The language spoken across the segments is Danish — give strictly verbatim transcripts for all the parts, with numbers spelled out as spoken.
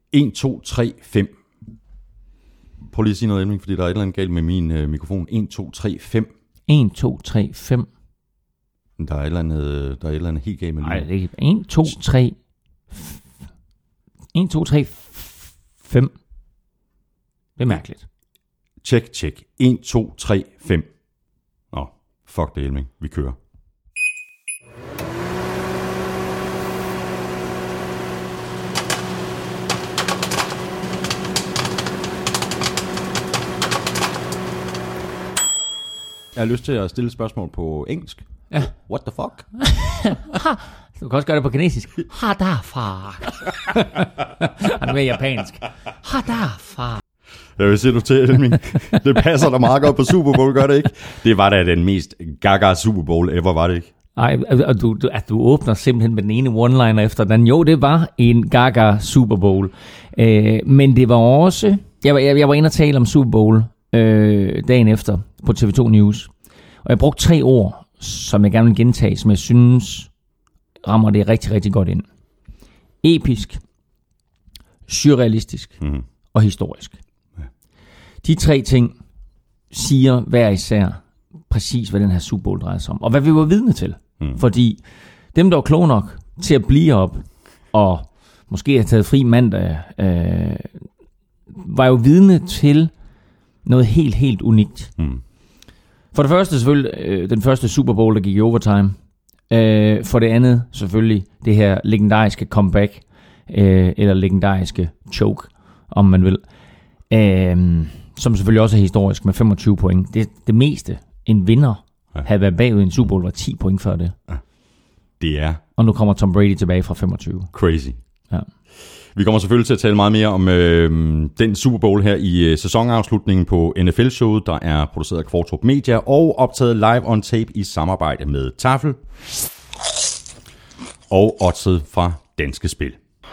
en, to, tre, fem. Prøv lige at sige noget, Elming, fordi der er et eller andet galt med min øh, mikrofon. en, to, tre, fem. en, to, tre, fem. Der er et eller andet, der er et eller andet helt galt med lyden. Nej, det er ikke. en, to, tre, en, to, tre, fem. Det er mærkeligt. Tjek, tjek. en, to, tre, fem. Nå, fuck det, Elming. Vi kører. Jeg har lyst til at stille et spørgsmål på engelsk. Ja. What the fuck? Du kan også gøre det på kinesisk. Ha da far. Han er mere japansk. Ha da far. Jeg vil sige du til, Elming. Det passer da meget godt på Super Bowl, gør det ikke? Det var da den mest gaga Super Bowl ever, var det ikke? Ej, og du, du, at du åbner simpelthen med den ene one-liner efter den. Jo, det var en gaga Super Bowl. Øh, men det var også... Jeg var, jeg, jeg var inde og tale om Super Bowl øh, dagen efter på T V to News. Og jeg brugte tre ord, som jeg gerne vil gentage, som jeg synes rammer det rigtig, rigtig godt ind. Episk, surrealistisk mm. og historisk. Ja. De tre ting siger hver især præcis, hvad den her Super Bowl drejer sig om. Og hvad vi var vidne til. Mm. Fordi dem, der var kloge nok til at blive op og måske have taget fri mandag, øh, var jo vidne til noget helt, helt unikt. Mm. For det første selvfølgelig øh, den første Super Bowl, der gik i overtime. Øh, for det andet selvfølgelig det her legendariske comeback, øh, eller legendariske choke, om man vil. Øh, som selvfølgelig også er historisk med femogtyve point. Det, det meste, en vinder ja. havde været bagud i en Super Bowl, var ti point før det. Ja. Det er... Og nu kommer Tom Brady tilbage fra femogtyve. Crazy. Ja. Vi kommer selvfølgelig til at tale meget mere om øh, den Super Bowl her i øh, sæsonafslutningen på N F L-showet, der er produceret af Kvartrup Media og optaget live on tape i samarbejde med Tafel og oddset fra Danske Spil.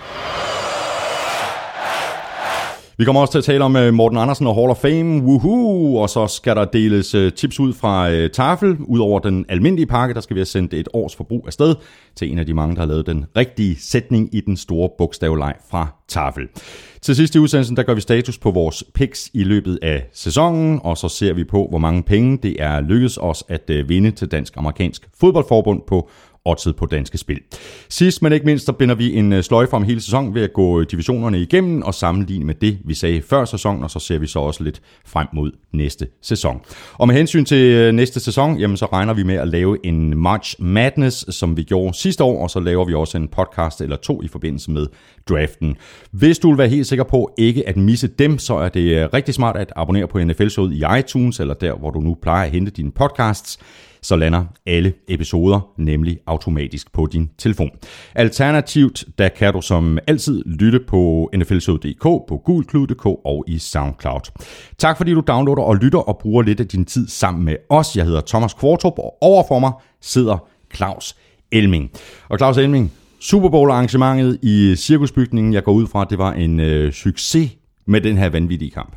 Vi kommer også til at tale om uh, Morten Andersen og Hall of Fame, woohoo, og så skal der deles uh, tips ud fra uh, Tafel. Udover den almindelige pakke, der skal vi have sendt et års forbrug afsted til en af de mange, der har lavet den rigtige sætning i den store bogstavleg fra Tafel. Til sidst i udsendelsen, der gør vi status på vores picks i løbet af sæsonen, og så ser vi på, hvor mange penge det er lykkedes os at uh, vinde til Dansk-Amerikansk Fodboldforbund på oddset på Danske Spil. Sidst, men ikke mindst, så binder vi en sløjfe om hele sæsonen ved at gå divisionerne igennem og sammenligne med det, vi sagde før sæsonen, og så ser vi så også lidt frem mod næste sæson. Og med hensyn til næste sæson, jamen så regner vi med at lave en March Madness, som vi gjorde sidste år, og så laver vi også en podcast eller to i forbindelse med draften. Hvis du vil være helt sikker på ikke at misse dem, så er det rigtig smart at abonnere på N F L-showet i iTunes, eller der, hvor du nu plejer at hente dine podcasts. Så lander alle episoder nemlig automatisk på din telefon. Alternativt, der kan du som altid lytte på N F L showet punktum d k, på gulklud punktum d k og i SoundCloud. Tak fordi du downloader og lytter og bruger lidt af din tid sammen med os. Jeg hedder Thomas Kvartrup, og overfor mig sidder Claus Elming. Og Claus Elming, Super Bowl arrangementet i Cirkusbygningen, jeg går ud fra, at det var en øh, succes med den her vanvittige kamp.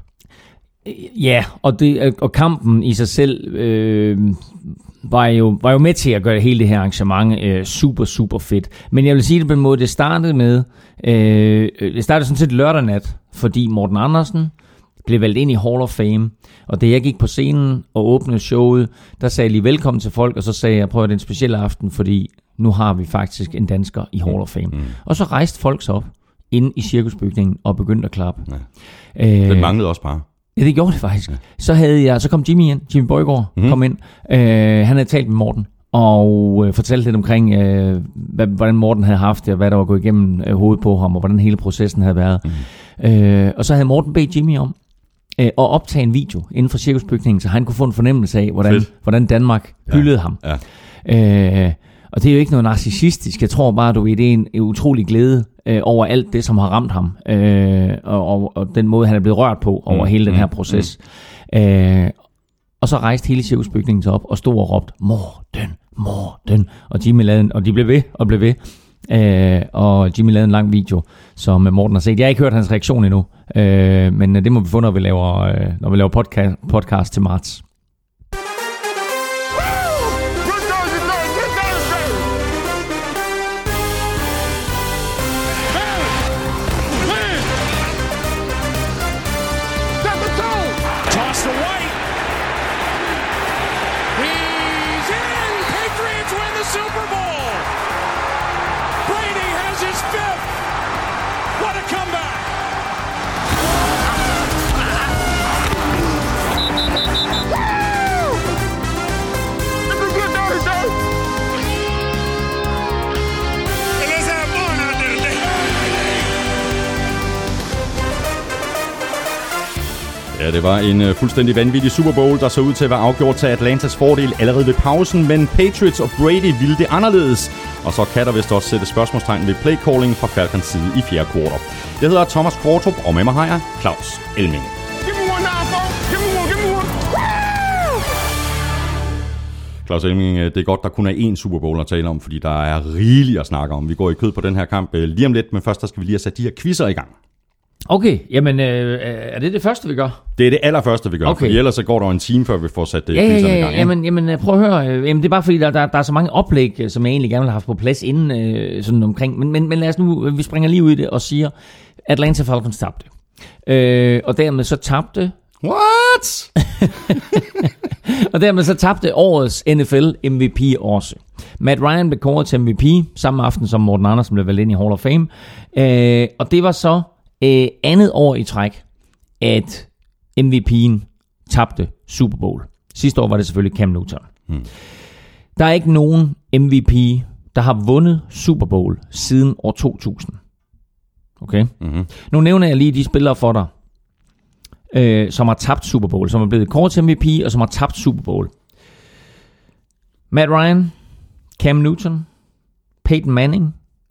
Ja, og, det, og kampen i sig selv øh, var, jo, var jo med til at gøre hele det her arrangement øh, super, super fedt. Men jeg vil sige det på en måde, det startede med, øh, det startede sådan set lørdag nat, fordi Morten Andersen blev valgt ind i Hall of Fame, og da jeg gik på scenen og åbnede showet, der sagde jeg lige velkommen til folk, og så sagde jeg, prøv at det er en speciel aften, fordi nu har vi faktisk en dansker i Hall of Fame. Mm. Og så rejste folk sig op inde i Cirkusbygningen og begyndte at klappe. Ja. Øh, det manglede også bare. Ja, det gjorde det faktisk. Ja. Så havde jeg, så kom Jimmy ind, Jimmy Bøjgaard mm-hmm. kom ind. Øh, han havde talt med Morten og øh, fortalt lidt omkring, øh, hvad, hvordan Morten havde haft det, og hvad der var gået igennem øh, hovedet på ham, og hvordan hele processen havde været. Mm-hmm. Øh, og så havde Morten bedt Jimmy om øh, at optage en video inden for Cirkusbygningen, så han kunne få en fornemmelse af, hvordan, hvordan Danmark hyldede ja. ham. Ja. Øh, og det er jo ikke noget narcissistisk. Jeg tror bare, du ved, det er en, en utrolig glæde øh, over alt det, som har ramt ham, øh, og, og, og den måde, han er blevet rørt på over mm, hele den her proces. Mm. Øh, og så rejste hele Cirkusbygningen sig op og stod og råbte, Morten, Morten. Og Jimmy lavede, og de blev ved og blev ved. Øh, og Jimmy lavede en lang video, som Morten har set. Jeg har ikke hørt hans reaktion endnu, øh, men det må vi få, når vi laver, øh, når vi laver podcast, podcast til marts. Ja, det var en uh, fuldstændig vanvittig Super Bowl, der så ud til at være afgjort til Atlantas fordel allerede ved pausen, men Patriots og Brady ville det anderledes. Og så kan der vist også sætte spørgsmålstegn ved playcalling fra Falcons side i fjerde kvartal. Jeg hedder Thomas Kvartrup, og med mig har jeg Claus Elming. Claus Elming, det er godt, der kun er én Super Bowl at tale om, fordi der er rigeligt at snakke om. Vi går i kød på den her kamp lige om lidt, men først der skal vi lige have sat de her quizzer i gang. Okay, jamen øh, er det det første, vi gør? Det er det allerførste, vi gør, okay. For ellers så går der en time, før vi får sat det ja, quizzerne ja, ja, i gang. Ja, jamen, jamen prøv at høre, jamen, det er bare fordi, der, der, der er så mange oplæg, som jeg egentlig gerne vil have haft på plads inden øh, sådan omkring. Men, men, men lad os nu, vi springer lige ud i det og siger, Atlanta Falcons tabte. Øh, og dermed så tabte... What? og dermed så tabte årets N F L M V P også. Matt Ryan blev kåret til M V P samme aften som Morten Andersen blev valgt ind i Hall of Fame. Øh, og det var så øh, andet år i træk, at M V P'en tabte Super Bowl. Sidste år var det selvfølgelig Cam Newton. Hmm. Der er ikke nogen M V P, der har vundet Super Bowl siden år to tusind. Okay? Mm-hmm. Nu nævner jeg lige de spillere for dig, øh, som har tabt Super Bowl, som er blevet kåret til M V P, og som har tabt Super Bowl. Matt Ryan, Cam Newton, Peyton Manning,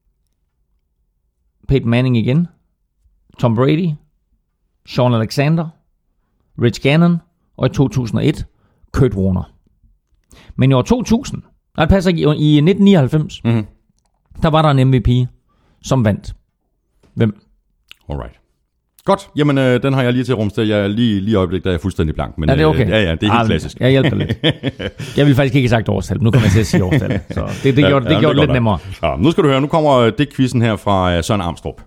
Peyton Manning igen, Tom Brady, Sean Alexander, Rich Gannon, og i to tusind og et, Kurt Warner. Men i år to tusind, nej, det passer ikke, i nitten nioghalvfems, mm-hmm. der var der en M V P, som vandt. Hvem? Alright. Godt. Jamen, øh, den har jeg lige til rumsted. Jeg er lige, lige i øjeblik, der er jeg fuldstændig blank. Men, ja, det er okay. Øh, ja, ja, det er helt ah, klassisk. Jeg hjælper lidt. Jeg ville faktisk ikke have sagt årstal. Nu kommer jeg til at sige årstal. Så det, det ja, gjorde, det ja, gjorde det lidt nemmere. Ja, nu skal du høre. Nu kommer det quizzen her fra Søren Amstrup.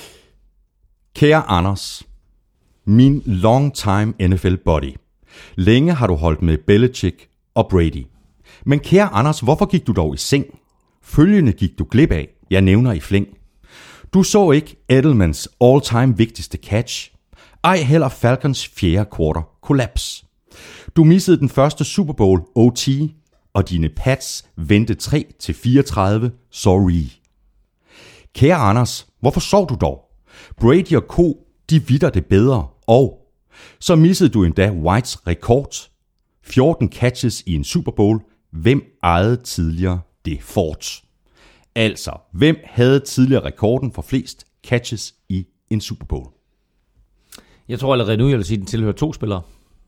Kære Anders, min long time N F L buddy. Længe har du holdt med Belichick og Brady. Men kære Anders, hvorfor gik du dog i seng? Følgende gik du glip af. Jeg nævner i flæng. Du så ikke Edelmans all-time vigtigste catch. Ej heller Falcons fjerde quarter kollaps. Du missede den første Super Bowl O T, og dine Pats vendte tre til fireogtredive. Sorry. Kære Anders, hvorfor sov du dog? Brady og Co, de vidder det bedre, og så missede du endda Whites rekord. fjorten catches i en Super Bowl. Hvem ejede tidligere det fort? Altså, hvem havde tidligere rekorden for flest catches i en Super Bowl? Jeg tror allerede nu, jeg vil sige, at den tilhører to spillere.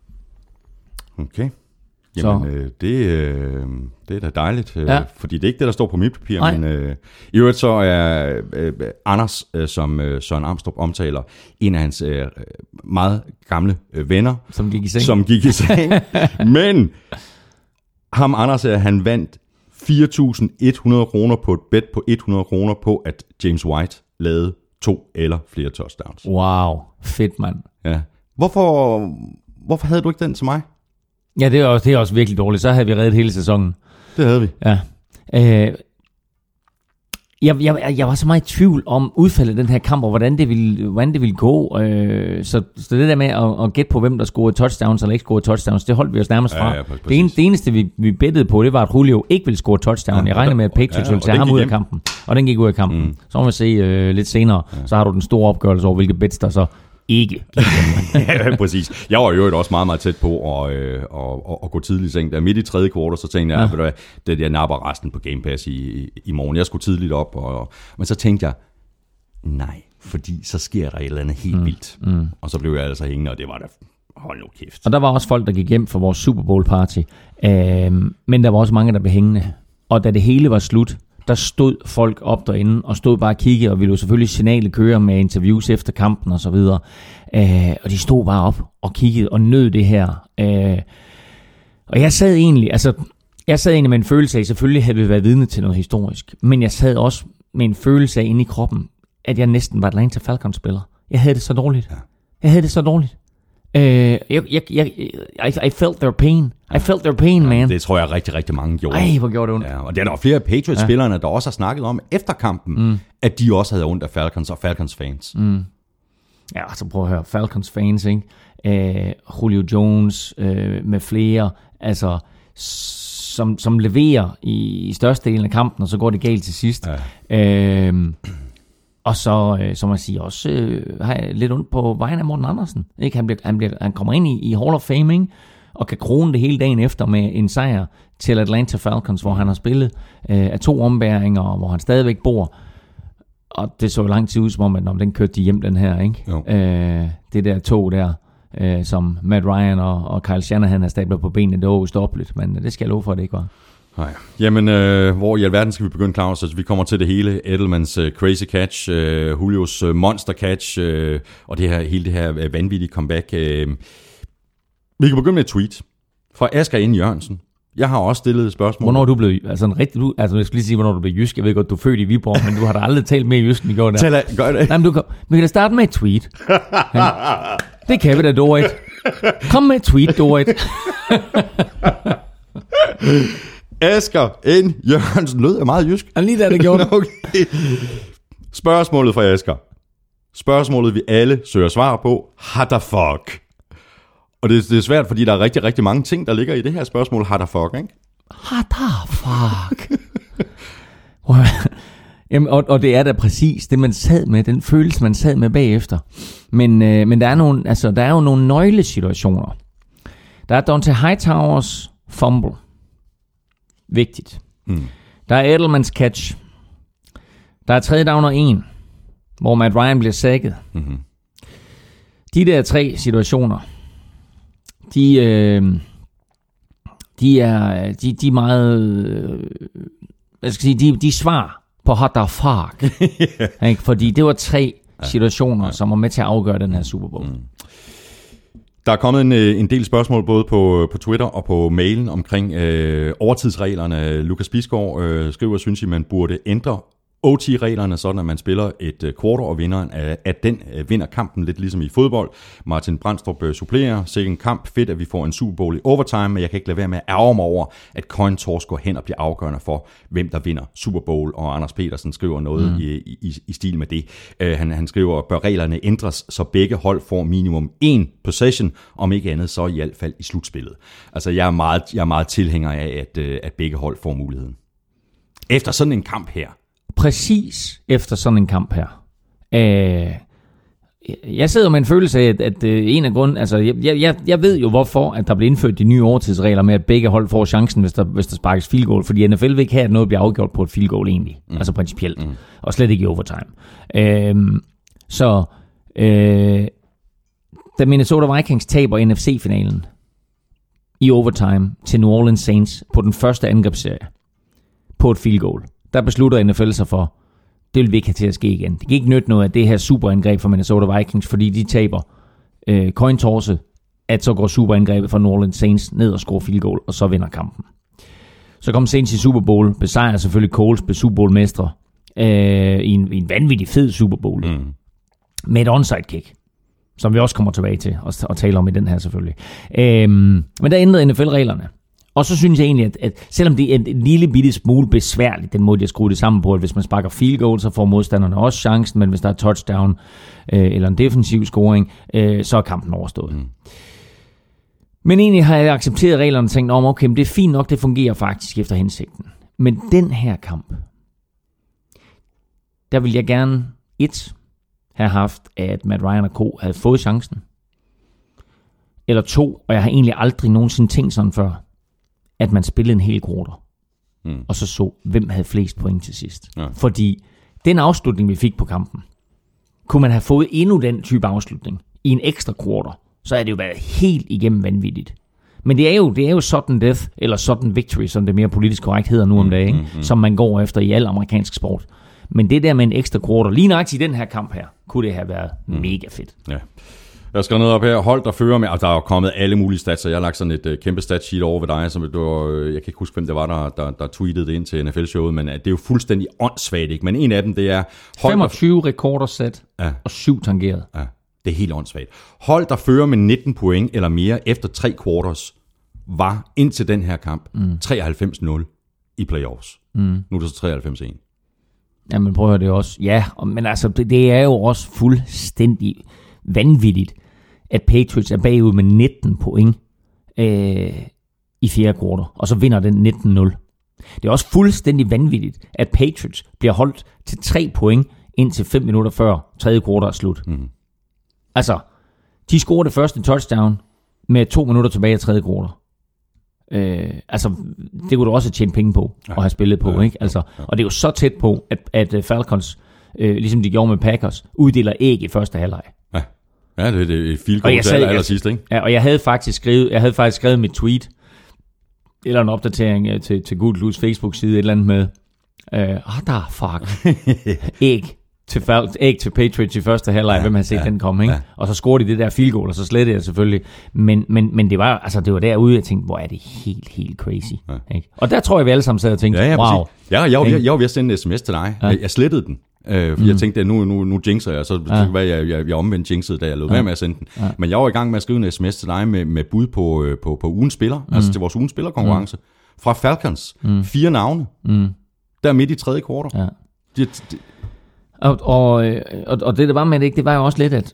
Okay. Jamen, øh, det, øh, det er da dejligt, øh, ja. Fordi det er ikke det, der står på mit papir. Nej. Men øh, i øvrigt så er øh, Anders, øh, som øh, Søren Amstrup omtaler, en af hans øh, meget gamle øh, venner. Som gik i seng. Som gik i seng. Men ham, Anders, han vandt fire tusind et hundrede kroner på et bet på hundrede kroner på, at James White lavede to eller flere touchdowns. Wow, fedt mand. Ja. Hvorfor, hvorfor havde du ikke den til mig? Ja, det er, også, det er også virkelig dårligt. Så havde vi reddet hele sæsonen. Det havde vi. Ja. Øh, jeg, jeg, jeg var så meget i tvivl om udfaldet af den her kamp, og hvordan det ville, hvordan det ville gå. Øh, så, så det der med at, at gætte på, hvem der scorede touchdowns eller ikke scorede touchdowns, det holdt vi os nærmest fra. Ja, ja, det, en, det eneste, vi, vi bettede på, det var, at Julio ikke ville score touchdown. Ja, jeg regnede med, at Patriots ja, ville tage ham ud af kampen. Og den gik ud af kampen. Mm. Så må vi se øh, lidt senere, ja. Så har du den store opgørelse over, hvilke bets der så ikke. Ja, præcis. Jeg var jo også meget, meget tæt på at, øh, at, at, at gå tidligt i seng. Der midt i tredje kvartal, så tænkte jeg, ja. at det, jeg napper resten på Game Pass i, i morgen. Jeg skulle tidligt op, og, men så tænkte jeg, nej, fordi så sker der et eller andet helt mm. vildt. Mm. Og så blev jeg altså hængende, og det var da, hold nu kæft. Og der var også folk, der gik hjem for vores Super Bowl party, øh, men der var også mange, der blev hængende. Og da det hele var slut, der stod folk op derinde, og stod bare og kiggede, og ville jo selvfølgelig signale køre med interviews efter kampen og så videre. Øh, og de stod bare op og kiggede og nød det her. Øh, og jeg sad egentlig, altså, jeg sad egentlig med en følelse af, selvfølgelig havde vi været vidne til noget historisk, men jeg sad også med en følelse af inde i kroppen, at jeg næsten var Atlanta Falcons-spiller. Jeg havde det så dårligt. Jeg havde det så dårligt. Uh, jeg, jeg, jeg, I, I felt their pain. I felt their pain, man. Det tror jeg rigtig, rigtig mange gjorde. Ej, hvor gjorde det ondt. Ja, og der er der flere Patriots-spillerne, ja. Der også har snakket om efter kampen, mm. at de også havde ondt af Falcons og Falcons-fans. Mm. Ja, så prøv at høre. Falcons-fans, ikke? Uh, Julio Jones uh, med flere, altså, som, som leverer i, i størstedelen af kampen, og så går det galt til sidst. Ja. Uh, Og så, øh, som man siger, også øh, har jeg lidt ondt på vejen af Morten Andersen. Ikke? Han, bliver, han, bliver, han kommer ind i, i Hall of Fame, ikke? Og kan krone det hele dagen efter med en sejr til Atlanta Falcons, hvor han har spillet øh, af to ombæringer, og hvor han stadigvæk bor. Og det så lang tid ud som om, at når den kørte de hjem, den her, ikke? Øh, det der tog der, øh, som Matt Ryan og, og Kyle Shanahan har stablet på benene, det var ustoppeligt, men det skal jeg love for, at det ikke var. Nej. Jamen, øh, hvor i alverden skal vi begynde, Claus? Altså, vi kommer til det hele. Edelmans uh, crazy catch, uh, Julius uh, monster catch, uh, og det her, hele det her uh, vanvittige comeback. Uh, vi kan begynde med et tweet fra Asger N. Jørgensen. Jeg har også stillet et spørgsmål. Hvornår du blev, altså en rigtig, du, altså jeg skal lige sige, hvornår du blev jysk. Jeg ved godt, du er født i Viborg, men du har da aldrig talt mere jysk, end i går der. Tæl af, gør det. Nej, men du kan, vi kan da starte med et tweet. Ja. Det kan vi da, Dorit. Kom med et tweet, Dorit. Asger N. Jørgensen lød er meget jysk. Og lige da det gjorde det. Okay. Spørgsmålet fra Asger. Spørgsmålet, vi alle søger svar på. How the fuck? Og det, det er svært, fordi der er rigtig, rigtig mange ting, der ligger i det her spørgsmål. How the fuck, ikke? How the fuck? Jamen, og, og det er da præcis det, man sad med. Den følelse, man sad med bagefter. Men, øh, men der, er nogle, altså, der er jo nogle nøglesituationer. Der er Dante Hightowers fumble. Vigtigt. Mm. Der er Edelmans catch. Der er tredje down og en, hvor Matt Ryan bliver sacket. Mm-hmm. De der tre situationer, de, øh, de er de, de er meget, øh, jeg skal sige, de, de er svar på what the fuck. Yeah. Fordi det var tre situationer, ja. Som var med til at afgøre den her Super Bowl. Mm. Der er kommet en, en del spørgsmål både på, på Twitter og på mailen omkring øh, overtidsreglerne. Lukas Bisgaard øh, skriver, synes I, man burde ændre O T-reglerne, sådan at man spiller et quarter, og vinderen af, at den vinder kampen, lidt ligesom i fodbold. Martin Brandstrup øh, supplerer. Sikke en kamp. Fedt, at vi får en Super Bowl i overtime, men jeg kan ikke lade være med at ærge mig over, at coin toss går hen og bliver afgørende for, hvem der vinder Super Bowl. Og Anders Petersen skriver noget mm. i, i, i stil med det. Uh, han, han skriver, bør reglerne ændres, så begge hold får minimum én possession, om ikke andet så i hvert fald i slutspillet. Altså, jeg er meget, jeg er meget tilhænger af, at, at begge hold får muligheden. Efter sådan en kamp her, præcis efter sådan en kamp her. Øh, jeg sidder med en følelse af, at, at en af grunden, altså jeg, jeg, jeg ved jo hvorfor, at der bliver indført de nye overtidsregler med, at begge hold får chancen, hvis der, hvis der sparkes field goal, fordi N F L vil ikke have, at noget bliver afgjort på et field goal egentlig, mm. altså principielt, mm. og slet ikke i overtime. Øh, så øh, da Minnesota Vikings taber N F C-finalen i overtime til New Orleans Saints på den første angrebsserie på et field goal, der beslutter N F L sig for, det vil vi ikke have til at ske igen. Det kan ikke nytte noget af det her superangreb for Minnesota Vikings, fordi de taber øh, coin tosset, at så går superangrebet fra New Orleans Saints ned og scorer field goal, og så vinder kampen. Så kom Saints i Super Bowl, besejrer selvfølgelig Coles, blev Super Bowl mestre, øh, i, en, i en vanvittig fed Super Bowl, mm. med et onside kick, som vi også kommer tilbage til at, at tale om i den her selvfølgelig. Øh, men der ændrede N F L-reglerne. Og så synes jeg egentlig, at, at selvom det er en, en lille bitte smule besværligt, den måde, jeg skruer det sammen på, at hvis man sparker field goal, så får modstanderne også chancen, men hvis der er touchdown øh, eller en defensiv scoring, øh, så er kampen overstået. Mm. Men egentlig har jeg accepteret reglerne og tænkt, om okay, men det er fint nok, det fungerer faktisk efter hensigten. Men den her kamp, der vil jeg gerne et have haft, at Matt Ryan og Co. havde fået chancen. Eller to, og jeg har egentlig aldrig nogensinde tænkt sådan før, at man spillede en hel quarter, mm. og så så, hvem havde flest point til sidst. Ja. Fordi den afslutning, vi fik på kampen, kunne man have fået endnu den type afslutning i en ekstra quarter, så er det jo været helt igennem vanvittigt. Men det er jo, det er jo sudden death, eller sudden victory, som det mere politisk korrekt hedder nu om dagen, mm, mm, mm. som man går efter i al amerikansk sport. Men det der med en ekstra quarter, lige nøjagtigt i den her kamp her, kunne det have været mm. mega fedt. Ja. Jeg skal noget op her. Hold der fører med, og der er jo kommet alle mulige stats, så jeg har lagt sådan et uh, kæmpe statsheet over ved dig, som du, uh, jeg kan ikke huske, hvem det var, der, der, der tweetede det ind til N F L-showet, men uh, det er jo fuldstændig åndssvagt, ikke? Men en af dem, det er... femogtyve rekorder sat, ja. Og syv tangeret. Ja, det er helt åndssvagt. Hold der fører med nitten point eller mere efter tre quarters, var indtil den her kamp mm. treoghalvfems nul i playoffs. Mm. Nu er det så treoghalvfems en. Jamen prøv at høre det også. Ja, men altså, det, det er jo også fuldstændig vanvittigt, at Patriots er bagud med nitten point øh, i fjerde kvartal, og så vinder den nitten nul. Det er også fuldstændig vanvittigt, at Patriots bliver holdt til tre point indtil fem minutter før tredje kvartal er slut. Mm. Altså, de scorede det første touchdown med to minutter tilbage af tredje kvartal. Øh, altså, det kunne du også tjene penge på ja. at have spillet på, ja, ikke? Altså, ja. Og det er jo så tæt på, at, at Falcons, øh, ligesom de gjorde med Packers, uddeler æg i første halvleg. Ja, ja det er et field goal til aller sidst, ikke? Ja, og jeg havde faktisk skrevet, jeg havde faktisk skrevet mit tweet, eller en opdatering til, til Good Blues Facebook-side, et eller andet med, øh, ah, der fuck, æg. Til, æg til Patriots i første halvleg, ja, hvem har set ja, den komme, ikke? Ja. Og så scorede de det der field goal, og så slettede jeg selvfølgelig. Men, men, men det var altså det var derude, jeg tænkte, hvor er det helt, helt crazy. Ja. Ikke? Og der tror jeg, vi alle sammen sad og tænkte, ja, ja, wow. Ja, jeg, jeg, jeg, jeg var ved at sende en sms til dig. Ja. Jeg, jeg slettede den, øh, fordi mm. jeg tænkte, at nu, nu, nu jinxer jeg, så ja. det hvad jeg, jeg, jeg omvendt jinxede, da jeg lød ja. med at sende den. Ja. Men jeg var i gang med at skrive en sms til dig med, med bud på, på, på ugens spiller, mm. altså til vores ugens spillerkonkurrence, mm. fra Falcons. Mm. Fire navne. Mm. Der midt i tredje kvartal. Ja. Det, det, Og, og, og, og det der var med det, ikke, det var jo også lidt, at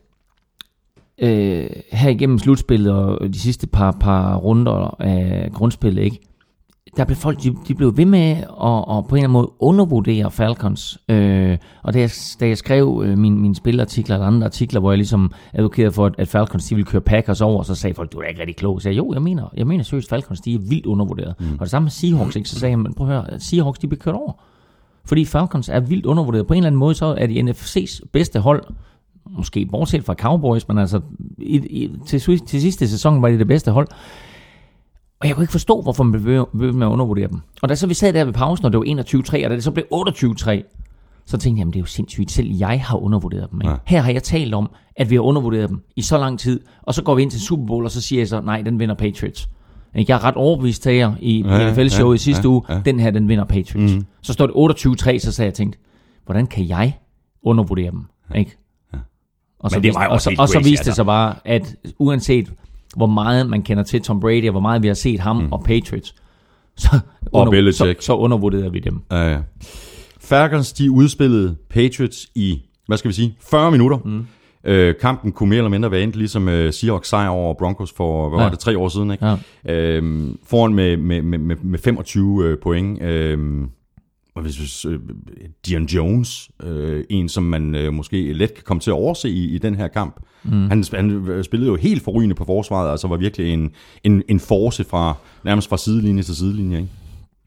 øh, her igennem slutspillet og de sidste par, par runder af grundspillet, ikke, der blev folk, de, de blev ved med at, at på en eller anden måde undervurdere Falcons. Øh, og da jeg, da jeg skrev øh, mine, mine spilartikler eller andre artikler, hvor jeg ligesom advokerede for, at, at Falcons de ville køre Packers over, så sagde folk, du er ikke rigtig klog. Så jeg jo, jeg mener, jeg mener seriøst, Falcons de er vildt undervurderet. Mm. Og det samme med Seahawks, ikke? Så sagde jeg, men prøv at høre, Seahawks de blev kørt over. Fordi Falcons er vildt undervurderet. På en eller anden måde, så er de N F C's bedste hold, måske bortset fra Cowboys, men altså i, i, til, til sidste sæson var de det bedste hold. Og jeg kunne ikke forstå, hvorfor man blev ved med at undervurdere dem. Og da så vi sad der ved pausen, og det var enogtyve tre, og da det så blev otteogtyve tre, så tænkte jeg, jamen det er jo sindssygt, selv jeg har undervurderet dem. Ikke? Ja. Her har jeg talt om, at vi har undervurderet dem i så lang tid, og så går vi ind til Super Bowl, og så siger jeg så, nej, den vinder Patriots. Jeg er ret overbevist til jer i ja, N F L-showet ja, i sidste ja, uge, ja. Den her, den vinder Patriots. Mm. Så står det otteogtyve tre, så sagde jeg tænkt, hvordan kan jeg undervurdere dem? Ja. Ikke? Ja. Og, så viste, og, så, og så viste det sig bare, at uanset hvor meget man kender til Tom Brady, og hvor meget vi har set ham mm. og Patriots, så, under, så, så undervurderer vi dem. Ja, ja. Falcons, de udspillede Patriots i, hvad skal vi sige, fyrre minutter. Mm. Øh, kampen kunne mere eller mindre være endt, ligesom øh, Seahawks sejr over Broncos for, hvad ja. var det, tre år siden, ikke? Ja. Øh, foran med, med, med, med femogtyve øh, point. Øh, og hvis øh, Dion Jones, øh, en som man øh, måske let kan komme til at overse i, i den her kamp. Mm. Han, han spillede jo helt forrygende på forsvaret, altså var virkelig en, en, en force fra, nærmest fra sidelinje til sidelinje, ikke?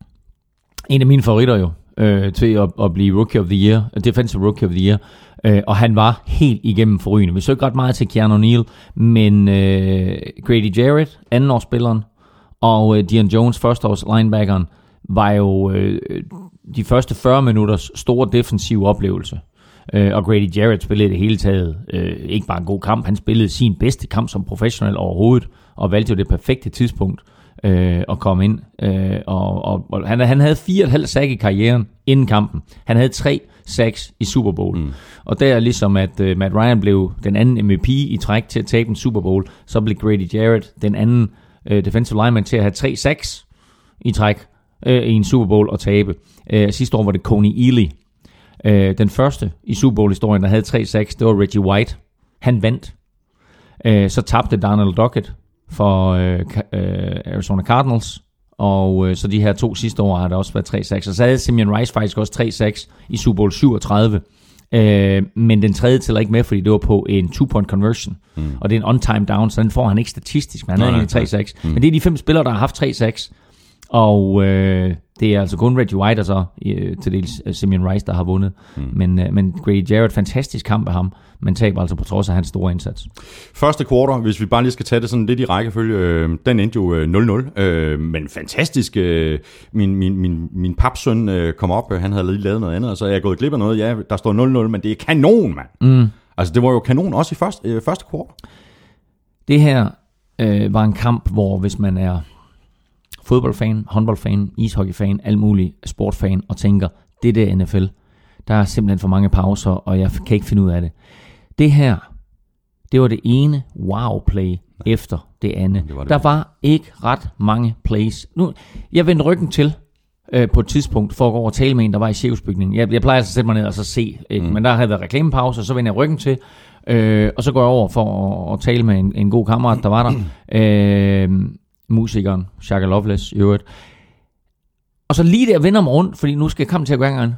En af mine favoritter jo, øh, til at, at blive Rookie of the Year, Defensive Rookie of the Year. Uh, og han var helt igennem forrygende. Vi så ikke ret meget til Keanu Neal, men uh, Grady Jarrett, andenårsspilleren, og uh, Dion Jones, førsteårs linebackeren, var jo uh, de første fyrre minutters store defensive oplevelse. Uh, og Grady Jarrett spillede det hele taget uh, ikke bare en god kamp, han spillede sin bedste kamp som professionel overhovedet, og valgte jo det perfekte tidspunkt uh, at komme ind. Uh, og, og, og han, han havde fire komma fem sack i karrieren inden kampen. Han havde tre sacks i Super Bowl. Mm. Og der ligesom, at uh, Matt Ryan blev den anden M V P i træk til at tabe en Super Bowl, så blev Grady Jarrett den anden uh, defensive lineman til at have tre sacks i træk uh, i en Super Bowl og tabe. Uh, sidste år var det Coney Ely. Uh, den første i Super Bowl-historien, der havde tre sacks, det var Reggie White. Han vandt. Uh, så tabte Donald Duckett for uh, uh, Arizona Cardinals. Og uh, så de her to sidste år har der også været tre sacks. Og så havde Simeon Rice faktisk også tre sacks i Super Bowl syvogtredive. Uh, men den tredje tæller ikke med, fordi det var på en two-point conversion. Mm. Og det er en on-time down, så den får han ikke statistisk, men han havde egentlig tre sacks. Mm. Men det er de fem spillere, der har haft tre sacks. Og uh, det er altså kun Reggie White og så uh, til dels uh, Simeon Rice, der har vundet. Mm. Men, uh, men Grady Jarrett, fantastisk kamp af ham, men taber altså på trods af hans store indsats. Første kvartal, hvis vi bare lige skal tage det sådan lidt i rækkefølge, øh, den endte jo øh, nul nul, øh, men fantastisk. Øh, min, min, min, min papsøn øh, kom op, øh, han havde lige lavet noget andet, og så er jeg gået glip af noget. Ja, der står nul nul, men det er kanon, mand. Mm. Altså, det var jo kanon også i første, øh, første kvartal. Det her øh, var en kamp, hvor hvis man er fodboldfan, håndboldfan, ishockeyfan, alt muligt sportfan, og tænker, det der N F L, der er simpelthen for mange pauser, og jeg kan ikke finde ud af det. Det her, det var det ene wow-play efter det andet. Det var det. Der var ikke ret mange plays. Nu, jeg vendte ryggen til øh, på et tidspunkt, for at gå over og tale med en, der var i chefsbygningen. Jeg, jeg plejer altså at sætte mig ned og så se, ikke? Mm. Men der havde været reklamepause, og så vendte jeg ryggen til, øh, og så går jeg over for at, at tale med en, en god kammerat, der var der. Øh, musikeren, Shaka Loveless i øvrigt. Og så lige der vender mig rundt, fordi nu skal jeg komme til at gå i gang.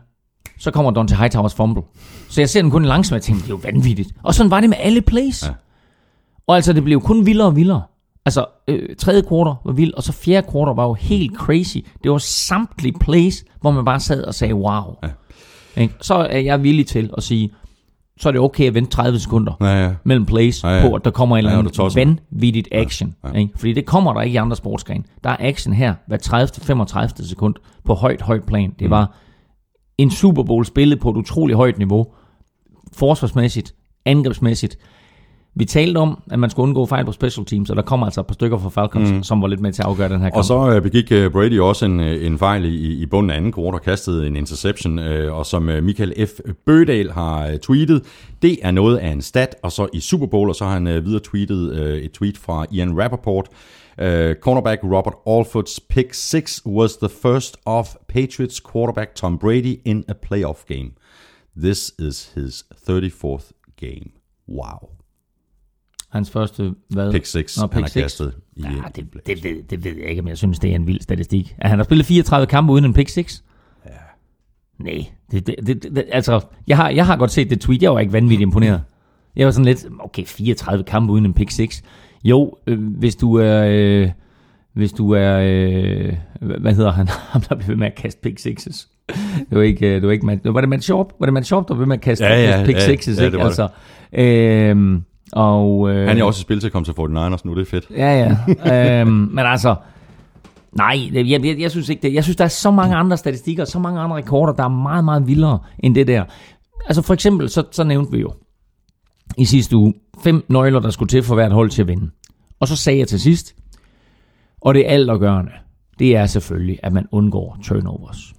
så kommer Dante Hightowers fumble. Så jeg ser den kun langsomt, og jeg tænker, det er jo vanvittigt. Og sådan var det med alle plays. Ja. Og altså, det blev kun vildere og vildere. Altså, øh, tredje quarter var vild, og så fjerde quarter var jo helt crazy. Det var samtlige plays, hvor man bare sad og sagde, wow. Ja. Så er jeg villig til at sige, så er det okay at vente tredive sekunder ja, ja. mellem plays, ja, ja. på at der kommer en eller anden ja, vanvittigt action. Ja, ja. Fordi det kommer der ikke i andre sportsgrene. Der er action her hver tredive til femogtredive sekund på højt, højt plan. Det var en Super Bowl spillet på et utroligt højt niveau. Forsvarsmæssigt, angrebsmæssigt. Vi talte om, at man skulle undgå fejl på special teams, og der kommer altså et par stykker fra Falcons, mm. som var lidt med til at afgøre den her kamp. Og så uh, begik uh, Brady også en, en fejl i, i bunden af anden quarter, kastede en interception, uh, og som uh, Michael F. Bødal har uh, tweetet, det er noget af en stat, og så i Super Bowl, og så har han uh, videre tweetet uh, et tweet fra Ian Rappaport. Uh, cornerback Robert Alford's pick six was the first of Patriots quarterback Tom Brady in a playoff game. This is his thirty-fourth game. Wow. Hans første, hvad? Pick six, Nå, pick han har kastet. I ja, det, det, ved, det ved jeg ikke, men jeg synes, det er en vild statistik. At han har spillet fireogtredive kampe uden en pick six? Ja. Nej, det, det, det, det, altså, jeg har, jeg har godt set det tweet, jeg var ikke vanvittigt imponeret. Jeg var sådan lidt, okay, fireogtredive kampe uden en pick six. Jo, øh, hvis du er, øh, hvis du er, øh, hvad hedder han, ham der bliver ved med at kaste pick sixes. Det var ikke, det var ikke, var det Matt Sharp? Var det Matt Sharp, der blev ved med at kaste ja, ja, pick ja, sixes, ja, ikke? Altså, øh, Og, øh, han er også spillet til at komme til forty-niners nu, det er fedt. Ja, ja. øhm, men altså, nej, jeg, jeg, jeg synes ikke det. Jeg synes, der er så mange andre statistikker, så mange andre rekorder, der er meget, meget vildere end det der. Altså for eksempel, så, så nævnte vi jo i sidste uge fem nøgler, der skulle til for hvert hold til at vinde. Og så sagde jeg til sidst, og det er altafgørende, det er selvfølgelig, at man undgår turnovers.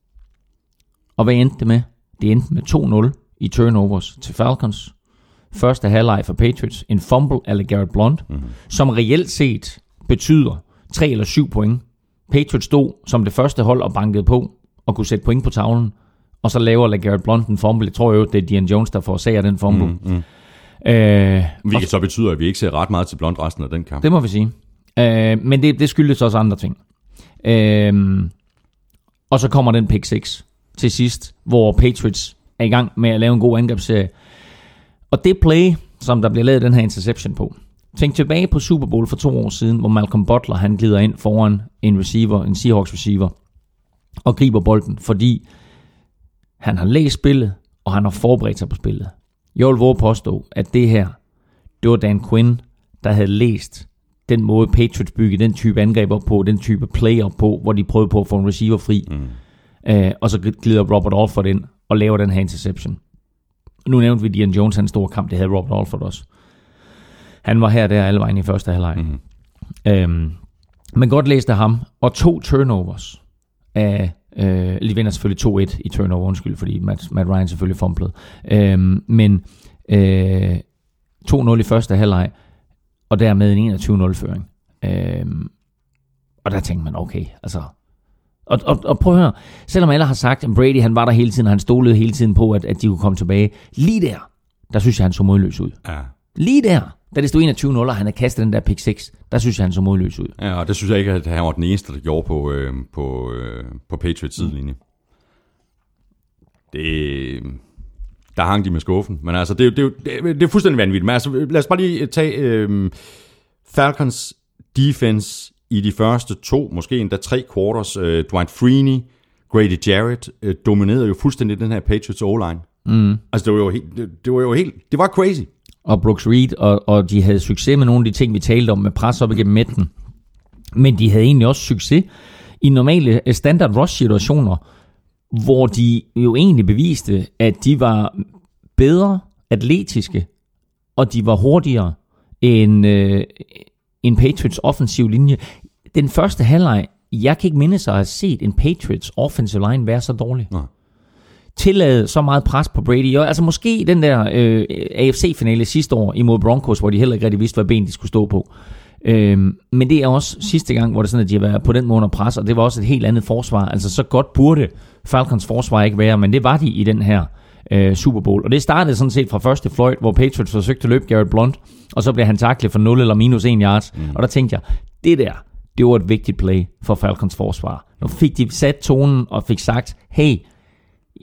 Og hvad endte det med? Det endte med to nul i turnovers til Falcons. Første halvleg for Patriots, en fumble af LeGarrette Blount, mm-hmm. som reelt set betyder tre eller syv point. Patriots stod som det første hold og bankede på og kunne sætte point på tavlen, og så laver LeGarrette Blount en fumble. Jeg tror jo, det er Dion Jones, der forårsager den fumble. Mm-hmm. Øh, Hvilket så betyder, at vi ikke ser ret meget til Blount resten af den kamp. Det må vi sige. Øh, men det, det skyldes også andre ting. Øh, og så kommer den pick six til sidst, hvor Patriots er i gang med at lave en god angrebsserie. Og det play, som der bliver lavet den her interception på. Tænk tilbage på Super Bowl for to år siden, hvor Malcolm Butler, han glider ind foran en receiver, en Seahawks receiver, og griber bolden, fordi han har læst spillet, og han har forberedt sig på spillet. Jeg vil våge påstå, at det her, det var Dan Quinn, der havde læst den måde Patriots byggede den type angreb op på, den type play op på, hvor de prøvede på at få en receiver fri. Mm. Øh, og så glider Robert Alford ind og laver den her interception. Nu nævnte vi Dion Jones, hans store kamp, det havde Robert Alford også. Han var her der alle vejen i første halvleg. Mm-hmm. Øhm, men godt læste af ham, og to turnovers af, øh, lige vinder selvfølgelig to et i turnover, undskyld, fordi Matt, Matt Ryan selvfølgelig fumblede. Øhm, men øh, to nul i første halvleg, og dermed en enogtyve nul føring. Øhm, og der tænkte man, okay, altså... Og, og, og prøv at høre, selvom alle har sagt, at Brady han var der hele tiden, og han stolede hele tiden på, at, at de kunne komme tilbage. Lige der, der synes jeg, han så modløs ud. Ja. Lige der, da det stod enogtyve nul, og han havde kastet den der pick six, der synes jeg, han så modløs ud. Ja, og det synes jeg ikke, at han var den eneste, der gjorde på, øh, på, øh, på Patriots sidelinje. Det... Der hang de med skuffen. Men altså, det, det, det, det er fuldstændig vanvittigt. Men altså, lad os bare lige tage øh, Falcons defense i de første to, måske endda tre quarters. Uh, Dwight Freeney, Grady Jarrett uh, dominerede jo fuldstændig den her Patriots O-line. Mm. Altså, det var jo helt, det, det var jo helt, det var crazy. Og Brooks Reed, og, og de havde succes med nogle af de ting, vi talte om, med pres op igennem midten. Men de havde egentlig også succes i normale standard rush-situationer, hvor de jo egentlig beviste, at de var bedre atletiske, og de var hurtigere end... Øh, en Patriots offensiv linje. Den første halvleg, jeg kan ikke minde sig at have set en Patriots offensive line være så dårlig. Nej. Tillade så meget pres på Brady. Altså måske den der øh, A F C-finale sidste år imod Broncos, hvor de heller ikke rigtig vidste, hvad ben de skulle stå på. Øhm, men det er også sidste gang, hvor det sådan, at de har været på den måde under pres, og det var også et helt andet forsvar. Altså så godt burde Falcons forsvar ikke være, men det var de i den her øh, Super Bowl. Og det startede sådan set fra første fløjt, hvor Patriots forsøgte at løbe Garrett Blount, og så blev han taklet for nul eller minus en yards. Mm. Og der tænkte jeg, det der, det var et vigtigt play for Falcons forsvar. Nu fik de sat tonen og fik sagt, hey,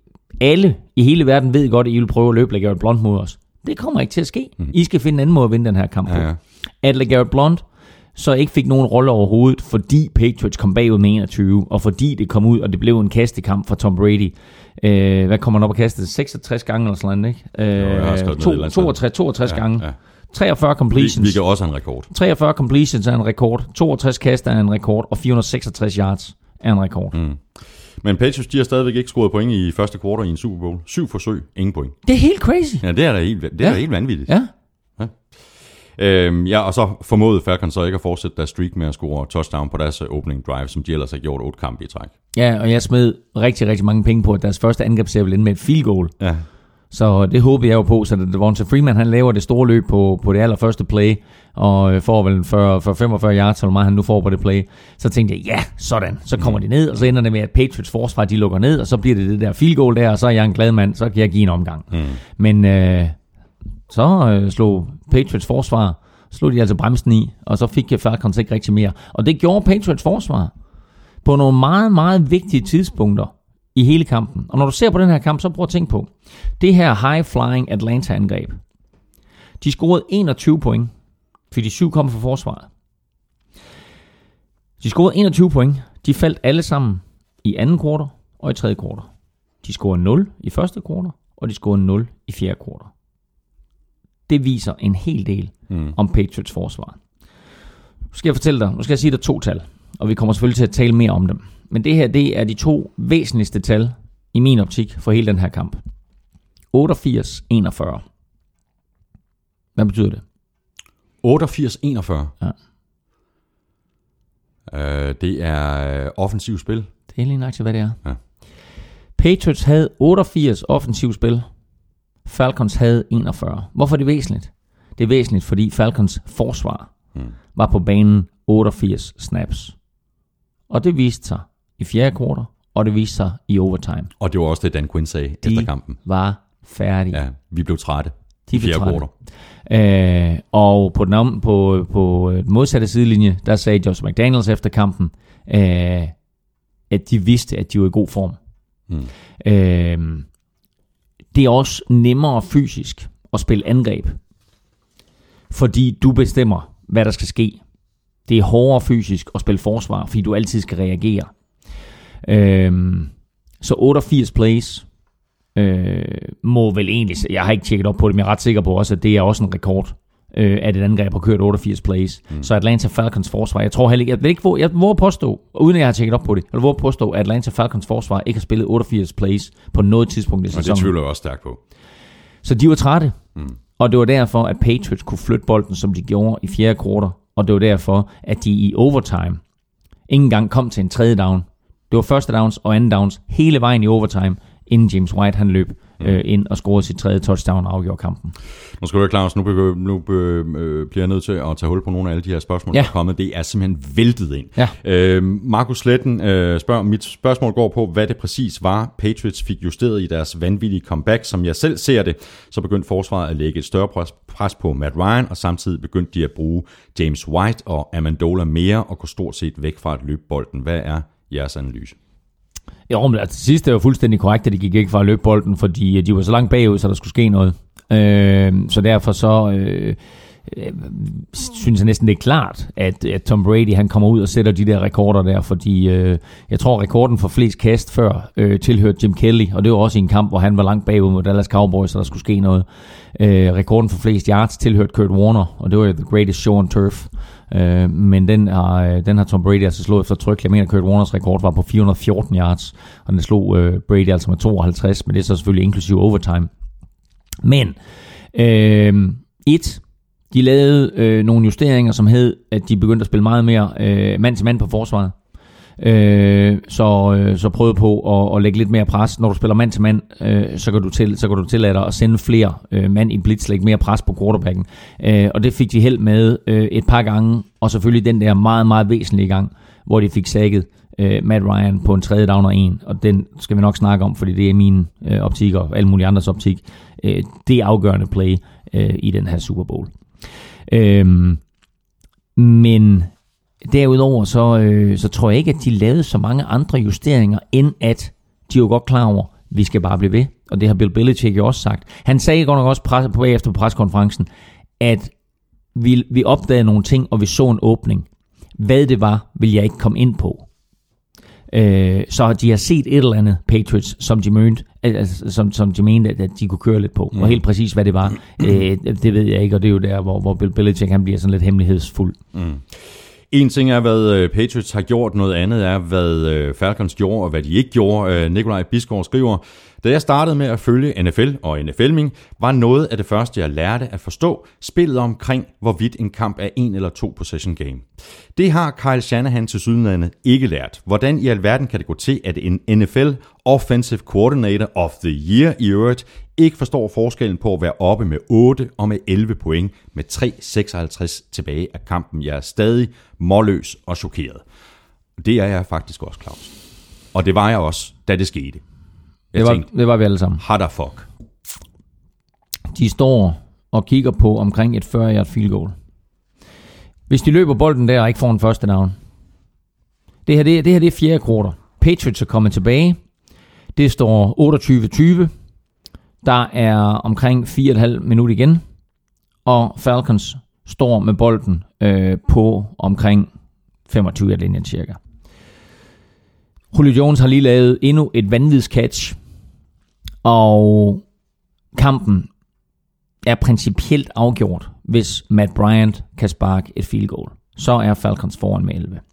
alle i hele verden ved godt, at I vil prøve at løbe LeGarrette Blount mod os. Det kommer ikke til at ske. Mm. I skal finde en anden måde at vinde den her kamp på. Ja, ja. At LeGarrette Blount så ikke fik nogen rolle overhovedet, fordi Patriots kom bagud med enogtyve, og fordi det kom ud, og det blev en kastekamp for Tom Brady. Øh, hvad kommer han op og kaste? seksogtres gange eller sådan noget, ikke? Øh, jo, to, toogtres, toogtres ja, gange. Ja. treogfyrre completions. Vi, vi kan også have en rekord. treogfyrre completions er en rekord. toogtres kast er en rekord. Og fire hundrede og seksogtres yards er en rekord. Mm. Men Patriots, de har stadigvæk ikke scoret point i første kvartal i en Super Bowl. Syv forsøg, ingen point. Det er helt crazy. Ja, det er da helt, det er ja. da helt vanvittigt. Ja. Ja. Øhm, ja, og så formåede Falcons så ikke at fortsætte deres streak med at score touchdown på deres opening drive, som de ellers har gjort otte kampe i træk. Ja, og jeg smed rigtig, rigtig mange penge på, at deres første angrebsserie ville ende med et field goal. Ja. Så det håber jeg jo på, så det Devonta Freeman, han laver det store løb på, på det allerførste play, og får vel for femogfyrre yards, eller meget han nu får på det play. Så tænkte jeg, ja, sådan, så kommer de ned, og så ender det med, at Patriots forsvar, de lukker ned, og så bliver det det der field goal der, og så er jeg en glad mand, så kan jeg give en omgang. Mm. Men øh, så øh, slog Patriots forsvar, slog de altså bremsen i, og så fik Falcons ikke rigtig mere. Og det gjorde Patriots forsvar på nogle meget, meget vigtige tidspunkter i hele kampen. Og når du ser på den her kamp, så prøv at tænke på, det her high-flying Atlanta-angreb, de scorede enogtyve point, fordi de syv kom fra forsvaret. De scorede enogtyve point, de faldt alle sammen i anden kvartal og i tredje kvartal. De scorede nul i første kvartal, og de scorede nul i fjerde kvartal. Det viser en hel del mm. om Patriots forsvar. Nu skal jeg fortælle dig, nu skal jeg sige dig to tal, og vi kommer selvfølgelig til at tale mere om dem. Men det her, det er de to væsentligste tal i min optik for hele den her kamp. otteogfirs enogfyrre. Hvad betyder det? otteogfirs enogfyrre? Ja. Øh, det er offensiv spil. Det er lige nøjagtigt, hvad det er. Ja. Patriots havde otteogfirs offensiv spil. Falcons havde enogfyrre. Hvorfor er det væsentligt? Det er væsentligt, fordi Falcons forsvar hmm. var på banen otteogfirs snaps. Og det viste sig i fjerde kvartal, og det viste sig i overtime. Og det var også det, Dan Quinn sagde de efter kampen. De var færdige. Ja, vi blev trætte. De blev trætte. Øh, og på den, på, på den modsatte sidelinje, der sagde Josh McDaniels efter kampen, øh, at de vidste, at de var i god form. Hmm. Øh, det er også nemmere fysisk at spille angreb, fordi du bestemmer, hvad der skal ske. Det er hårdere fysisk at spille forsvar, fordi du altid skal reagere. Øhm, så otteogfirs plays øh, må vel egentlig, jeg har ikke tjekket op på det, men jeg er ret sikker på også, at det er også en rekord, øh, at et angreb har kørt otteogfirs plays. Mm. Så Atlanta Falcons forsvar, jeg tror heller ikke, jeg vil ikke, jeg våger påstå, uden at jeg har tjekket op på det, jeg vil våge påstå, at Atlanta Falcons forsvar ikke har spillet otteogfirs plays på noget tidspunkt i sæsonen. Og det tvivler jeg også stærkt på. Så de var trætte, mm. og det var derfor, at Patriots kunne flytte bolden, som de gjorde i fjerde kvartal. Og det var derfor, at de i overtime ikke engang kom til en tredje down. Det var første downs og anden downs hele vejen i overtime, inden James White han løb mm. øh, ind og scorede sit tredje touchdown og afgjorde kampen. Nu skal du være klar, nu, be, nu be, øh, bliver jeg nødt til at tage hul på nogle af alle de her spørgsmål, ja. der er kommet. Det er simpelthen væltet ind. Ja. Øh, Markus Sletten øh, spørger, mit spørgsmål går på, hvad det præcis var, Patriots fik justeret i deres vanvittige comeback. Som jeg selv ser det, så begyndte forsvaret at lægge et større pres, pres på Matt Ryan, og samtidig begyndte de at bruge James White og Amendola mere, og gå stort set væk fra at løbe bolden. Hvad er jeres analyse? Jo, men altså, det sidste er jo fuldstændig korrekt, at de gik ikke fra at løbe bolden, fordi de var så langt bagud, så der skulle ske noget. Øh, så derfor så øh, øh, synes jeg næsten, det er klart, at, at Tom Brady han kommer ud og sætter de der rekorder der, fordi øh, jeg tror, rekorden for flest kast før øh, tilhørte Jim Kelly, og det var også i en kamp, hvor han var langt bagud mod Dallas Cowboys, så der skulle ske noget. Øh, rekorden for flest yards tilhørte Kurt Warner, og det var the greatest show on turf. Uh, men den har, den har Tom Brady altså slået efter tryk. Jeg mener, Kurt Warners rekord var på fire hundrede og fjorten yards, og den slog uh, Brady altså med tooghalvtreds, men det er så selvfølgelig inklusive overtime. Men uh, et, de lavede uh, nogle justeringer, som hed, at de begyndte at spille meget mere uh, mand til mand på forsvaret. Øh, så, øh, så prøvede på at, at lægge lidt mere pres. Når du spiller mand til mand, øh, så kan du til, så kan du tillade dig at sende flere øh, mand i blitz, lægge mere pres på quarterbacken. Øh, og det fik de held med øh, et par gange, og selvfølgelig den der meget, meget væsentlige gang, hvor de fik sækket øh, Matt Ryan på en tredje down og en, og den skal vi nok snakke om, fordi det er min øh, optik og alle mulige andres optik. Øh, det er afgørende play øh, i den her Super Bowl. Øh, men Derudover så, øh, så tror jeg ikke, at de lavede så mange andre justeringer, end at de var godt klar over, vi skal bare blive ved. Og det har Bill Belichick jo også sagt. Han sagde godt nok også pres, på vej efter på pressekonferencen, at vi, vi opdagede nogle ting, og vi så en åbning. Hvad det var, vil jeg ikke komme ind på. Øh, så de har set et eller andet Patriots, som de mente, altså, som, som de mente, at de kunne køre lidt på. Mm. Og helt præcis, hvad det var, øh, det ved jeg ikke. Og det er jo der, hvor, hvor Bill Belichick han bliver sådan lidt hemmelighedsfuld. Mm. En ting er, hvad Patriots har gjort, noget andet er, hvad Falcons gjorde, og hvad de ikke gjorde. Nikolaj Bisgaard skriver, da jeg startede med at følge N F L og N F L-ming, var noget af det første, jeg lærte at forstå, spillet omkring, hvorvidt en kamp er en eller to possession game. Det har Kyle Shanahan tilsyneladende ikke lært. Hvordan i alverden kan det gå til, at en N F L Offensive Coordinator of the Year i øvrigt ikke forstår forskellen på at være oppe med otte og med elleve point med tre seksoghalvtreds tilbage af kampen. Jeg er stadig målløs og chokeret. Det er jeg faktisk også, Claus. Og det var jeg også, da det skete. Jeg det, var, tænkte, det var vi alle sammen. How the fuck? De står og kigger på omkring et fyrre yard field goal. Hvis de løber bolden der og ikke får en første down. Det her, det, det her det er fjerde kvartal. Patriots er kommet tilbage. Det står otteogtyve tyve. Der er omkring fire komma fem minut igen. Og Falcons står med bolden øh, på omkring femogtyve yard linjen cirka. Julio Jones har lige lavet endnu et vanvids catch. Og kampen er principielt afgjort, hvis Matt Bryant kan sparke et field goal. Så er Falcons foran med elleve.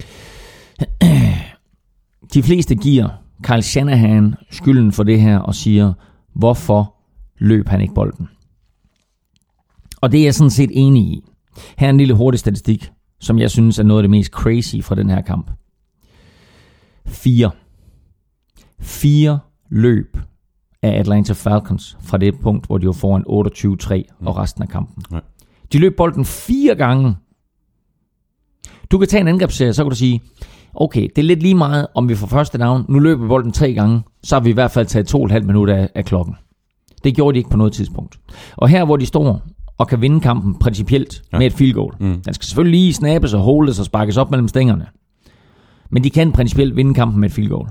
De fleste giver Kyle Shanahan skylden for det her og siger, hvorfor løb han ikke bolden? Og det er jeg sådan set enig i. Her er en lille hurtig statistik, som jeg synes er noget af det mest crazy fra den her kamp. Fire. Fire løb af Atlanta Falcons fra det punkt, hvor de var foran otteogtyve tre og resten af kampen. Ja. De løb bolden fire gange. Du kan tage en angrebsserie, så kan du sige, okay, det er lidt lige meget, om vi får første down. Nu løber vi bolden tre gange, så har vi i hvert fald taget to og et halvt minut af, af klokken. Det gjorde de ikke på noget tidspunkt. Og her, hvor de står og kan vinde kampen principielt ja. med et field goal. Mm. Den skal selvfølgelig lige snappes og holdes og sparkes op mellem stængerne. Men de kan principielt vinde kampen med et field goal.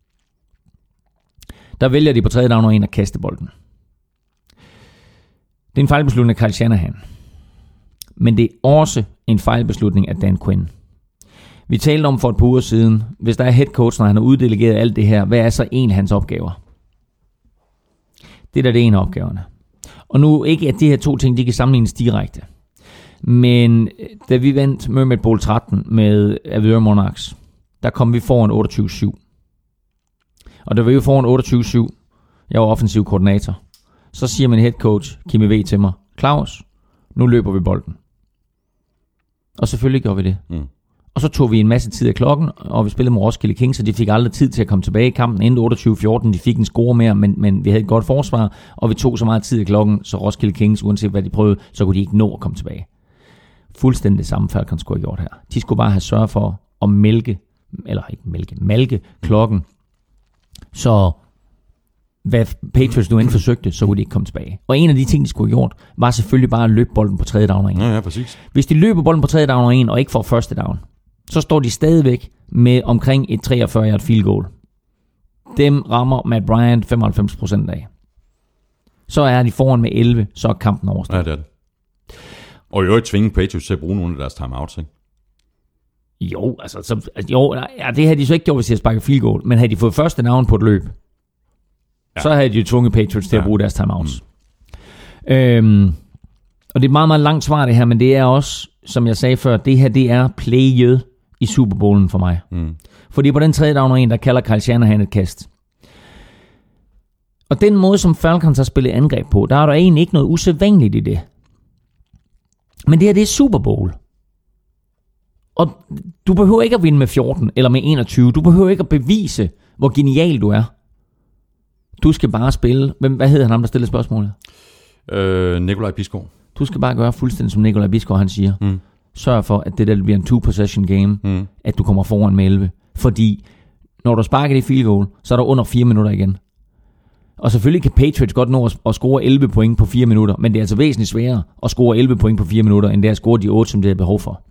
Der vælger de på tredje down og en at kaste bolden. Det er en fejlbeslutning af Kyle Shanahan. Men det er også en fejlbeslutning af Dan Quinn. Vi talte om for et par uger siden, hvis der er head coach, når han har uddelegeret alt det her, hvad er så en af hans opgaver? Det er da det ene af opgaverne. Og nu ikke, at de her to ting, de kan sammenlignes direkte. Men da vi vandt Mermaid Bowl tretten med Avedøre Monarchs, der kom vi foran otteogtyve syv. Og da vi var foran otteogtyve syv, jeg var offensiv koordinator, så siger min head coach, Kimi V, til mig, Claus, nu løber vi bolden. Og selvfølgelig gjorde vi det. Mm. Og så tog vi en masse tid af klokken, og vi spillede med Roskilde Kings, så de fik aldrig tid til at komme tilbage i kampen. Endte otteogtyve fjorten, de fik en score mere, men, men vi havde et godt forsvar, og vi tog så meget tid af klokken, så Roskilde Kings, uanset hvad de prøvede, så kunne de ikke nå at komme tilbage. Fuldstændig det samme Falcons skulle have gjort her. De skulle bare have sørget for at mælke, eller ikke mælke, malke klokken, så hvad Patriots nu end forsøgte, så kunne de ikke komme tilbage. Og en af de ting, de skulle have gjort, var selvfølgelig bare at løbe bolden på tredje down og en. Ja, ja, præcis. Hvis de løber bolden på tredje down og en, og ikke får første down, så står de stadigvæk med omkring et treogfyrre yard field goal. Dem rammer Matt Bryant femoghalvfems procent af. Så er de foran med elleve, så er kampen overstået. Ja, det er det. Og i øvrigt tvinge Patriots til at bruge nogle af deres timeouts, ikke? Jo, altså, så, jo, ja, det havde de så ikke gjort, hvis de havde sparket field goal, men havde de fået første down på et løb, ja. så havde de jo tvunget Patriots til ja. at bruge deres timeouts. Mm. Øhm, og det er meget, meget langt svar det her, men det er også, som jeg sagde før, det her, det er playet i Super Bowlen for mig. Mm. Fordi på den tredje down og en, der kalder Kyle Shanahan et kast. Og den måde, som Falcons har spillet angreb på, der er der egentlig ikke noget usædvanligt i det. Men det her, det er Super Bowl. Og du behøver ikke at vinde med fjorten eller med enogtyve. Du behøver ikke at bevise, hvor genial du er. Du skal bare spille. Hvem, hvad hedder han ham, der stiller spørgsmålet? Øh, Nikolaj Bisgaard. Du skal bare gøre fuldstændig, som Nikolaj Bisgaard han siger. Mm. Sørg for, at det der bliver en two-possession game, mm. at du kommer foran med elleve. Fordi når du sparker det field goal, så er der under fire minutter igen. Og selvfølgelig kan Patriots godt nå at score elleve point på fire minutter, men det er altså væsentligt sværere at score elleve point på fire minutter, end det at score de otte, som det er behov for.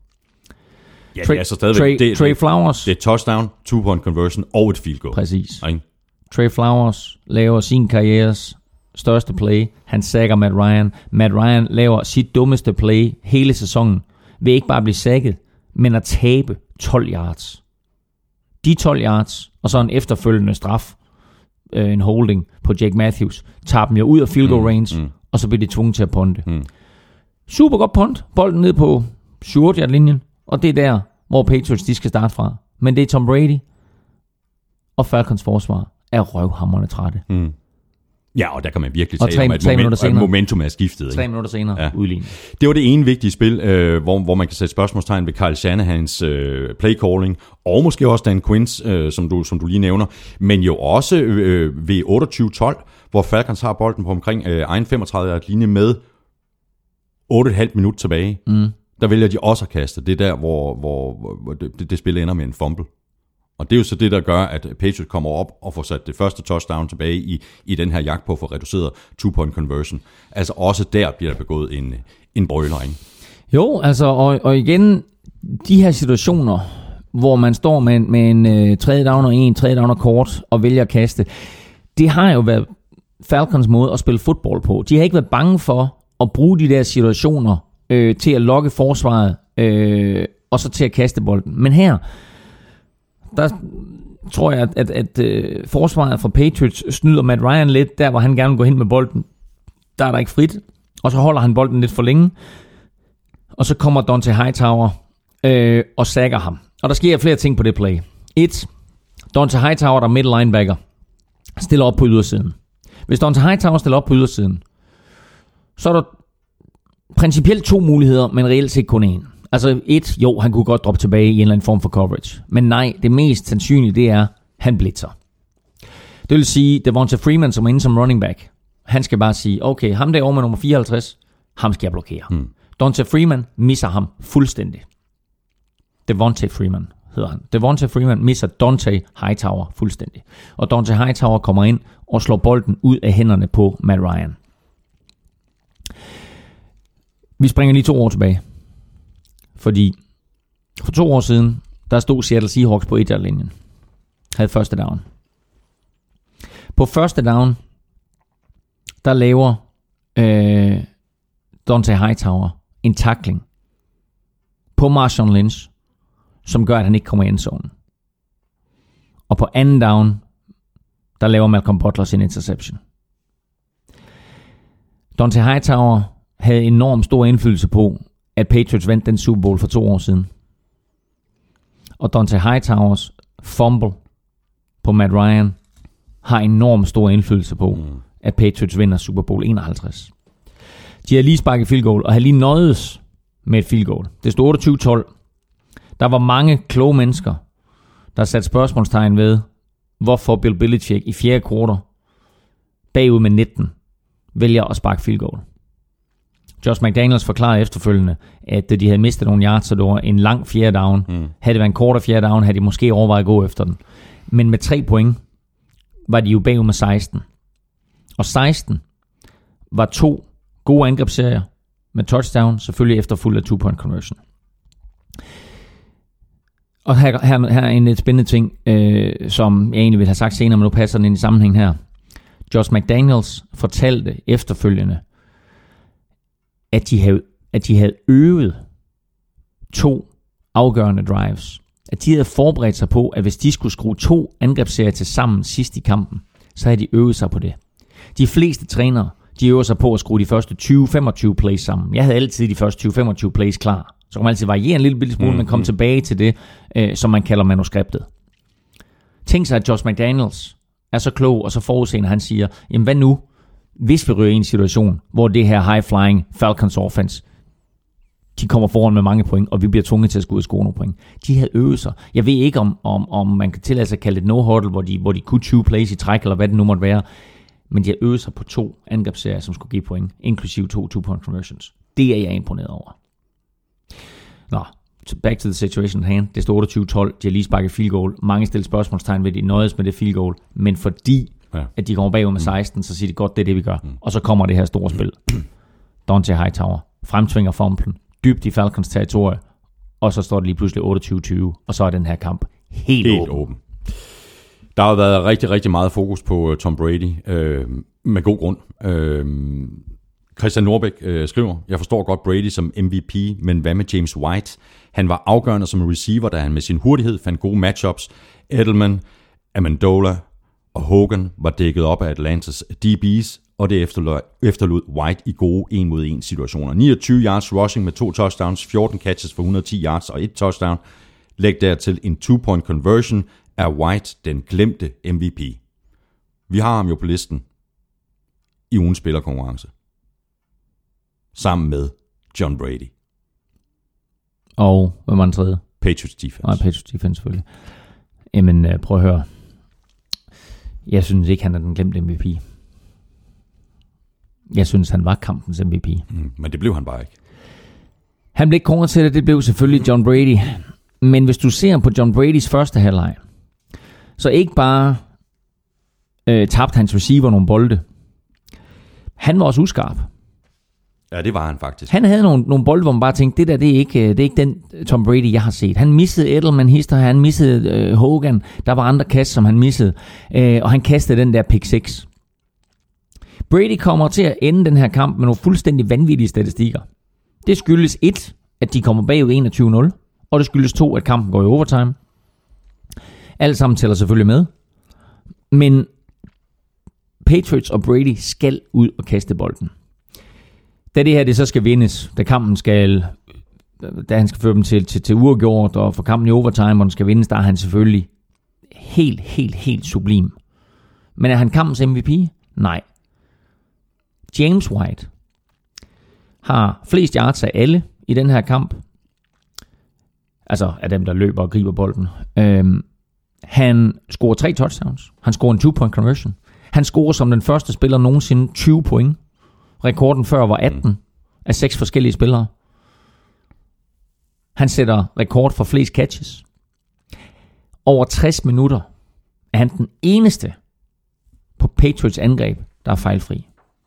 Ja, Trey, det er altså stadigvæk Trey, det, Trey Flowers. Det er touchdown, two-point conversion og et field goal. Præcis. Ej. Trey Flowers laver sin karrieres største play. Han sacker Matt Ryan. Matt Ryan laver sit dummeste play hele sæsonen. Vil ikke bare blive sacket, men at tabe tolv yards. De tolv yards, og så en efterfølgende straf, øh, en holding på Jake Matthews, tager dem jo ud af field goal range, mm, mm. og så bliver de tvunget til at punte. Mm. Super godt punt. Bolden ned på syv otte yard linjen, og det er der, hvor Patriots de skal starte fra. Men det er Tom Brady og Falcons forsvar er røvhamrende trætte. Mm. Ja, og der kan man virkelig tale om, at moment, senere, momentum er skiftet. Tre minutter senere, ja. Udlignet. Det var det ene vigtige spil, øh, hvor, hvor man kan sætte spørgsmålstegn ved Kyle Shanahans øh, playcalling, og måske også Dan Quinns, øh, som, du, som du lige nævner, men jo også øh, ved otteogtyve tolv, hvor Falcons har bolden på omkring øh, egen femogtredive yard linje med otte komma fem minut tilbage. Mm. Der vælger de også at kaste. Det er der, hvor, hvor, hvor det, det spil ender med en fumble. Og det er jo så det, der gør, at Patriots kommer op og får sat det første touchdown tilbage i, i den her jagt på at få reduceret two-point conversion. Altså også der bliver der begået en, en brøler, ikke? Jo, altså, og, og igen, de her situationer, hvor man står med, med en uh, tredje down og en, tredje down og kort, og vælger at kaste, det har jo været Falcons måde at spille fodbold på. De har ikke været bange for at bruge de der situationer øh, til at lokke forsvaret, øh, og så til at kaste bolden. Men her, der tror jeg, at, at, at uh, forsvaret fra Patriots snyder Matt Ryan lidt, der hvor han gerne vil gå hen med bolden. Der er der ikke frit, og så holder han bolden lidt for længe, og så kommer Dante Hightower øh, og sacker ham. Og der sker flere ting på det play. Et, Dante Hightower, der er middle linebacker, stiller op på ydersiden. Hvis Dante Hightower stiller op på ydersiden, så er der principielt to muligheder, men reelt set kun én. Altså et, jo, han kunne godt droppe tilbage i en eller anden form for coverage. Men nej, det mest sandsynlige, det er, han blitzer. Det vil sige, Devonta Freeman, som er inde som running back, han skal bare sige, okay, ham derovre med nummer fireoghalvtreds, ham skal jeg blokere. Hmm. Devonta Freeman misser ham fuldstændig. Devonta Freeman hedder han. Devonta Freeman misser Dante Hightower fuldstændig. Og Dante Hightower kommer ind og slår bolden ud af hænderne på Matt Ryan. Vi springer lige to år tilbage. Fordi for to år siden, der stod Seattle Seahawks på et yard linjen. Havde første down. På første down, der laver øh, Dante Hightower en tackling på Marshawn Lynch, som gør, at han ikke kommer i endzonen. Og på anden down, der laver Malcolm Butler sin interception. Dante Hightower havde enormt stor indflydelse på, at Patriots vandt den Super Bowl for to år siden. Og Dante Hightowers fumble på Matt Ryan har enormt stor indflydelse på, mm. at Patriots vinder Super Bowl enoghalvtreds. De har lige sparket field goal, og har lige nøjedes med et field goal. Det stod otteogtyve tolv. Der var mange kloge mennesker, der satte spørgsmålstegn ved, hvorfor Bill Belichick i fjerde kvartal bagud med nitten vælger at sparke field goal. Josh McDaniels forklarede efterfølgende, at de havde mistet nogle yards, så det var en lang fjerde down. Mm. Havde det været en kortere fjerde down, havde de måske overvejet at gå efter den. Men med tre point var de jo bagud med seksten. Og seksten var to gode angrebsserier med touchdown, selvfølgelig efterfulgt af two-point conversion. Og her, her, her er en lidt spændende ting, øh, som jeg egentlig ville have sagt senere, men nu passer den ind i sammenhæng her. Josh McDaniels fortalte efterfølgende, at de havde, at de havde øvet to afgørende drives. At de havde forberedt sig på, at hvis de skulle skrue to angrebsserier til sammen sidst i kampen, så havde de øvet sig på det. De fleste trænere, de øver sig på at skrue de første tyve til femogtyve plays sammen. Jeg havde altid de første tyve til femogtyve plays klar. Så kan man altid variere en lille bitte smule, mm, men komme mm. tilbage til det, øh, som man kalder manuskriptet. Tænk sig, at Josh McDaniels er så klog og så forudseende, han siger, jamen hvad nu, hvis vi ryger i en situation, hvor det her high-flying Falcons offense, de kommer foran med mange point, og vi bliver tvunget til at skulle ud og score nogle point. De havde øvet sig. Jeg ved ikke, om, om, om man kan tillade sig at kalde det no-huddle, hvor de, hvor de kunne tyve plays i træk, eller hvad det nu måtte være. Men de har øvet sig på to angrebsserier, som skulle give point, inklusive to two-point conversions. Det er jeg imponeret over. Nå, back to the situation hand. Det stod otteogtyve tolv. De har lige sparket field goal. Mange stiller spørgsmålstegn ved, de nøjes med det field goal. Men fordi ja. at de kommer bagud med seksten, så siger de godt, det er det, vi gør. Mm. Og så kommer det her store spil. Dante Hightower fremtvinger fumblen dybt i Falcons territorie, og så står det lige pludselig otteogtyve tyve, og så er den her kamp helt, helt åben. åben. Der har været rigtig, rigtig meget fokus på Tom Brady, øh, med god grund. Øh, Christian Norbæk øh, skriver, jeg forstår godt Brady som M V P, men hvad med James White? Han var afgørende som receiver, da han med sin hurtighed fandt gode matchups. Edelman, Amendola og Hogan var dækket op af Atlantas D B's, og det efterlod, efterlod White i gode en mod en situationer. niogtyve yards rushing med to touchdowns, fjorten catches for et hundrede og ti yards og et touchdown. Læg dertil en two-point conversion, er White den glemte M V P. Vi har ham jo på listen i ugens spillerkonkurrence. Sammen med John Brady. Og hvad var den tredje? Patriots defense. Nej, Patriots defense selvfølgelig. Jamen, prøv at høre. Jeg synes ikke, han er den glemte M V P. Jeg synes, han var kampens M V P. Mm, men det blev han bare ikke. Han blev ikke kåret til det. Det blev selvfølgelig John Brady. Men hvis du ser på John Bradys første halvleg, så ikke bare øh, tabte hans receiver nogle bolde. Han var også uskarp. Ja, det var han faktisk. Han havde nogle, nogle bolde, hvor man bare tænkte, det der, det er ikke, det er ikke den Tom Brady, jeg har set. Han missede Edelman hister, han missede øh, Hogan. Der var andre kast, som han missede. Øh, og han kastede den der pick six. Brady kommer til at ende den her kamp med nogle fuldstændig vanvittige statistikker. Det skyldes et, at de kommer bagud enogtyve nul. Og det skyldes to, at kampen går i overtime. Alt sammen tæller selvfølgelig med. Men Patriots og Brady skal ud og kaste bolden. Da det her det så skal vindes, da kampen skal, da han skal føre dem til, til, til uafgjort, og for kampen i overtime, hvor den skal vindes, der er han selvfølgelig helt, helt, helt sublim. Men er han kampens M V P? Nej. James White har flest yards af alle i den her kamp. Altså af dem, der løber og griber bolden. Øhm, han scorer tre touchdowns. Han scorer en two-point conversion. Han scorer som den første spiller nogensinde tyve point. Rekorden før var atten af seks forskellige spillere. Han sætter rekord for flest catches. Over tres minutter er han den eneste på Patriots angreb, der er fejlfri.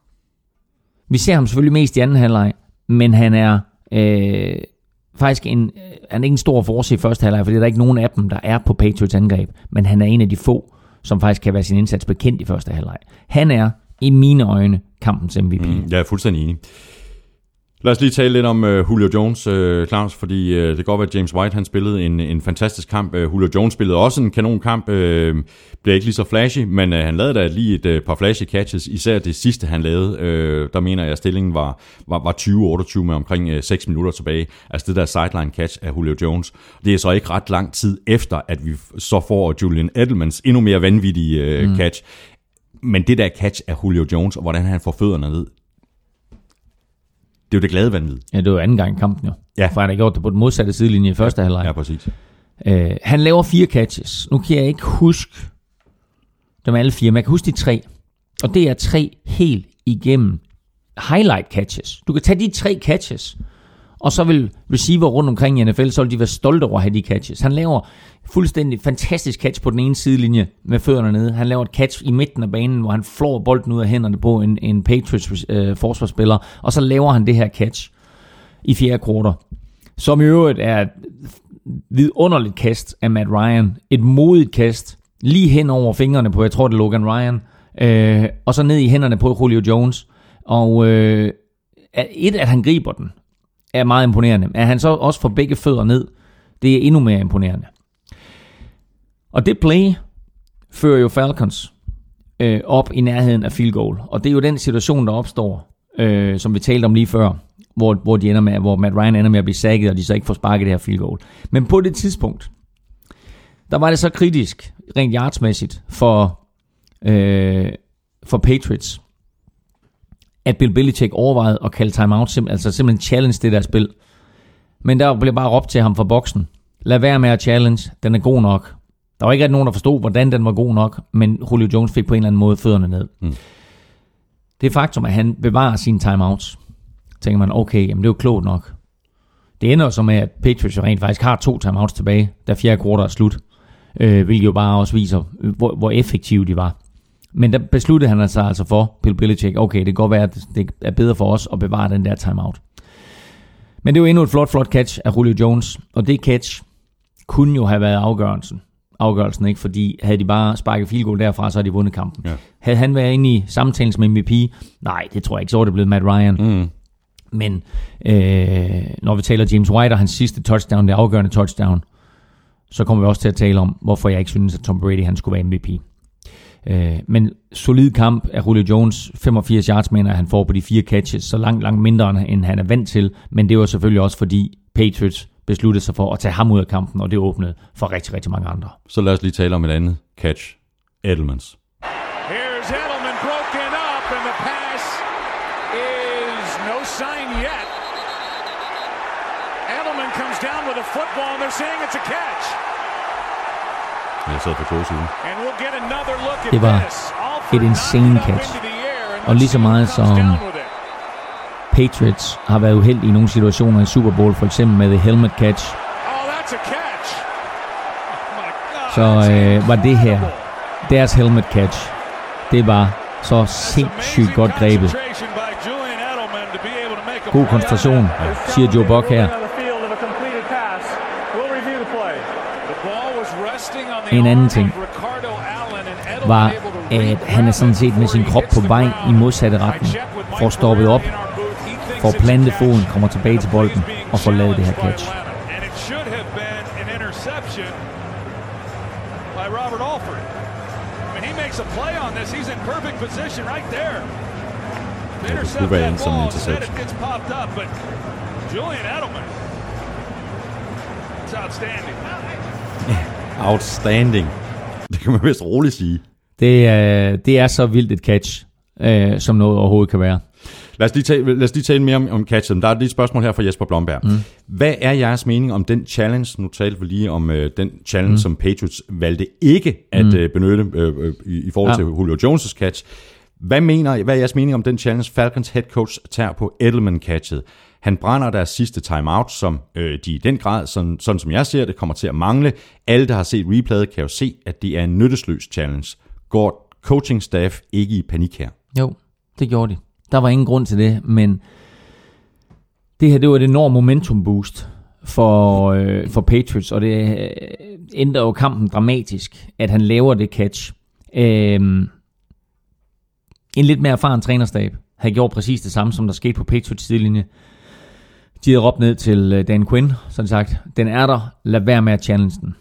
Vi ser ham selvfølgelig mest i anden halvleg, men han er øh, faktisk en, han er ikke en stor force i første halvleg, fordi der er ikke nogen af dem, der er på Patriots angreb, men han er en af de få, som faktisk kan være sin indsats bekendt i første halvleg. Han er i mine øjne kampens M V P. Mm, jeg er fuldstændig enig. Lad os lige tale lidt om uh, Julio Jones, uh, Claus, fordi uh, det kan godt være, at James White han spillede en, en fantastisk kamp. Uh, Julio Jones spillede også en kanonkamp. Uh, blev ikke lige så flashy, men uh, han lavede da lige et uh, par flashy catches. Især det sidste, han lavede, uh, der mener jeg, at stillingen var, var, var tyve otteogtyve med omkring uh, seks minutter tilbage. Altså det der sideline catch af Julio Jones. Det er så ikke ret lang tid efter, at vi så får Julian Edelmans endnu mere vanvittige uh, mm. catch. Men det der catch af Julio Jones, og hvordan han får fødderne ned, det er jo det glade vanvid. Ja, det var anden gang i kampen jo. Ja. For han har gjort det på den modsatte sidelinje i første halvleg. Ja, præcis. Uh, han laver fire catches. Nu kan jeg ikke huske dem alle fire, men jeg kan huske de tre. Og det er tre helt igennem highlight catches. Du kan tage de tre catches, og så vil receiver rundt omkring i N F L, så vil de være stolte over at have de catches. Han laver fuldstændig fantastisk catch på den ene sidelinje med fødderne nede. Han laver et catch i midten af banen, hvor han flår bolden ud af hænderne på en, en Patriots øh, forsvarsspiller, og så laver han det her catch i fjerde kvartal, som i øvrigt er et vidunderligt kast af Matt Ryan. Et modigt kast, lige hen over fingrene på, jeg tror det er Logan Ryan, øh, og så ned i hænderne på Julio Jones. Og øh, et, at han griber den, er meget imponerende. At han så også får begge fødder ned, det er endnu mere imponerende. Og det play fører jo Falcons øh, op i nærheden af field goal. Og det er jo den situation, der opstår, øh, som vi talte om lige før, hvor, hvor, de ender med, hvor Matt Ryan ender med at blive sacket, og de så ikke får sparket det her field goal. Men på det tidspunkt, der var det så kritisk, rent yardsmæssigt, for, øh, for Patriots, at Bill Belichick overvejede at kalde timeout, sim- altså simpelthen challenge det der spil. Men der blev bare råbt til ham fra boksen. Lad være med at challenge, den er god nok. Der var ikke rigtig nogen, der forstod, hvordan den var god nok, men Julio Jones fik på en eller anden måde fødderne ned. Mm. Det faktum, at han bevarer sine timeouts, tænker man, okay, jamen det er jo klogt nok. Det ender så med, at Patriots rent faktisk har to timeouts tilbage, da fjerde kvartal er slut, øh, hvilket jo bare også viser, hvor, hvor effektive de var. Men der besluttede han sig altså for, Bill Belichick, okay, det kan godt være, at det er bedre for os at bevare den der timeout. Men det er jo endnu et flot, flot catch af Julio Jones, og det catch kunne jo have været afgørelsen afgørelsen, ikke? Fordi havde de bare sparket field goal derfra, så havde de vundet kampen. Ja. Havde han været inde i samtalen som M V P? Nej, det tror jeg ikke. Så var det blevet Matt Ryan. Mm. Men øh, når vi taler James White og hans sidste touchdown, det afgørende touchdown, så kommer vi også til at tale om, hvorfor jeg ikke synes, at Tom Brady han skulle være M V P. Øh, men solid kamp af Julio Jones, femogfirs yards mener han får på de fire catches, så langt, langt mindre end han er vant til, men det var selvfølgelig også fordi Patriots besluttede sig for at tage ham ud af kampen, og det åbnede for rigtig, rigtig mange andre. Så lad os lige tale om et andet catch. Edelmans. Here's Edelman broken up, and the pass is no sign yet. Edelman comes down with a football, and they're saying it's a catch. Jeg sad på togsiden. Det var et insane catch. Og lige så meget som Patriots har været uheldige i nogle situationer i Super Bowl, for eksempel med the helmet catch, så øh, var det her deres helmet catch. Det var så sindssygt godt grebet. God koncentration, siger Joe Buck her. En anden ting var, at han er sådan set med sin krop på vej i modsatte retning, får stoppet op, får plantet foden, kommer tilbage til bolden og får lavet det her catch. Det kunne være en som en interception. Julian Edelman, it's outstanding. Outstanding. Det kan man vist roligt sige. Det er, det er så vildt et catch, øh, som noget overhovedet kan være. Lad os lige tale, lad os lige tale mere om, om catchet. Der er et spørgsmål her fra Jesper Blomberg. Mm. Hvad er jeres mening om den challenge? Nu talte vi lige om øh, den challenge, mm. som Patriots valgte ikke at mm. øh, benytte øh, øh, i, i forhold ja. til Julio Jones' catch. Hvad, mener, hvad er jeres mening om den challenge, Falcons head coach tager på Edelman-catchet? Han brænder deres sidste timeout, som øh, de i den grad, sådan, sådan som jeg ser det, kommer til at mangle. Alle, der har set replayet, kan jo se, at det er en nyttesløs challenge. Går coaching staff ikke i panik her? Jo, det gjorde de. Der var ingen grund til det, men det her, det var et enormt momentum boost for, øh, for Patriots, og det øh, ændrer jo kampen dramatisk, at han laver det catch. Øh, en lidt mere erfaren trænerstab havde gjort præcis det samme, som der skete på Patriots sidelinje. De havde råbt ned til Dan Quinn, sådan sagt, den er der, lad være med at challenge den.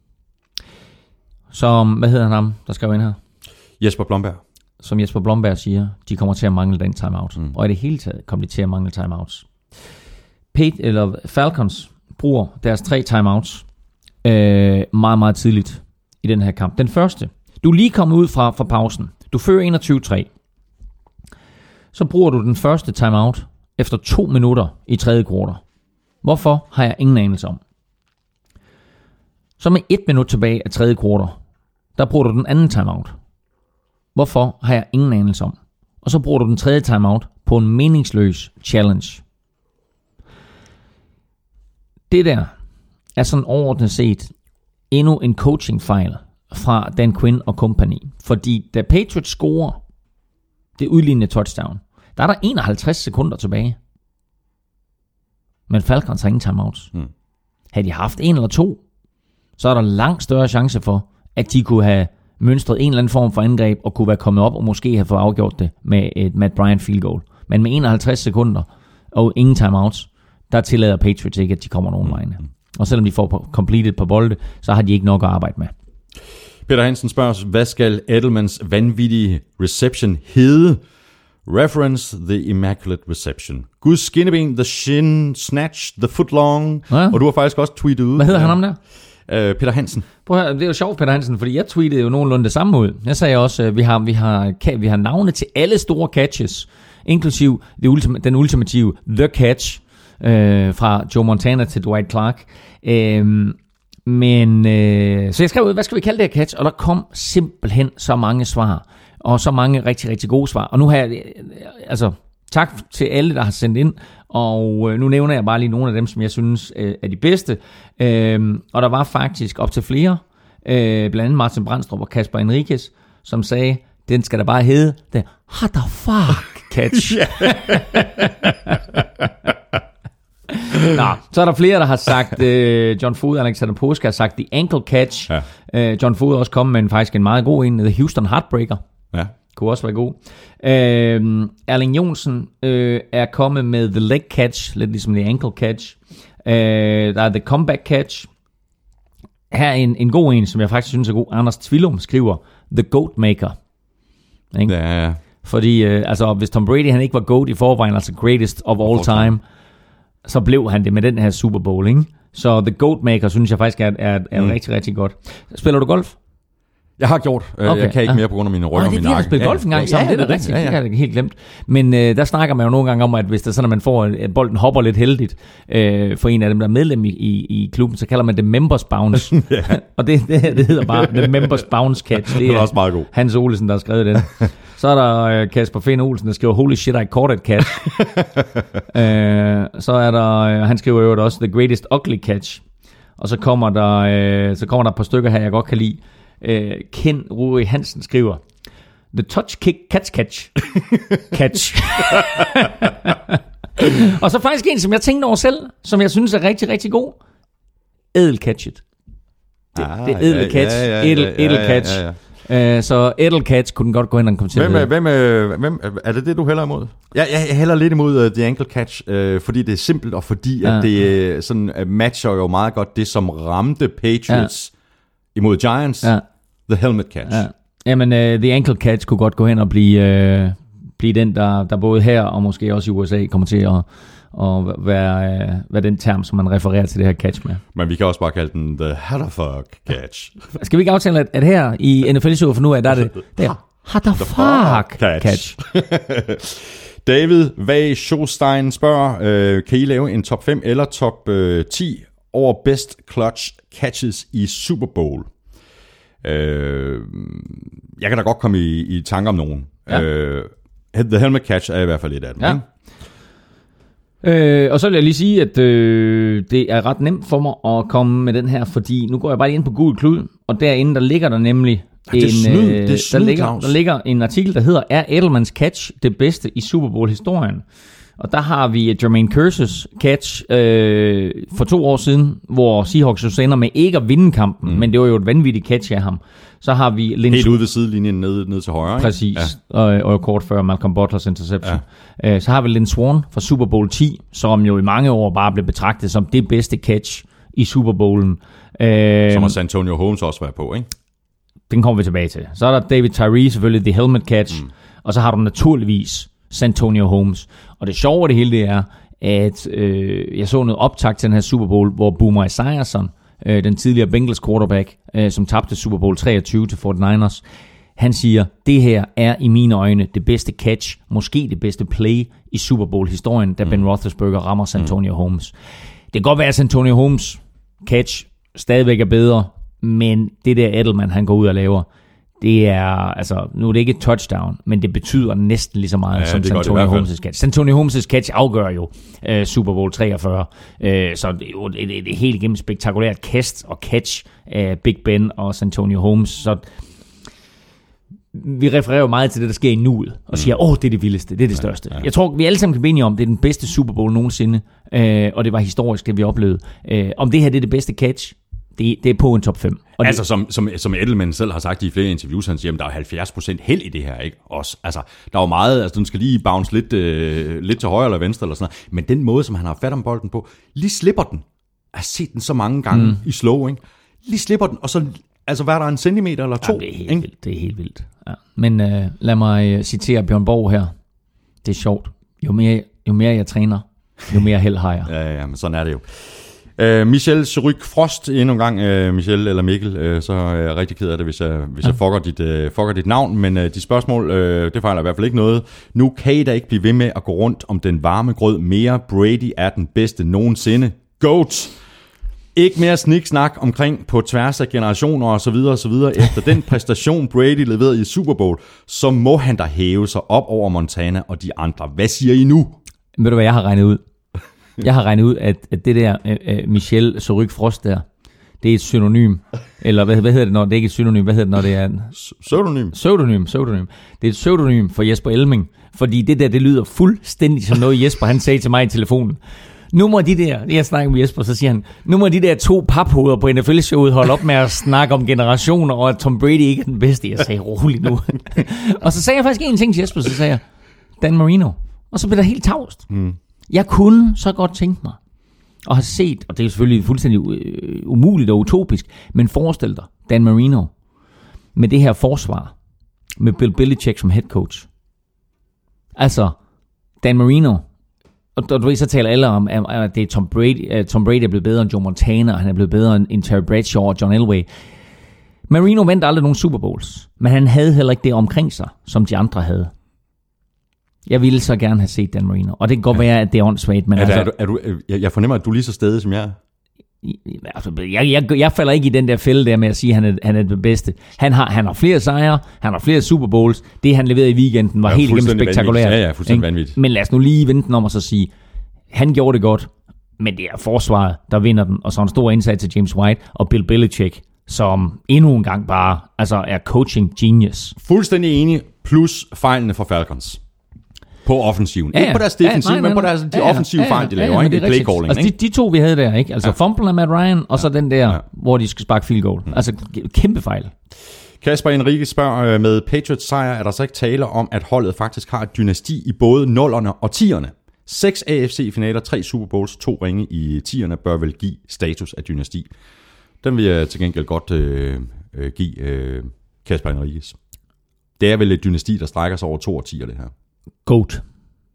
Så, hvad hedder han ham, der skrev ind her? Jesper Blomberg. Som Jesper Blomberg siger, de kommer til at mangle den timeout. Mm. Og i det hele taget kommer de til at mangle timeouts. Pate, eller Falcons bruger deres tre timeouts øh, meget, meget tidligt i den her kamp. Den første, du er lige kommet ud fra, fra pausen. Du fører enogtyve tre. Så bruger du den første timeout efter to minutter i tredje kvartal. Hvorfor, har jeg ingen anelse om. Så med et minut tilbage af tredje kvartal, der bruger du den anden timeout. Hvorfor, har jeg ingen anelse om. Og så bruger du den tredje timeout på en meningsløs challenge. Det der er sådan overordnet set endnu en coaching-fejl fra Dan Quinn og company. Fordi da Patriots scorer det udlignende touchdown, der er der enoghalvtreds sekunder tilbage. Men Falcons har ingen timeouts. Hmm. Havde de haft en eller to, så er der langt større chance for, at de kunne have mønstret en eller anden form for angreb, og kunne være kommet op og måske have fået afgjort det med et Matt Bryant field goal. Men med enoghalvtreds sekunder og ingen timeouts, der tillader Patriots ikke, at de kommer nogen vegne. Og selvom de får completed på bolde, så har de ikke nok at arbejde med. Peter Hansen spørger os, hvad skal Edelmans vanvittige reception hedde? Reference the immaculate reception. Guds skinneben, the shin snatch, the foot long. Ja. Og du har faktisk også tweetet ud. Hvad hedder ja. han om der? Uh, Peter Hansen. Prøv at høre, det er jo sjovt, Peter Hansen, fordi jeg tweetede jo nogenlunde det samme ud. Jeg sagde også, at vi har, vi har, vi har navne til alle store catches, inklusiv det ultima, den ultimative The Catch, øh, fra Joe Montana til Dwight Clark. Øh, men, øh, så jeg skrev ud, hvad skal vi kalde det her catch? Og der kom simpelthen så mange svar, og så mange rigtig, rigtig gode svar. Og nu har jeg, altså, tak til alle, der har sendt ind, og nu nævner jeg bare lige nogle af dem, som jeg synes er de bedste. Øhm, og der var faktisk op til flere, øh, blandt andet Martin Brandstrup og Kasper Enriquez, som sagde, den skal der bare hedde, the what the fuck catch. Nå, så er der flere, der har sagt, øh, John Fod og Alexander Poska har sagt The Ankle Catch. Ja. Øh, John Fod også kommet med en, faktisk en meget god en, The Houston Heartbreaker. Ja. Kunne også være god. Øh, Erling Jonsen øh, er kommet med The Leg Catch, lidt ligesom The Ankle Catch. Øh, der er The Comeback Catch. Her er en, en god en, som jeg faktisk synes er god. Anders Tvillum skriver The Goat Maker. Ikke? Ja, ja. Fordi øh, altså, hvis Tom Brady han ikke var GOAT i forvejen, altså greatest of all time, så blev han det med den her Super Bowl, ikke? Så The Goat Maker synes jeg faktisk er, er, er mm. rigtig, rigtig godt. Spiller du golf? Jeg har gjort. Okay. Jeg kan ikke mere på grund af mine ryg og min nakke. Det er spillet golf en gang sammen, ja, det er da rigtigt. Ja, ja. Det har jeg helt glemt. Men øh, der snakker man jo nogle gange om, at hvis det er sådan, at man får, at bolden hopper lidt heldigt øh, for en af dem, der er medlem i, i, i klubben, så kalder man det Members Bounce. Ja. Og det, det, det hedder bare The Members Bounce Catch. Det er, det er også meget god. Hans Olesen, der har skrevet den. Så er der øh, Kasper Finn Olsen, der skriver, holy shit, I caught it catch. øh, så er der, øh, han skriver jo også, the greatest ugly catch. Og så kommer der, øh, så kommer der et par stykker her, jeg godt kan lide. Øh, Ken Rui Hansen skriver, the touch kick catch catch. Catch. Og så faktisk en, som jeg tænkte over selv, som jeg synes er rigtig, rigtig god. Edel catch it. Det, ah, det er edel catch. Ja, ja, ja, edel, edel ja, ja, catch. Ja, ja. Uh, så Edel Catch kunne den godt gå hen og komme til. Hvem, hvem, hvem, er det det, du hælder imod? Ja, jeg hælder lidt imod uh, The Ankle Catch, uh, fordi det er simpelt, og fordi ja. at det uh, sådan, uh, matcher jo meget godt det, som ramte Patriots ja. imod Giants. Ja. The Helmet Catch. Ja. Jamen, uh, The Ankle Catch kunne godt gå hen og blive, uh, blive den, der, der både her og måske også i U S A kommer til at og være, uh, være den term, som man refererer til det her catch med. Men vi kan også bare kalde den The Hatterfuck Catch. Skal vi ikke aftale, at, at her i N F L-showet for nu af, der er det der Hatterfuck Catch. David Vag Schostein spørger, øh, kan I lave en top fem eller top øh, ti over best clutch catches i Super Bowl? Øh, jeg kan da godt komme i, i tanker om nogen. Ja. Øh, The Helmet Catch er i hvert fald et af dem, ja. Øh, og så vil jeg lige sige, at øh, det er ret nemt for mig at komme med den her, fordi nu går jeg bare lige ind på Google Klud, og derinde der ligger der nemlig ja, det er snyd, en, øh, det er snyd, der, ligger, der ligger en artikel, der hedder, er Edelmans catch det bedste i Super Bowl-historien? Og der har vi Jermaine Kearses catch øh, for to år siden, hvor Seahawks jo sender med ikke at vinde kampen, mm. men det var jo et vanvittigt catch af ham. Så har vi Lynch... Helt ude ved sidelinjen ned, ned til højre, ikke? Præcis, ja. og, og kort før Malcolm Butlers interception. Ja. Så har vi Lynn Swann fra Super Bowl ti, som jo i mange år bare blev betragtet som det bedste catch i Super Bowlen. Som også Antonio Holmes også var på, ikke? Den kommer vi tilbage til. Så er der David Tyree, selvfølgelig The Helmet Catch, mm. og så har du naturligvis Santonio Holmes. Og det sjove af det hele det er, at øh, jeg så noget optakt til den her Super Bowl, hvor Boomer Esiason, øh, den tidligere Bengals quarterback, øh, som tabte Super Bowl treogtyve til forty-niners, han siger, det her er i mine øjne det bedste catch, måske det bedste play i Super Bowl-historien, da mm. Ben Roethlisberger rammer Santonio mm. Holmes. Det kan godt være, at Santonio Holmes catch stadigvæk er bedre, men det der Edelman, han går ud og laver, det er, altså, nu er det ikke et touchdown, men det betyder næsten lige så meget ja, som Santonio Holmes' catch. Santonio Holmes' catch afgør jo uh, Super Bowl treogfyrre, uh, så det er jo et, et, et helt igennem spektakulært kast og catch af Big Ben og Santonio Holmes, så vi refererer jo meget til det, der sker i nuet, og siger, åh, mm. oh, det er det vildeste, det er det største. Ja, ja. Jeg tror, vi alle sammen kan blive enige om, det er den bedste Super Bowl nogensinde, uh, og det var historisk, det vi oplevede. Uh, om det her det er det bedste catch, Det, det er på en top fem. Og altså, det, som, som, som Edelman selv har sagt i flere interviews, han siger, at der er halvfjerds procent held i det her, ikke? Også, altså, der er jo meget, altså, den skal lige bounce lidt, øh, lidt til højre eller venstre, eller sådan noget. Men den måde, som han har fat om bolden på, lige slipper den. Jeg har set den så mange gange mm. i slow, ikke? Lige slipper den, og så, altså, hvad er der, en centimeter eller to? Ja, det er helt ikke? vildt, det er helt vildt. Ja. Men øh, lad mig uh, citere Bjørn Borg her. Det er sjovt. Jo mere, jo mere jeg træner, jo mere held har jeg. ja, ja, men sådan er det jo. Uh, Michel Seryk Frost endnu en gang, uh, Michel eller Mikkel, uh, så er jeg rigtig ked af det, hvis jeg, hvis ja. jeg fucker, dit, uh, fucker dit navn, men uh, de spørgsmål, uh, det fejler i hvert fald ikke noget. Nu kan I da ikke blive ved med at gå rundt om den varme grød mere. Brady er den bedste nogensinde. GOAT! Ikke mere sniksnak omkring på tværs af generationer og så videre og så videre. Efter den præstation Brady leverede i Super Bowl, så må han da hæve sig op over Montana og de andre. Hvad siger I nu? Ved du hvad jeg har regnet ud? Jeg har regnet ud, at, at det der uh, Michel Seryk Frost der, det er et synonym. Eller hvad, hvad hedder det, når det er ikke et synonym? Hvad hedder det, når det er en... Pseudonym. Pseudonym, pseudonym. Det er et pseudonym for Jesper Elming. Fordi det der, det lyder fuldstændig som noget Jesper, han sagde til mig i telefonen. Nu må de der, jeg snakker med Jesper, så siger han, nu må de der to paphoveder på N F L-showet holde op med at snakke om generationer, og at Tom Brady ikke er den bedste. Jeg sagde, roligt nu. Og så sagde jeg faktisk en ting til Jesper, så sagde jeg, Dan Marino. Og så blev der helt tavst. Mm. Jeg kunne så godt tænke mig, og have set, og det er selvfølgelig fuldstændig umuligt og utopisk, men forestil dig, Dan Marino, med det her forsvar, med Bill Belichick som head coach. Altså, Dan Marino, og du ved, så taler alle om, at det er Tom Brady, Tom Brady er blevet bedre end Joe Montana, og han er blevet bedre end Terry Bradshaw og John Elway. Marino vandt aldrig nogen Super Bowls, men han havde heller ikke det omkring sig, som de andre havde. Jeg ville så gerne have set Dan Marino, og det kan godt ja. være, at det er åndssvagt, men er, altså... Er du, er du, jeg fornemmer, at du er lige så stedig, som jeg er. Jeg, jeg, jeg falder ikke i den der fælde der med at sige, at han er, han er det bedste. Han har, han har flere sejre, han har flere Super Bowls. Det, han leverede i weekenden, var ja, helt igennem spektakulært. Ja, ja, fuldstændig vanvittigt. Men lad os nu lige vente den om og så sige, han gjorde det godt, men det er forsvaret, der vinder den. Og så en stor indsats til James White og Bill Belichick, som endnu en gang bare altså er coaching genius. Fuldstændig enig, plus fejlene for Falcons. På offensiven. Ja, ja. Ikke på deres defensiv, ja, men på deres, de ja, ja. offensive fejl, de laver. Ja, ja, ikke? Det er play calling. Altså, de, de to, vi havde der, ikke? Altså ja. Fumble af Matt Ryan, og ja. så den der, ja. hvor de skal sparke field goal. Mm. Altså, kæmpe fejl. Kasper Enrique spørger, med Patriots sejr, er der så ikke tale om, at holdet faktisk har et dynasti i både nullerne og tierne? Seks A F C-finaler, tre Super Bowls, to ringe i tierne bør vel give status af dynasti. Den vil jeg til gengæld godt øh, give øh, Kasper Enriquez. Det er vel et dynasti, der strækker sig over to årtier, det her. Goat.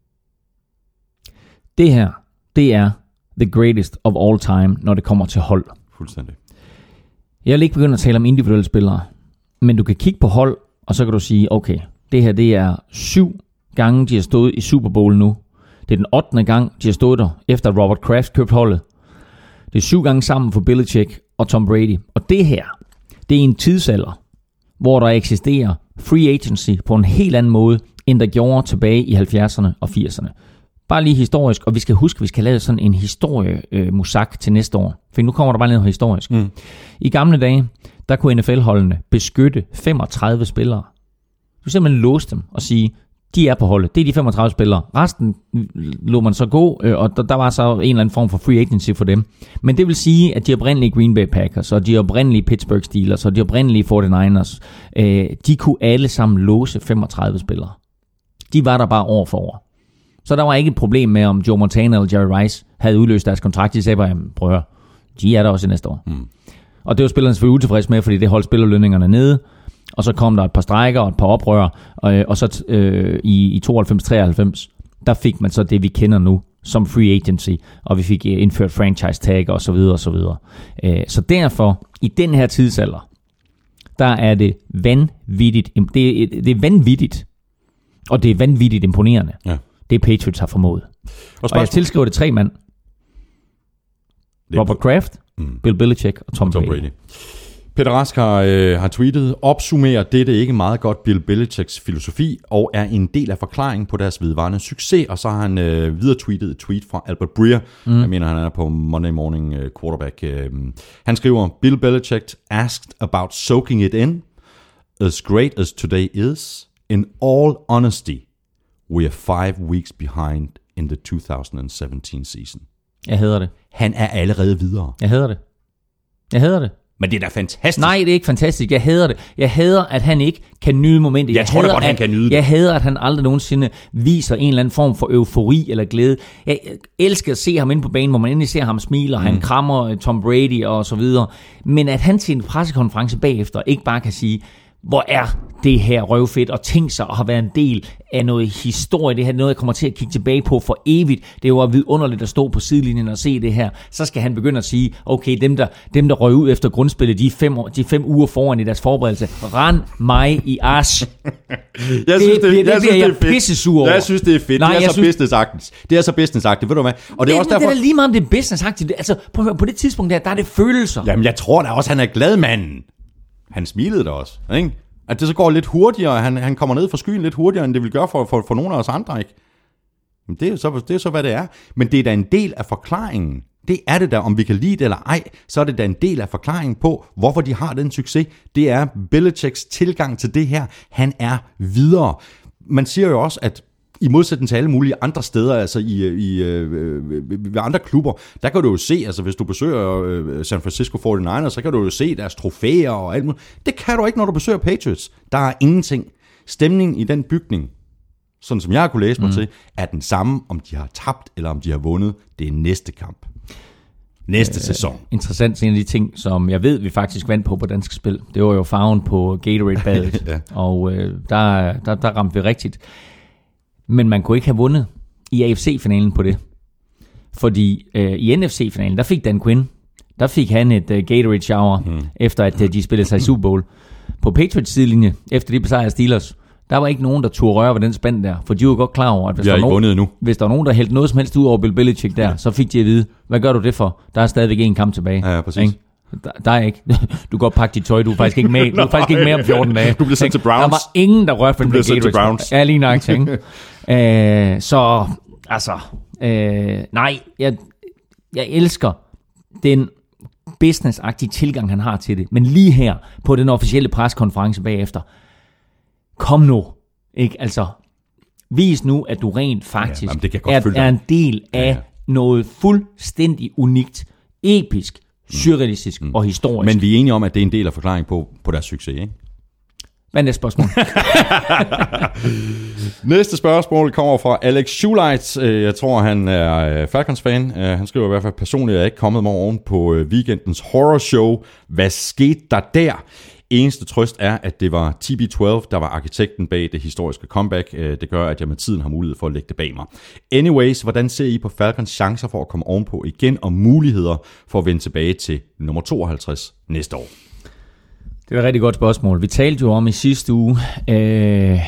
Det her, det er the greatest of all time, når det kommer til hold. Fuldstændig. Jeg vil ikke begynde at tale om individuelle spillere, men du kan kigge på hold, og så kan du sige, okay, det her det er syv gange, de har stået i Super Bowl nu. Det er den ottende gang, de har stået der, efter Robert Kraft købte holdet. Det er syv gange sammen for Belichick og Tom Brady. Og det her, det er en tidsalder, hvor der eksisterer free agency på en helt anden måde, end der gjorde tilbage i halvfjerdserne og firserne. Bare lige historisk, og vi skal huske, at vi skal lave sådan en historie-musak øh, til næste år. For nu kommer der bare noget historisk. Mm. I gamle dage, der kunne N F L-holdene beskytte femogtredive spillere. Du kunne simpelthen låse dem og sige, de er på holdet. Det er de femogtredive spillere. Resten lå man så gå, øh, og der, der var så en eller anden form for free agency for dem. Men det vil sige, at de oprindelige Green Bay Packers, og de oprindelige Pittsburgh Steelers, og de oprindelige forty-niners, øh, de kunne alle sammen låse femogtredive spillere. De var der bare år for år. Så der var ikke et problem med, om Joe Montana eller Jerry Rice havde udløst deres kontrakt. De sagde bare, prøv at de er der også næste år. Mm. Og det var spillerne selvfølgelig utilfreds med, fordi det holdt spillerlønningerne nede. Og så kom der et par strejker og et par oprør. Og, og så øh, i, i tooghalvfems treoghalvfems, der fik man så det, vi kender nu som free agency. Og vi fik indført franchise tag og så videre og så videre. Øh, så derfor, i den her tidsalder, der er det vanvittigt. Det er, det er vanvittigt. Og det er vanvittigt imponerende. Ja. Det Patriots har formået. Og, og jeg tilskriver det tre mand. Robert Kraft, mm. Bill Belichick og Tom, Tom Brady. Brady. Peter Rask har, øh, har tweetet, opsummerer dette ikke meget godt Bill Belichicks filosofi, og er en del af forklaringen på deres vedvarende succes. Og så har han øh, videre tweetet et tweet fra Albert Breer. Mm. Jeg mener, han er på Monday Morning øh, Quarterback. Øh. Han skriver, Bill Belichick asked about soaking it in. As great as today is, in all honesty, we are five weeks behind in the two thousand seventeen season. Jeg hader det. Han er allerede videre. Jeg hader det. Jeg hader det. Men det er da fantastisk. Nej, det er ikke fantastisk. Jeg hader det. Jeg hader, at han ikke kan nyde momentet. Jeg, jeg tror da godt, han kan nyde det. Jeg hader, at han aldrig nogensinde viser en eller anden form for eufori eller glæde. Jeg elsker at se ham inde på banen, hvor man endelig ser ham smile, og mm. han krammer Tom Brady og så videre. Men at han til en pressekonference bagefter ikke bare kan sige, hvor er det her røvfedt, og tænke sig at have været en del af noget historie. Det her er noget, jeg kommer til at kigge tilbage på for evigt. Det er jo vidunderligt at stå på sidelinjen og se det her. Så skal han begynde at sige, okay, dem der, dem der røg ud efter grundspillet, de er fem, de fem uger foran i deres forberedelse. Rend mig i ash. jeg synes, det, det, det, jeg synes, jeg det er pissesur over. Jeg synes, det er fedt. Nej, det er så synes... businessagtigt. Det er så businessagtigt, ved du hvad? Og det er det, også derfor... det er lige meget om det er businessagtigt. Altså, på, på det tidspunkt der, der er det følelser. Jamen, jeg tror da også, han er glad manden. Han smilede da også, ikke? At det så går lidt hurtigere, han, han kommer ned fra skyen lidt hurtigere, end det vil gøre for, for, for nogle af os andre, ikke? Men det er, så, det er så, hvad det er. Men det er da en del af forklaringen. Det er det da, om vi kan lide det eller ej, så er det da en del af forklaringen på, hvorfor de har den succes. Det er Belichicks tilgang til det her. Han er videre. Man siger jo også, at i modsætning til alle mulige andre steder, altså i, i øh, ved andre klubber, der kan du jo se, altså hvis du besøger øh, San Francisco forty-niners, så kan du jo se deres trofæer og alt muligt. Det kan du ikke, når du besøger Patriots. Der er ingenting. Stemningen i den bygning, sådan som jeg har kunne læse mig mm. til, er den samme, om de har tabt, eller om de har vundet. Det er næste kamp. Næste øh, sæson. Interessant, en af de ting, som jeg ved, vi faktisk vandt på på Dansk Spil, det var jo farven på Gatorade-badet, ja. og øh, der, der, der ramte vi rigtigt. Men man kunne ikke have vundet i A F C-finalen på det. Fordi øh, i N F C-finalen, der fik Dan Quinn, der fik han et øh, Gatorade-shower, mm. efter at øh, de spillede sig i Super Bowl. På Patriots sidelinje, efter de besejrede Steelers, der var ikke nogen, der turde røre ved den spand der, for de var godt klar over, at hvis, der, nogen, hvis der var nogen, der hældte noget som helst ud over Bill Belichick der, ja. så fik de at vide, hvad gør du det for? Der er stadigvæk en kamp tilbage. Ja, præcis. Der, der er ikke. Du kan godt pakke dit tøj, du er faktisk ikke med, du er faktisk ikke med om fjorten dage. Du bliver sendt til Browns. Der var ingen, der rørte ved den Gatorade. Ja, lige nok, ikke? øh, så, altså, øh, nej, jeg, jeg elsker den business-agtige tilgang, han har til det. Men lige her, på den officielle preskonference bagefter, kom nu, ikke? Altså, vis nu, at du rent faktisk ja, jamen, er, er en del af ja, ja. noget fuldstændig unikt, episk, surrealistisk mm. og historisk. Men vi er enige om, at det er en del af forklaringen på, på deres succes, ikke? Hvad er næste spørgsmål? Næste spørgsmål kommer fra Alex Schuleit. Jeg tror, han er Falcons-fan. Han skriver i hvert fald, personligt er jeg ikke kommet mig oven på weekendens horror show. Hvad skete der der? Eneste trøst er, at det var T B tolv, der var arkitekten bag det historiske comeback. Det gør, at jeg med tiden har mulighed for at lægge det bag mig. Anyways, hvordan ser I på Falcons chancer for at komme ovenpå igen, og muligheder for at vende tilbage til nummer tooghalvtreds næste år? Det er et rigtig godt spørgsmål. Vi talte jo om i sidste uge, øh,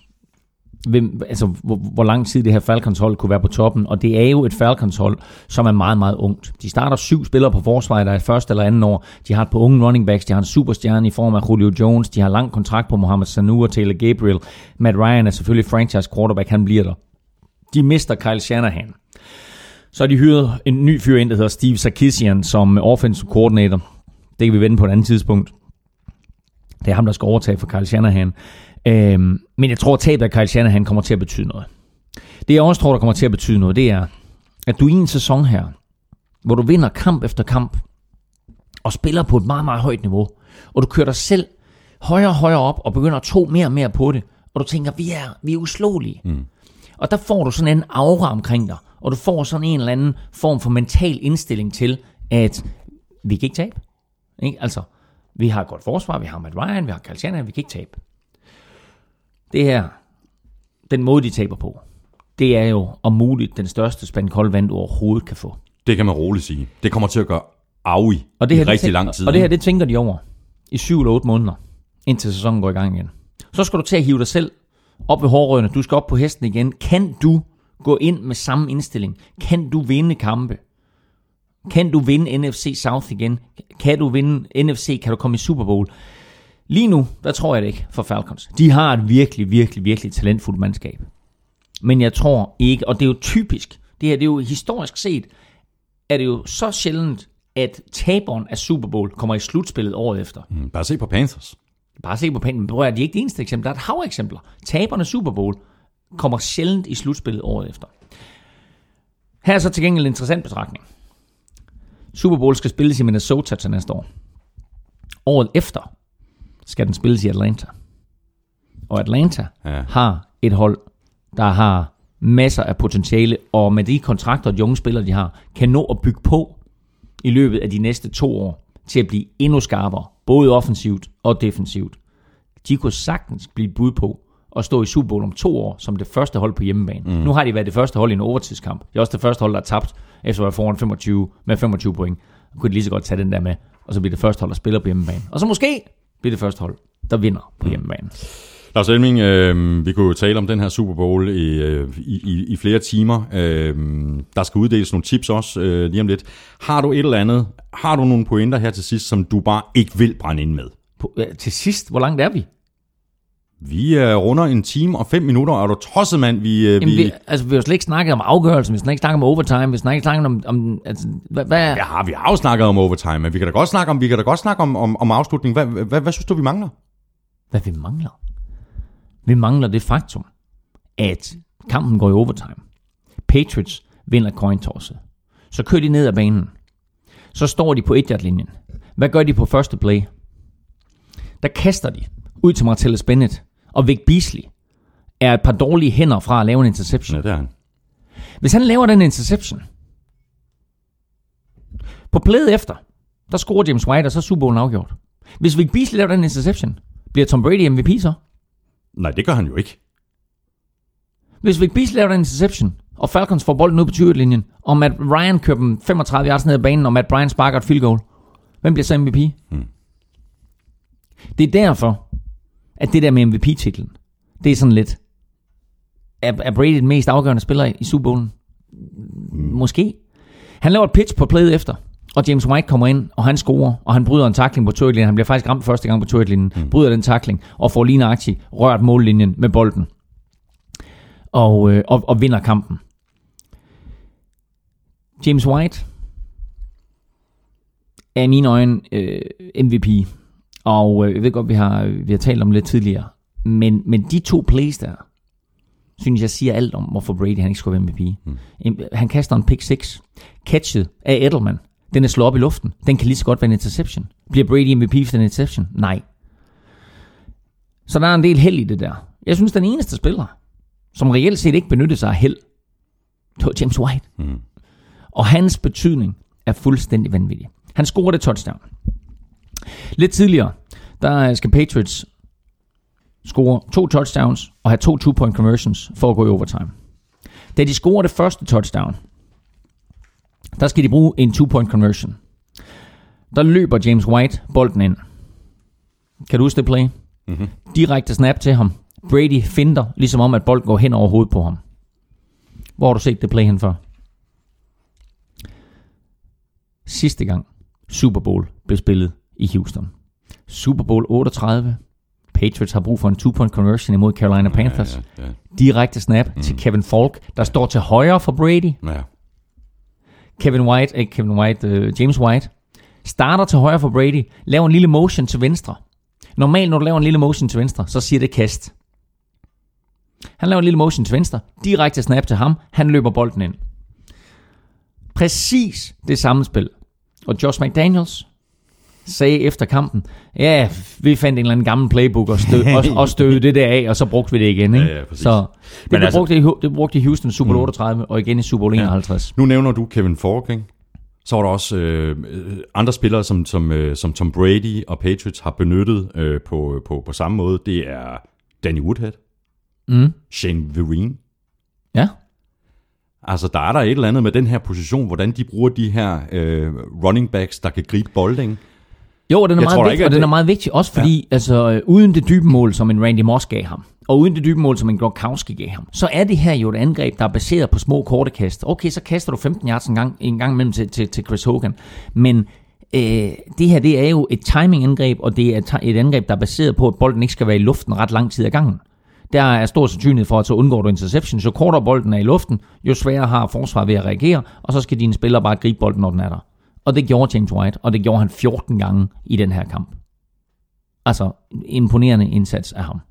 hvem, altså, hvor, hvor lang tid det her Falcons-hold kunne være på toppen, og det er jo et Falcons-hold, som er meget, meget ungt. De starter syv spillere på forsvaret, der er første eller anden år. De har et par unge running backs, de har en superstjerne i form af Julio Jones, de har lang kontrakt på Mohamed Sanu og Taylor Gabriel. Matt Ryan er selvfølgelig franchise quarterback, han bliver der. De mister Kyle Shanahan. Så har de hyret en ny fyr ind, der hedder Steve Sarkisian, som offensive coordinator. Det kan vi vende på et andet tidspunkt. Det er ham, der skal overtage for Kyle Shanahan. Øhm, men jeg tror, at tabet af Kyle Shanahan kommer til at betyde noget. Det jeg også tror, der kommer til at betyde noget, det er, at du i en sæson her, hvor du vinder kamp efter kamp, og spiller på et meget, meget højt niveau, og du kører dig selv højere og højere op, og begynder at tro mere og mere på det, og du tænker, vi er, vi er uslåelige. Mm. Og der får du sådan en aura omkring dig, og du får sådan en eller anden form for mental indstilling til, at vi kan ikke tabe. Ikke? Altså, vi har et godt forsvar, vi har Matt Ryan, vi har Kyle Shanahan, vi kan ikke tabe. Det her, den måde, de taber på, det er jo om muligt den største spand koldt vand, du overhovedet kan få. Det kan man roligt sige. Det kommer til at gøre af i, og det her, i rigtig tænker, lang tid. Og det her, det tænker de over i syv eller otte måneder, indtil sæsonen går i gang igen. Så skal du til at hive dig selv op ved hårrødderne. Du skal op på hesten igen. Kan du gå ind med samme indstilling? Kan du vinde kampe? Kan du vinde N F C South igen? Kan du vinde N F C? Kan du komme i Super Bowl? Lige nu, der tror jeg det ikke for Falcons. De har et virkelig, virkelig, virkelig talentfuldt mandskab. Men jeg tror ikke, og det er jo typisk, det her det er jo historisk set, er det jo så sjældent, at taberen af Super Bowl kommer i slutspillet året efter. Mm, bare se på Panthers. Bare se på Panthers, men prøv at de er ikke det eneste eksempel. Der er et hav eksempler. Taberen af Super Bowl kommer sjældent i slutspillet året efter. Her er så til gengæld en interessant betragtning. Super Bowl skal spilles i Minnesota til næste år. Året efter skal den spilles i Atlanta. Og Atlanta ja. har et hold, der har masser af potentiale, og med de kontrakter, de unge spillere, de har, kan nå at bygge på i løbet af de næste to år til at blive endnu skarpere, både offensivt og defensivt. De kunne sagtens blive bud på at stå i Super Bowl om to år som det første hold på hjemmebane. Mm. Nu har de været det første hold i en overtidskamp. Det er også det første hold, der er tabt efter at være foran femogtyve med femogtyve point. Så kunne de lige så godt tage den der med, og så bliver det første hold, der spiller på hjemmebane. Og så måske bliver det første hold, der vinder på hjemmebane. Lars Elming, øh, vi kunne jo tale om den her Super Bowl i, øh, i, i flere timer. Øh, der skal uddeles nogle tips også øh, lige om lidt. Har du et eller andet, har du nogle pointer her til sidst, som du bare ikke vil brænde ind med? På, øh, til sidst? Hvor langt er vi? Vi er runder en time og fem minutter, og er du tosset, mand? Vi, Jamen, vi... vi, altså, vi har jo slet ikke snakket om afgørelsen, vi har ikke snakket om overtime, vi har ikke snakket om... om altså, hvad, hvad... Ja, vi har jo snakket om overtime, men vi kan da godt snakke om, vi kan da godt snakke om, om, om afslutning. Hvad, hvad, hvad, hvad synes du, vi mangler? Hvad vi mangler? Vi mangler det faktum, at Kampen går i overtime. Patriots vinder coin tosset. Så kører de ned ad banen. Så står de på et-yard-linjen. Hvad gør de på første play? Der kaster de ud til Martellus Bennett. Og Vic Beasley er et par dårlige hænder fra at lave en interception. Ja, det er han. Hvis han laver den interception, på playet efter, der scorer James White, og så er Super Bowlen afgjort. Hvis Vic Beasley laver den interception, bliver Tom Brady M V P så? Nej, det gør han jo ikke. Hvis Vic Beasley laver den interception, og Falcons får bolden ud på tyve-linjen, og Matt Ryan kører dem femogtredive yards ned ad banen, og Matt Bryan sparker et field goal, hvem bliver så M V P? Hmm. Det er derfor, at det der med M V P-titlen, det er sådan lidt, er, er Brady den mest afgørende spiller i Super Bowlen? Hmm. Måske. Han laver et pitch på playet efter, og James White kommer ind, og han scorer, og han bryder en tackling på tyve-linjen. Han bliver faktisk ramt første gang på tyve-linjen, hmm. bryder den tackling, og får lige nøjagtigt rørt mållinjen med bolden. Og, øh, og, og vinder kampen. James White er i mine øjne øh, M V P. Og øh, jeg ved godt, vi har, vi har talt om lidt tidligere. Men, men de to plays der, synes jeg siger alt om, hvorfor Brady han ikke skulle være M V P. Mm. Han kaster en pick six. Catchet af Edelman. Den er slået op i luften. Den kan lige så godt være en interception. Bliver Brady M V P for den interception? Nej. Så der er en del held i det der. Jeg synes, den eneste spiller, som reelt set ikke benyttede sig af held, det var James White. Mm. Og hans betydning er fuldstændig vanvittig. Han scorede et touchdown. Lidt tidligere, der skal Patriots score to touchdowns og have to two-point conversions for at gå i overtime. Da de scorer det første touchdown, der skal de bruge en two-point conversion. Der løber James White bolden ind. Kan du huske det play? Mm-hmm. Direkte snap til ham. Brady finder, ligesom om, at bolden går hen over hovedet på ham. Hvor har du set det play hen før? Sidste gang Super Bowl blev spillet i Houston. Super Bowl otteogtredive. Patriots har brug for en two-point conversion imod Carolina Panthers. Ja, ja, ja. Direkte snap mm. til Kevin Falk, der står til højre for Brady. Ja. Kevin White, ikke Kevin White, uh, James White, starter til højre for Brady, laver en lille motion til venstre. Normalt, når du laver en lille motion til venstre, så siger det kast. Han laver en lille motion til venstre, direkte snap til ham, han løber bolden ind. Præcis det samme spil. Og Josh McDaniels sagde efter kampen, ja, vi fandt en eller anden gammel playbook og, stød, og, og stødte det der af, og så brugte vi det igen. Ikke? Ja, ja, så det blev altså, brugt, i, det brugte i Houston Super Bowl otteogtredive, og igen i Super Bowl enoghalvtreds. Ja. Nu nævner du Kevin Falk, ikke? Så var der også øh, andre spillere, som, som, øh, som Tom Brady og Patriots har benyttet øh, på, på, på samme måde. Det er Danny Woodhead, mm. Shane Vereen. Ja. Altså, der er der et eller andet med den her position, hvordan de bruger de her øh, running backs, der kan gribe bolden. Jo, og den er, meget, tror, vigtig, ikke, og den er meget vigtig, også fordi, ja. altså, uden det dybe mål, som en Randy Moss gav ham, og uden det dybe mål, som en Gronkowski gav ham, så er det her jo et angreb, der er baseret på små korte kast. Okay, så kaster du femten yards en gang, en gang imellem til, til, til Chris Hogan, men øh, det her, det er jo et timing-angreb, og det er et angreb, der er baseret på, at bolden ikke skal være i luften ret lang tid ad gangen. Der er stor sandsynlighed for, at så undgår du interception. Så kortere bolden er i luften, jo sværere har forsvaret ved at reagere, og så skal dine spillere bare gribe bolden, når den er der. Og det gjorde James White, og det gjorde han fjorten gange i den her kamp. Altså, imponerende indsats af ham.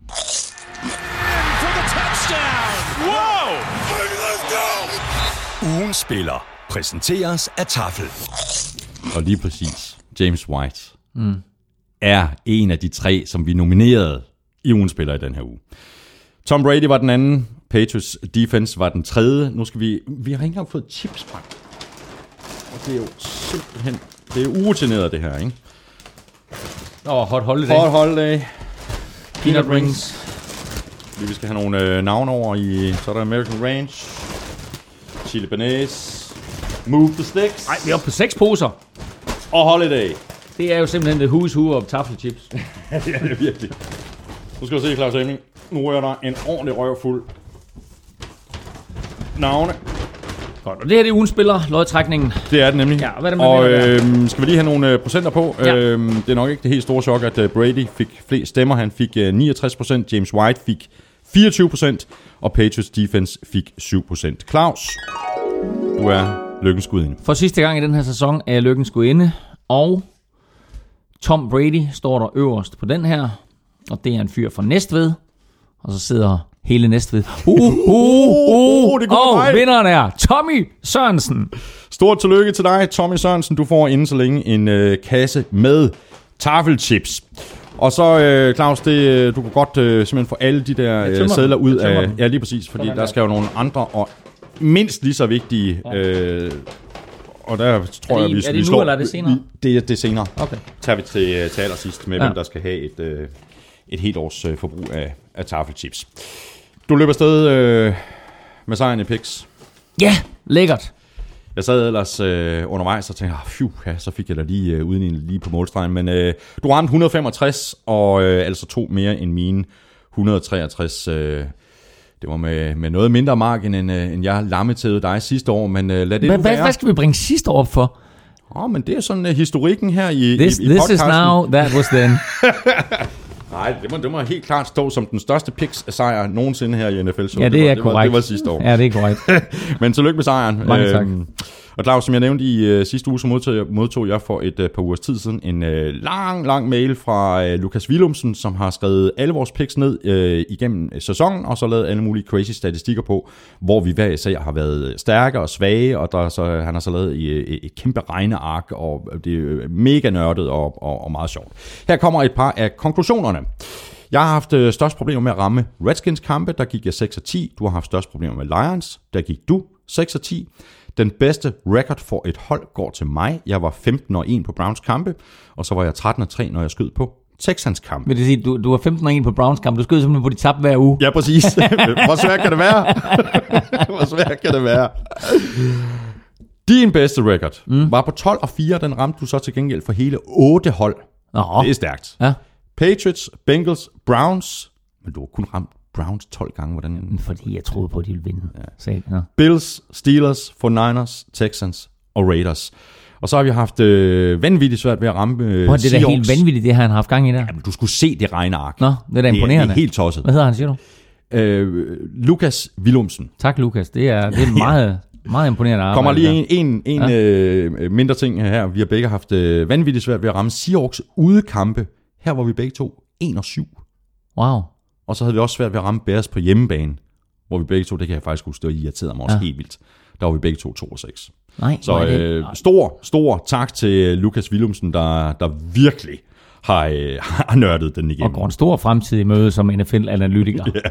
Ugens spiller præsenteres af Tafel. Og lige præcis, James White mm. er en af de tre, som vi nominerede i ugens spiller i den her uge. Tom Brady var den anden, Patriots defense var den tredje. Nu skal vi, vi har ikke engang fået chips fra. Og det er jo simpelthen, det er urutineret det her, ikke? Åh, oh, hot holiday. Hot holiday. Peanut rings. Vi skal have nogle øh, navne over i, så er der American Ranch, Chili Bearnaise, Move the Sticks. Nej, vi er oppe på seks poser. Og holiday. Det er jo simpelthen the who's who of taffelchips. Ja, det er virkelig. Nu skal du se, Claus Hemming. Nu er der en ordentlig røvfuld navne. Godt, og det her det er ugens spiller, lodtrækningen. Det er det nemlig. Ja, hvad er det, og øh, skal vi lige have nogle øh, procenter på? Ja. Øh, det er nok ikke det helt store chok, at øh, Brady fik flest stemmer. Han fik øh, niogtres procent, James White fik fireogtyve procent, og Patriots defense fik syv procent. Claus, du er lykkens gudinde. For sidste gang i den her sæson er jeg lykkens gudinde, og Tom Brady står der øverst på den her, og det er en fyr fra Næstved, og så sidder hele Næstved. Uh, uh, uh, uh, det går og mig. vinderen er Tommy Sørensen. Stort tillykke til dig, Tommy Sørensen. Du får inden så længe en øh, kasse med tafelchips. Og så, øh, Claus, det, du kan godt øh, simpelthen få alle de der øh, sedler ud af... Ja, lige præcis, fordi der skal jo nogle andre og mindst lige så vigtige... Øh, og der tror jeg, vi, er det vi nu, slår... eller er det senere? Det, det er senere. Okay. Tager vi til, til allersidst med, ja. hvem der skal have et, øh, et helt års øh, forbrug af, af tafelchips. Du løber afsted øh, med sejren i Pix. Ja, lækkert. Jeg sad ellers øh, undervejs og tænkte, ah, ja, så fik jeg da lige øh, uden lige på målstregen. Men øh, du ramte et hundrede og femogtres, og øh, altså to mere end mine et hundrede og treogtres. Øh, det var med, med noget mindre margin, end, øh, end jeg lammetede dig sidste år. Men øh, lad det Hva, nu hvad, være. hvad skal vi bringe sidste år op for? Åh, oh, men det er sådan uh, historikken her i, This, i, i this podcasten. is now, that was then. Nej, det må, det må helt klart stå som den største Pix-sejr nogensinde her i N F L. Ja, det, det var, er det korrekt. Var, det var sidste år. Ja, det er korrekt. Men tillykke med sejren. Mange tak. Øhm, og Claus, som jeg nævnte i uh, sidste uge, så modtog, modtog jeg for et uh, par ugers tid siden en uh, lang, lang mail fra uh, Lukas Willumsen, som har skrevet alle vores picks ned uh, igennem sæsonen, og så lavet alle mulige crazy statistikker på, hvor vi hver især har været stærke og svage, og der, så, han har så lavet et, et, et kæmpe regneark, og det er mega nørdet og, og, og meget sjovt. Her kommer et par af konklusionerne. Jeg har haft øh, størst problemer med at ramme Redskins kampe, der gik jeg seks og ti. Du har haft størst problemer med Lions, der gik du seks og ti. Den bedste record for et hold går til mig. Jeg var femten og en på Browns kampe, og så var jeg tretten og tre, når jeg skød på Texans kampe. Vil det sige, du, du var femten og en på Browns kamp, du skød simpelthen på de tab hver uge? Ja, præcis. Hvor svært kan det være? Hvor svært kan det være? Din bedste record mm. var på tolv og fire, den ramte du så til gengæld for hele otte hold. Nå. Det er stærkt. Ja. Patriots, Bengals, Browns, men du har kun ramt Browns tolv gange. Hvordan? Fordi jeg troede på, at de ville vinde. Ja. Så, ja. Bills, Steelers, forty-niners, Texans og Raiders. Og så har vi haft øh, vanvittigt svært ved at ramme øh, Hvor, det er da helt vanvittigt, det her, han har haft gang i der. Jamen, du skulle se det regneark. Nå, det er da imponerende. Det er, det er helt tosset. Hvad hedder han, siger du? Øh, Lukas Willumsen. Tak, Lukas. Det er, det er meget, meget imponerende arbejde. Kommer lige en, en, en ja. øh, mindre ting her. Vi har begge haft øh, vanvittigt svært ved at ramme Seahawks udekampe. Her var vi begge to en og syv. Wow. Og så havde vi også svært ved at ramme Bears på hjemmebane, hvor vi begge to, det kan jeg faktisk huske, det var irriteret mig også ja. helt vildt. Der var vi begge to to og seks. Nej, så øh, stor, stor tak til Lukas Willumsen, der, der virkelig har, øh, har nørdet den igennem. Og går en stor fremtid i møde som N F L-analytiker. Ja.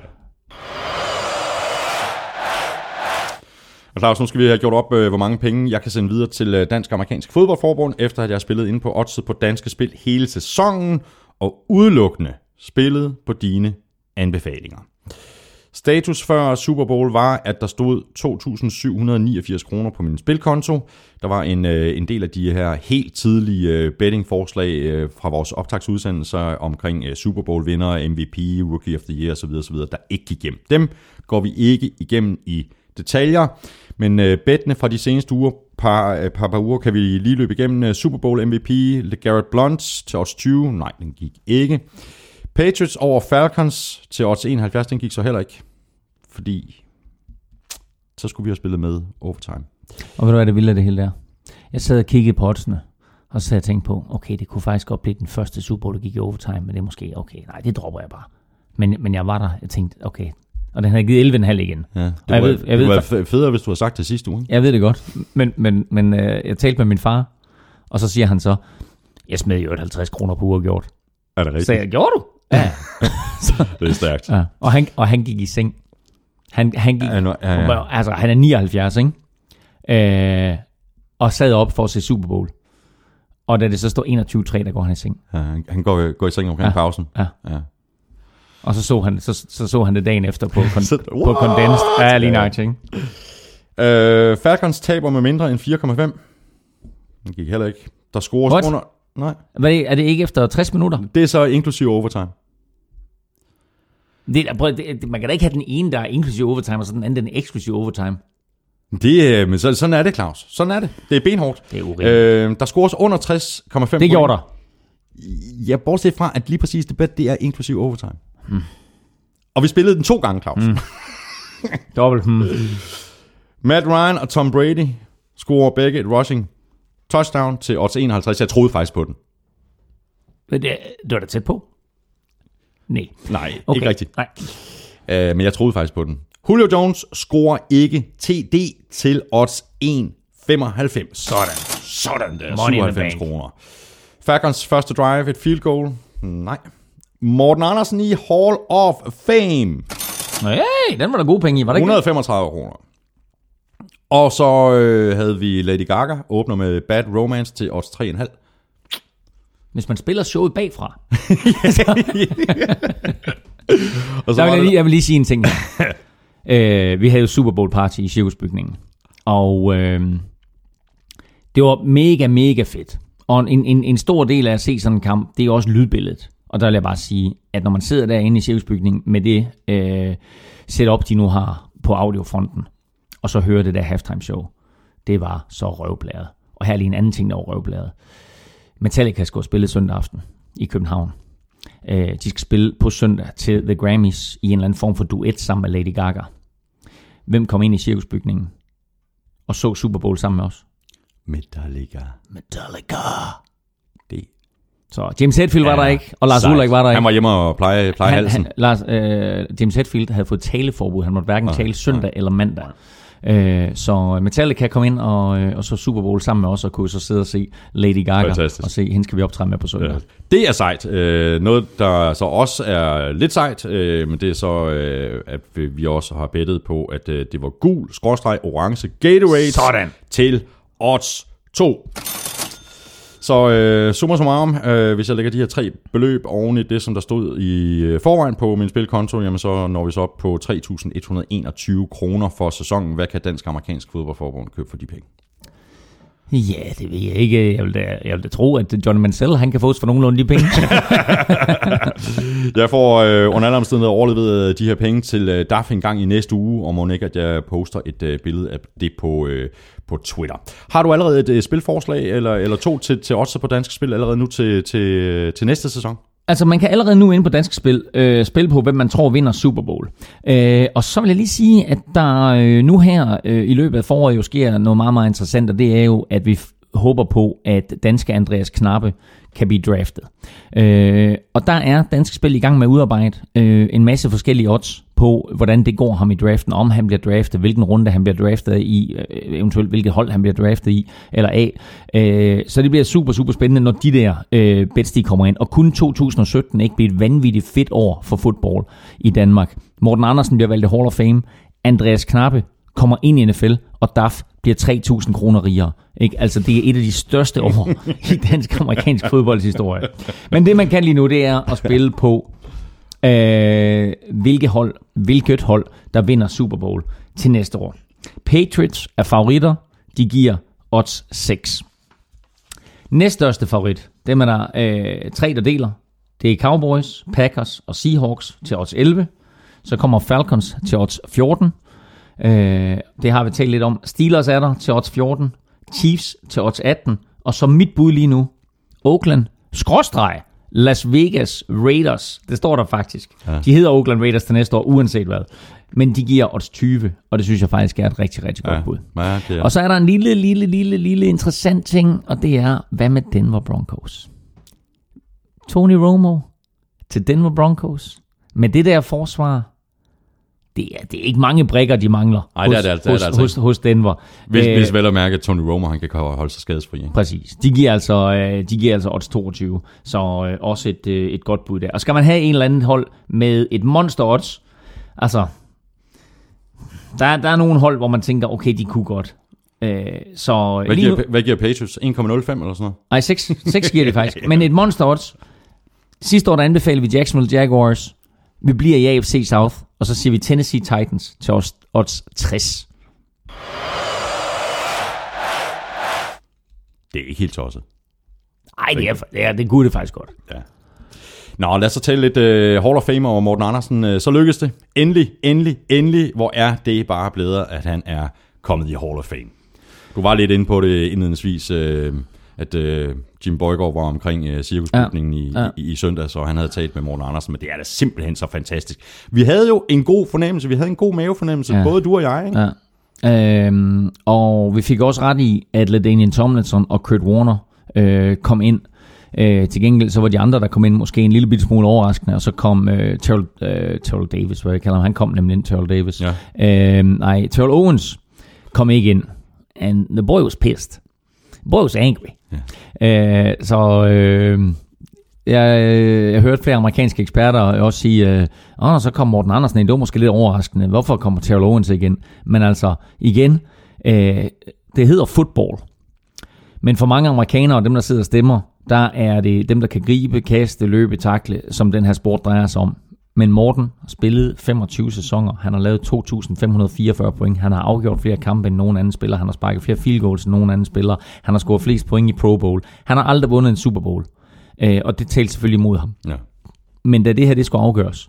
Og Claus, nu skal vi have gjort op, hvor mange penge jeg kan sende videre til Dansk-Amerikansk Fodboldforbund, efter at jeg har spillet inde på oddset på danske spil hele sæsonen, og udelukkende spillet på dine anbefalinger. Status før Super Bowl var, at der stod to tusind syv hundrede niogfirs kroner på min spilkonto. Der var en, en del af de her helt tidlige bettingforslag fra vores optagsudsendelser omkring Super Bowl-vinder, M V P, Rookie of the Year osv., osv., der ikke gik igennem. Dem går vi ikke igennem i detaljer, men øh, bettene fra de seneste uger, par, øh, par, par uger, kan vi lige løbe igennem. Super Bowl M V P, LeGarrette Blount til odds tyve, nej, den gik ikke. Patriots over Falcons til odds enoghalvfjerds, den gik så heller ikke, fordi så skulle vi have spillet med overtime. Og ved du hvad det vilde af det hele der? Jeg sad og kiggede på oddsene, og så havde jeg tænkt på, okay, det kunne faktisk godt blive den første Super Bowl, der gik i overtime, men det er måske, okay, nej, det dropper jeg bare. Men, men jeg var der, jeg tænkte, okay, og den havde givet elleve komma fem igen. Ja, det var, jeg ved, jeg det ved, var federe, hvis du havde sagt det sidste uge. Ikke? Jeg ved det godt, men, men, men øh, jeg talte med min far, og så siger han så, jeg smed jo halvtreds kroner på uafgjort. Er det rigtigt? Så jeg, gjorde du? Ja. så, det er stærkt. Ja. Og, han, og han gik i seng. Han, han, gik, ja, no, ja, ja. Altså, han er nioghalvfjerds, ikke? Øh, og sad op for at se Super Bowl. Og da det så står enogtyve tre, der går han i seng. Ja, han, han går, går i seng omkring ja. pausen. Ja. ja. Og så så han, så, så, så han det dagen efter på, kon- på Condensed. Ja, lige nok, ikke? Øh, Falcons taber med mindre end fire komma fem. Det gik heller ikke. Der scores under... Nej. Hvad er, det, er det ikke efter tres minutter? Det er så inklusive overtime. Det, prøv, det, man kan da ikke have den ene, der er inklusive overtime, og så den anden, den er eksklusive overtime. Det, men så, sådan er det, Claus. Sådan er det. Det er benhårdt. Det er urimeligt. Øh, der scores under tres komma fem. Det gjorde der. Jeg bortset fra, at lige præcis det bet, det er inklusive overtime. Hmm. Og vi spillede den to gange, Claus. Hmm. Dobbelt. Hmm. Matt Ryan og Tom Brady scorer begge et rushing touchdown til odds enoghalvtreds. Jeg troede faktisk på den. Det, det var da tæt på? Nej. Nej, okay. ikke rigtigt. Nej. Uh, men jeg troede faktisk på den. Julio Jones scorer ikke T D til odds en komma femoghalvfems. Sådan. Sådan der. Money syvoghalvfems kroner. Falcons første drive, et field goal. Nej. Morten Andersen i Hall of Fame. Hey, den var der gode penge i, var det ikke? et hundrede og femogtredive kroner. Og så øh, havde vi Lady Gaga, åbner med Bad Romance til odds tre komma fem. Hvis man spiller showet bagfra. Og så jeg, vil det... lige, jeg vil lige sige en ting. øh, vi havde jo Super Bowl party i cirkusbygningen. Og øh, det var mega, mega fedt. Og en, en, en stor del af at se sådan en kamp, det er også lydbilledet. Og der vil jeg bare sige, at når man sidder derinde i cirkusbygningen med det øh, setup, de nu har på audiofronten, og så hører det der halftime show, det var så røvbladet. Og her er lige en anden ting, der var røvbladet. Metallica skal spille søndag aften i København. Øh, de skal spille på søndag til The Grammys i en eller anden form for duet sammen med Lady Gaga. Hvem kom ind i cirkusbygningen og så Super Bowl sammen med os? Metallica. Metallica. Det. Så James Hetfield ja, var der ikke, og Lars Ulrik var der ikke. Han var hjemme og pleje, pleje han, halsen. Han, Lars, øh, James Hetfield havde fået taleforbud. Han måtte hverken ja, tale søndag ja. eller mandag. Øh, så Metallica kom ind og, og så Super Bowl sammen med os, og kunne så sidde og se Lady Gaga. Fantastisk. Og se, hende skal vi optræde med på søndag. Ja. Det er sejt. Øh, noget, der så også er lidt sejt, øh, men det er så, øh, at vi også har bettet på, at øh, det var gul, skråstreg, orange Gatorade sådan. Til odds to. Så øh, summa summarum, øh, hvis jeg lægger de her tre beløb oven i det, som der stod i øh, forvejen på min spilkonto, jamen så når vi så op på tre tusind et hundrede og enogtyve kroner for sæsonen. Hvad kan Dansk Amerikansk Fodboldforbund købe for de penge? Ja, det ved jeg ikke. Jeg vil da, jeg vil da tro, at Johnny Mansell, han kan fås for nogenlunde de penge. Jeg får øh, under alle omstændigheder overlevet de her penge til øh, D A F en gang i næste uge, og må ikke, at jeg poster et øh, billede af det på, øh, på Twitter. Har du allerede et øh, spilforslag eller, eller to til, til odds på Dansk Spil allerede nu til, til, til næste sæson? Altså, man kan allerede nu inde på Dansk Spil øh, spille på, hvem man tror vinder Super Bowl. Øh, og så vil jeg lige sige, at der øh, nu her øh, i løbet af foråret jo sker noget meget, meget interessant, og det er jo, at vi f- håber på, at danske Andreas Knappe kan blive draftet. Øh, og der er Dansk Spil i gang med at udarbejde øh, en masse forskellige odds på, hvordan det går ham i draften, om han bliver draftet, hvilken runde han bliver draftet i, øh, eventuelt hvilket hold han bliver draftet i, eller af. Øh, så det bliver super, super spændende, når de der øh, bets, de kommer ind. Og kun to tusind og sytten ikke bliver et vanvittigt fedt år for fodbold i Danmark. Morten Andersen bliver valgt i Hall of Fame. Andreas Knappe kommer ind i N F L, og D A F bliver tre tusind kroner rigere. Ikke? Altså, det er et af de største år i dansk-amerikansk fodboldshistorie. Men det, man kan lige nu, det er at spille på, øh, hvilket hold, hvilket hold, der vinder Super Bowl til næste år. Patriots er favoritter. De giver odds seks. Næststørste favorit, dem er der øh, tre, der deler. Det er Cowboys, Packers og Seahawks til odds elleve. Så kommer Falcons til odds fjorten. Øh, det har vi talt lidt om. Steelers er der til odds fjorten. Chiefs til odds atten. Og så mit bud lige nu, Oakland, skråstreg, Las Vegas Raiders. Det står der faktisk. Ja. De hedder Oakland Raiders til næste år, uanset hvad. Men de giver odds tyve, og det synes jeg faktisk er et rigtig, rigtig godt ja. bud. Ja, det er. Og så er der en lille, lille, lille, lille interessant ting, og det er, hvad med Denver Broncos? Tony Romo til Denver Broncos. Med det der forsvar, det er, det er ikke mange brikker, de mangler. Ej, hos, det er det, altså, hos, det er det altså. hos, hos Denver. Hvis, Æh, hvis vel at mærke, at Tony Romo han kan holde sig skadesfri. Ikke? Præcis. De giver altså, de giver altså odds toogtyve, så øh, også et, et godt bud der. Og skal man have en eller anden hold med et monster odds, altså, der, der er nogle hold, hvor man tænker, okay, de kunne godt. Øh, så hvad, giver, nu, hvad giver Patriots? en komma nul fem eller sådan noget? Nej, seks, seks giver det faktisk. Men et monster odds. Sidste år, der anbefalede vi Jacksonville Jaguars. Vi bliver i A F C South, og så siger vi Tennessee Titans til odds tres. Det er ikke helt tosset. Nej, det er, det, er, det kunne det faktisk godt. Ja. Nå, lad os så tale lidt uh, Hall of Fame over Morten Andersen. Uh, så lykkedes det. Endelig, endelig, endelig. Hvor er det bare blevet, at han er kommet i Hall of Fame. Du var lidt inde på det indledningsvis, uh, at uh, Jim Bøjgaard var omkring uh, cirkusbygningen ja. i, ja. i, i søndag, så han havde talt med Morten Andersen, men det er da simpelthen så fantastisk. Vi havde jo en god fornemmelse, vi havde en god mavefornemmelse, ja. både du og jeg, ikke? Ja. Øhm, og vi fik også ret i, at LaDainian Tomlinson og Kurt Warner øh, kom ind Øh, til gengæld så var de andre, der kom ind, måske en lille bitte smule overraskende, og så kom øh, Terrell, øh, Terrell Davis, hvad jeg kalder ham. Han kom nemlig ind, Terrell Davis. Ja. Øh, nej, Terrell Owens kom ikke ind. And the boy was pissed. The boy was angry. Ja. Øh, så øh, jeg, jeg hørte flere amerikanske eksperter også sige, øh, åh, så kom Morten Andersen ind. Det var måske lidt overraskende. Hvorfor kommer Terrell Owens ikke ind? Men altså, igen, øh, det hedder football. Men for mange amerikanere og dem, der sidder og stemmer, der er det dem, der kan gribe, kaste, løbe, takle, som den her sport drejer sig om. Men Morten har spillet femogtyve sæsoner. Han har lavet to tusind fem hundrede fireogfyrre point. Han har afgjort flere kampe end nogen anden spiller. Han har sparket flere field goals end nogen anden spiller. Han har scoret flest point i Pro Bowl. Han har aldrig vundet en Super Bowl. Øh, og det talte selvfølgelig imod ham. Ja. Men da det her det skulle afgøres,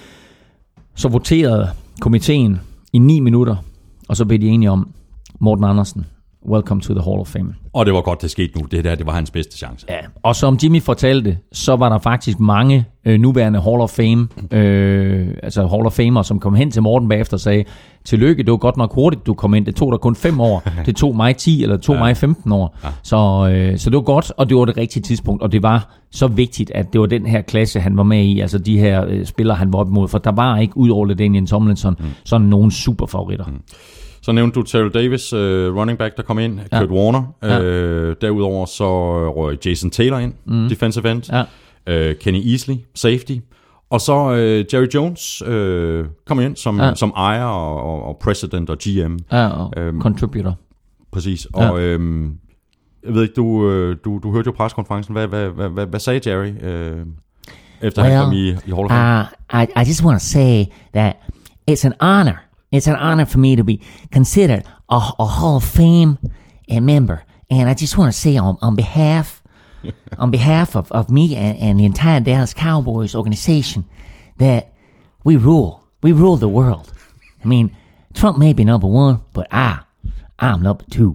så voterede komiteen i ni minutter, og så blev de enige om Morten Andersen. Welcome to the Hall of Fame. Og det var godt, det skete nu. Det der, det var hans bedste chance. Ja, og som Jimmy fortalte, så var der faktisk mange øh, nuværende Hall of Fame, øh, altså Hall of Famer, som kom hen til Morten bagefter og sagde, tillykke, det var godt nok hurtigt, du kom ind. Det tog dig kun fem år. Det tog mig ti, eller det tog ja. mig femten år. Ja. Så, øh, så det var godt, og det var det rigtige tidspunkt. Og det var så vigtigt, at det var den her klasse, han var med i. Altså de her øh, spillere, han var op imod. For der var ikke, ud over LaDainian Tomlinson, mm. sådan nogle superfavoritter. Mm. Så nævnte du Terrell Davis, uh, running back, der kom ind. Ja. Kurt Warner. Ja. Uh, derudover så røg Jason Taylor ind, mm. defensive end. Ja. Uh, Kenny Easley, safety. Og så uh, Jerry Jones uh, kom ind som, ja. som ejer og, og president og G M. Ja, og um, contributor. Præcis. Ja. Og um, jeg ved ikke, du, du, du hørte jo preskonferencen. Hvad, hvad, hvad, hvad, hvad sagde Jerry, uh, efter well, han kom i, i Hall of Fame? Uh, I, I just want to say that it's an honor. It's an honor for me to be considered a, a Hall of Fame uh, member. And I just want to say on, on behalf on behalf of, of me and, and the entire Dallas Cowboys organization that we rule. We rule the world. I mean, Trump may be number one, but I, I'm number two.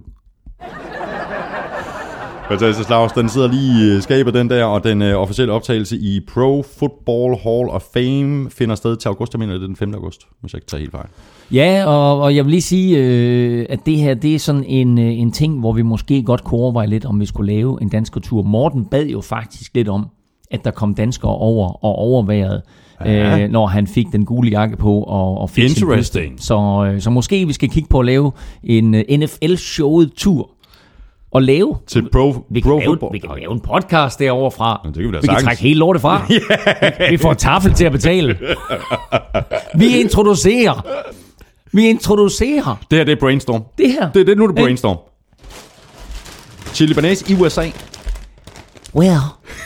Fantastisk, Lars. Den sidder lige i skabet, den der, og den uh, officielle optagelse i Pro Football Hall of Fame finder sted til august. Jeg mener, det er den femte august, hvis jeg ikke tager helt fejl. Ja, og, og jeg vil lige sige, øh, at det her, det er sådan en, en ting, hvor vi måske godt kunne overveje lidt, om vi skulle lave en danskertur. Morten bad jo faktisk lidt om, at der kom danskere over og overværede, øh, når han fik den gule jakke på og, og fik Interesting. Sin så, øh, så måske vi skal kigge på at lave en uh, N F L-showet tur. Og lave. Til pro, vi, pro kan lave, football. vi kan lave en podcast derovre fra. Ja, det kan vi, vi kan trække hele lortet fra. Yeah. Vi får Tafel til at betale. Vi introducerer. Vi introducerer. Det her, det er brainstorm. Det her. Det er det, nu er det brainstorm. Chili Banese i U S A. Well.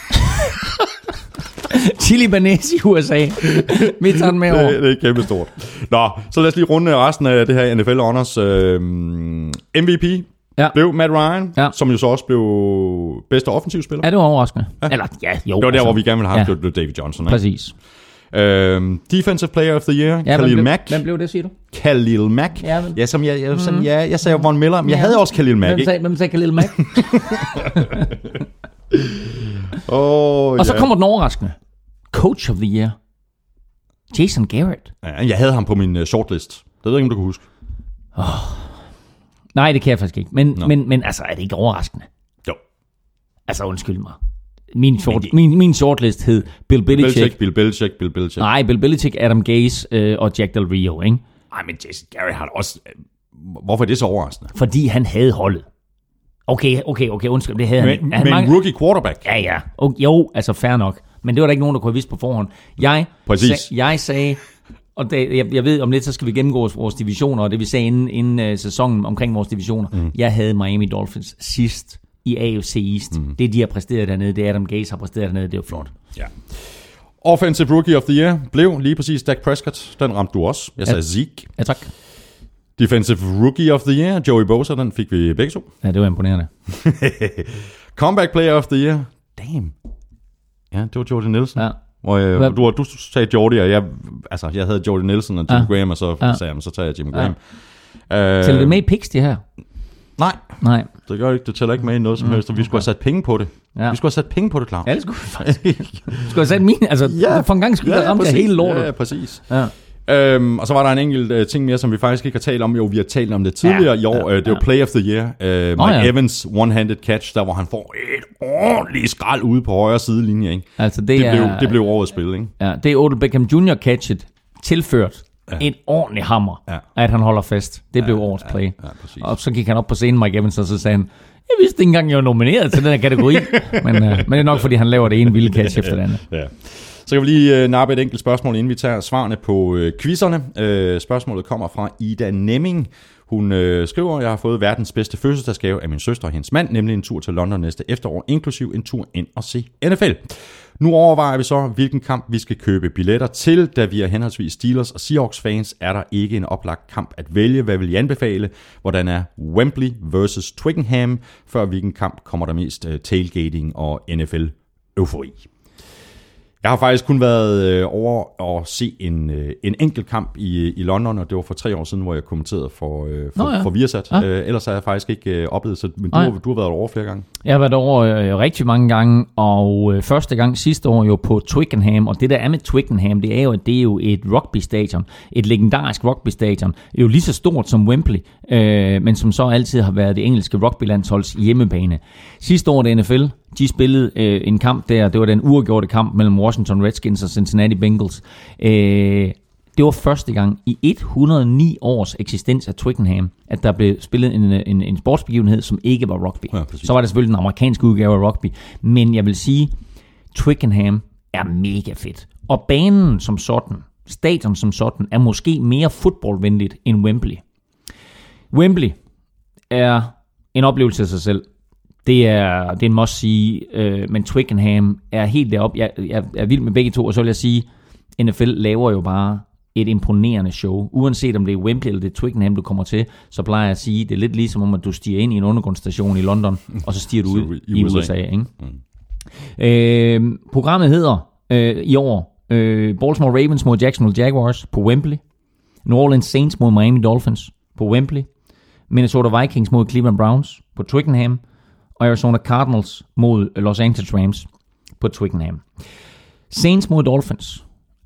Chili Banese i U S A. Vi tager den med over. Det, det er kæmpe stort. Nå, så lad os lige runde resten af det her N F L Honors. Øh, M V P. Ja. Blev Matt Ryan, ja. som jo så også blev bedste offensivspiller. Ja, det var overraskende. Ja. Eller, ja, jo. Det var der, altså. hvor vi gerne ville have haft, ja. det blev David Johnson. Ikke? Præcis. Um, Defensive Player of the Year, ja, Khalil blev, Mack. Hvem blev det, siger du? Khalil Mack. Ja, men... ja, som jeg, jeg, sådan, mm. ja, jeg sagde Von Miller, men jeg ja. havde også Khalil Mack. Hvem sagde, hvem sagde Khalil Mack? oh, Og så ja. kommer den overraskende. Coach of the Year. Jason Garrett. Ja, jeg havde ham på min uh, shortlist. Det ved jeg ikke, om du kan huske. Oh. Nej, det kan jeg faktisk ikke. Men, no. men, men altså, er det ikke overraskende? Jo. Altså, undskyld mig. Min, short, min, min shortlist hed Bill Belichick. Belichick, Bill Belichick, Bill Belichick. Nej, Bill Belichick, Adam Gase øh, og Jack Del Rio, ikke? Nej, men Jason Garrett har også... Hvorfor er det så overraskende? Fordi han havde holdet. Okay, okay, okay, undskyld, det havde men, han. han men mange... rookie quarterback. Ja, ja. Okay, jo, altså fair nok. Men det var der ikke nogen, der kunne have vidst på forhånd. Jeg, Præcis. Sag, jeg sagde... Og det, jeg, jeg ved, om lidt, så skal vi gennemgå vores, vores divisioner, og det vi sagde inden, inden uh, sæsonen omkring vores divisioner. Mm. Jeg havde Miami Dolphins sidst i A F C East. Mm. Det, de har præsteret dernede, det Adam Gase har præsteret dernede, det er jo flot. Ja. Offensive Rookie of the Year blev lige præcis Dak Prescott. Den ramte du også. Jeg sagde ja. Zeke. Ja, tak. Defensive Rookie of the Year, Joey Bosa, den fik vi begge to. Ja, det var imponerende. Comeback Player of the Year. Damn. Ja, det var Jordy Nelson. Ja. Og øh, du, du sagde Jordy, og jeg, altså, jeg havde Jordy Nelson og Jim ja. Graham, og så ja. sagde jeg, så tager jeg Jim Graham. Ja. Øh, Tæller det med i picks, det her? Nej. Nej. Det gør ikke. Det tæller ikke med i noget som mm, helst, og vi skulle okay. have sat penge på det. Ja. Vi skulle have sat penge på det, Claus. Ja, det skulle vi faktisk. Du skulle have sat mine, altså ja. for en gang skulle ja, der ramte jeg hele lortet. Ja, præcis. Øhm, og så var der en enkelt uh, ting mere, som vi faktisk ikke har talt om. Jo, vi har talt om det tidligere ja, i år. Ja, uh, det var ja. Play of the Year. Uh, Mike oh, ja. Evans one-handed catch, der hvor han får et ordentligt skrald ude på højre sidelinje. Ikke? Altså, det, det, er, blev, det blev årets spil. Ikke? Ja, det er Odell Beckham junior catchet tilført ja. en ordentlig hammer, ja. at han holder fast. Det blev ja, årets play. Ja, ja, og så gik han op på scenen, Mike Evans, og så sagde han, jeg vidste ikke engang, jeg var nomineret til den her kategori. men, uh, men det er nok, fordi han laver det ene vilde catch efter det andet. Ja. Så kan vi lige uh, nappe et enkelt spørgsmål, inden vi tager svarene på uh, quizzerne. Uh, spørgsmålet kommer fra Ida Nemming. Hun uh, skriver, jeg har fået verdens bedste fødselsdagsgave af min søster og hendes mand, nemlig en tur til London næste efterår, inklusiv en tur ind og se N F L. Nu overvejer vi så, hvilken kamp vi skal købe billetter til. Da vi er henholdsvis Steelers og Seahawks fans, er der ikke en oplagt kamp at vælge. Hvad vil I anbefale? Hvordan er Wembley versus Twickenham? Før hvilken kamp kommer der mest uh, tailgating og N F L-eufori? Jeg har faktisk kun været øh, over at se en, øh, en enkelt kamp i, i London, og det var for tre år siden, hvor jeg kommenterede for, øh, for, Nå, ja. for Viasat. Ja. Øh, ellers har jeg faktisk ikke øh, oplevet så, men du, har, du har været over flere gange. Jeg har været over øh, rigtig mange gange, og øh, første gang sidste år jo på Twickenham, og det der er med Twickenham, det er jo, at det er jo et rugby-stadion, et legendarisk rugby-stadion, jo lige så stort som Wembley, øh, men som så altid har været det engelske rugbylandsholds hjemmebane. Sidste år det N F L, de spillede øh, en kamp der, det var den uafgjorte kamp mellem Washington Redskins og Cincinnati Bengals. Øh, det var første gang i et hundrede og ni års eksistens af Twickenham, at der blev spillet en, en, en sportsbegivenhed, som ikke var rugby. Ja, så var det selvfølgelig den amerikanske udgave af rugby. Men jeg vil sige, Twickenham er mega fedt. Og banen som sådan, stadion som sådan, er måske mere fodboldvenligt end Wembley. Wembley er en oplevelse af sig selv. Det er, det er en must sige, øh, men Twickenham er helt deroppe. Jeg, jeg er vild med begge to, og så vil jeg sige, N F L laver jo bare et imponerende show. Uanset om det er Wembley eller det er Twickenham, du kommer til, så plejer jeg at sige, det er lidt ligesom om, at du stiger ind i en undergrundsstation i London, og så stiger du ud i U S A. Ikke? Mm. Øh, programmet hedder øh, i år øh, Baltimore Ravens mod Jacksonville Jaguars på Wembley, New Orleans Saints mod Miami Dolphins på Wembley, Minnesota Vikings mod Cleveland Browns på Twickenham, og Arizona Cardinals mod Los Angeles Rams på Twickenham. Saints mod Dolphins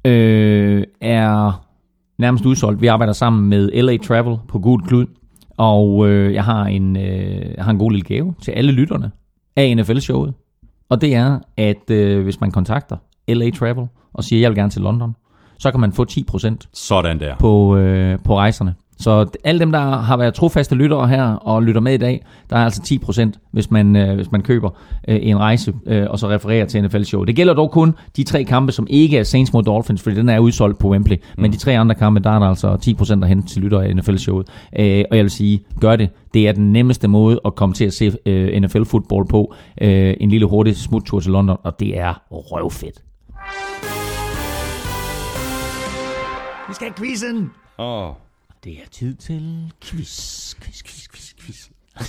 øh, er nærmest udsolgt. Vi arbejder sammen med L A Travel på Gul Klud, og øh, jeg, har en, øh, jeg har en god lille gave til alle lytterne af N F L-showet. Og det er, at øh, hvis man kontakter L A Travel og siger, jeg vil gerne til London, så kan man få ti procent sådan der på, øh, på rejserne. Så alle dem, der har været trofaste lyttere her og lytter med i dag, der er altså ti procent, hvis man, øh, hvis man køber øh, en rejse øh, og så refererer til N F L-show. Det gælder dog kun de tre kampe, som ikke er Saints mod Dolphins, fordi den er udsolgt på Wembley. Mm. Men de tre andre kampe, der er der altså ti procent at hente til lyttere af N F L-showet. Øh, og jeg vil sige, gør det. Det er den nemmeste måde at komme til at se øh, N F L-fodbold på. Øh, en lille hurtig smuttur til London, og det er røvfedt. Vi skal have quizzen! Åh. Oh. Det er tid til quiz, quiz, quiz, quiz, quiz.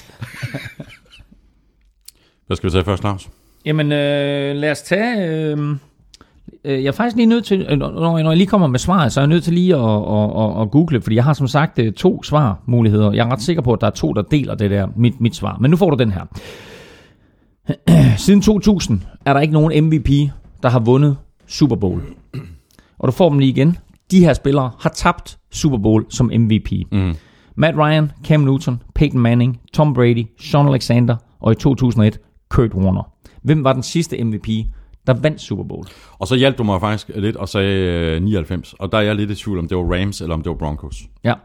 Hvad skal vi tage først, Lars? Jamen, øh, lad os tage... Øh, øh, jeg er faktisk lige nødt til, når jeg lige kommer med svaret, så er jeg nødt til lige at, at, at, at google, fordi jeg har som sagt to svarmuligheder. Jeg er ret sikker på, at der er to, der deler det der, mit, mit svar. Men nu får du den her. Siden to tusind er der ikke nogen M V P, der har vundet Super Bowl. Og du får dem lige igen. De her spillere har tabt Super Bowl som M V P. Mm. Matt Ryan, Cam Newton, Peyton Manning, Tom Brady, Sean Alexander og i to tusind og et Kurt Warner. Hvem var den sidste M V P, der vandt Super Bowl? Og så hjalp du mig faktisk lidt og sagde nioghalvfems. Og der er jeg lidt i tvivl, om det var Rams eller om det var Broncos. Ja.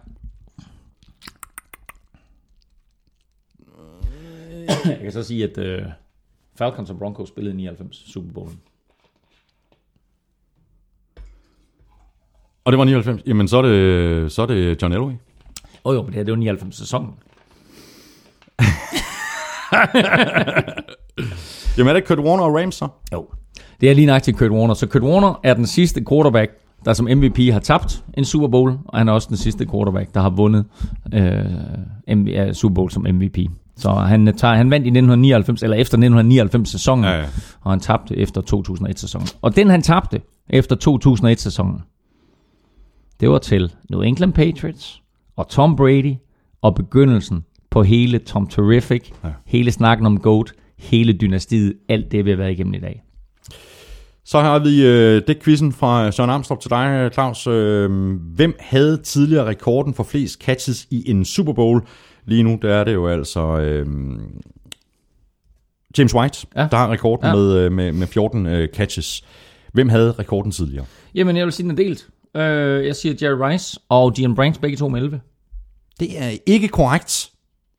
Jeg kan så sige, at uh, Falcons og Broncos spillede nioghalvfems Super Bowl. Og det var nioghalvfems. Jamen, så er det, så er det John Elway. Åh oh, jo, men det her, det var nioghalvfems sæsonen. Jamen, er det Kurt Warner og Rams så? Jo, det er lige nøjagtigt Kurt Warner. Så Kurt Warner er den sidste quarterback, der som M V P har tabt en Super Bowl, og han er også den sidste quarterback, der har vundet øh, Super Bowl som M V P. Så han, tager, han vandt i nitten nioghalvfems, eller efter nitten nioghalvfems sæsonen, ja, ja. Og han tabte efter to tusind og et sæsonen. Og den han tabte efter to tusind og et sæsonen, det var til New England Patriots og Tom Brady og begyndelsen på hele Tom Terrific, ja. Hele snakken om GOAT, hele dynastiet, alt det vi har været igennem i dag. Så har vi øh, det quizzen fra Søren Amstrup til dig, Claus. Øh, hvem havde tidligere rekorden for flest catches i en Super Bowl? Lige nu der er det jo altså øh, James White, ja. der har rekorden ja. med, med, med fjorten øh, catches. Hvem havde rekorden tidligere? Jamen, jeg vil sige, den er delt. Øh, jeg siger Jerry Rice og Deion Branch, begge to med elleve. Det er ikke korrekt.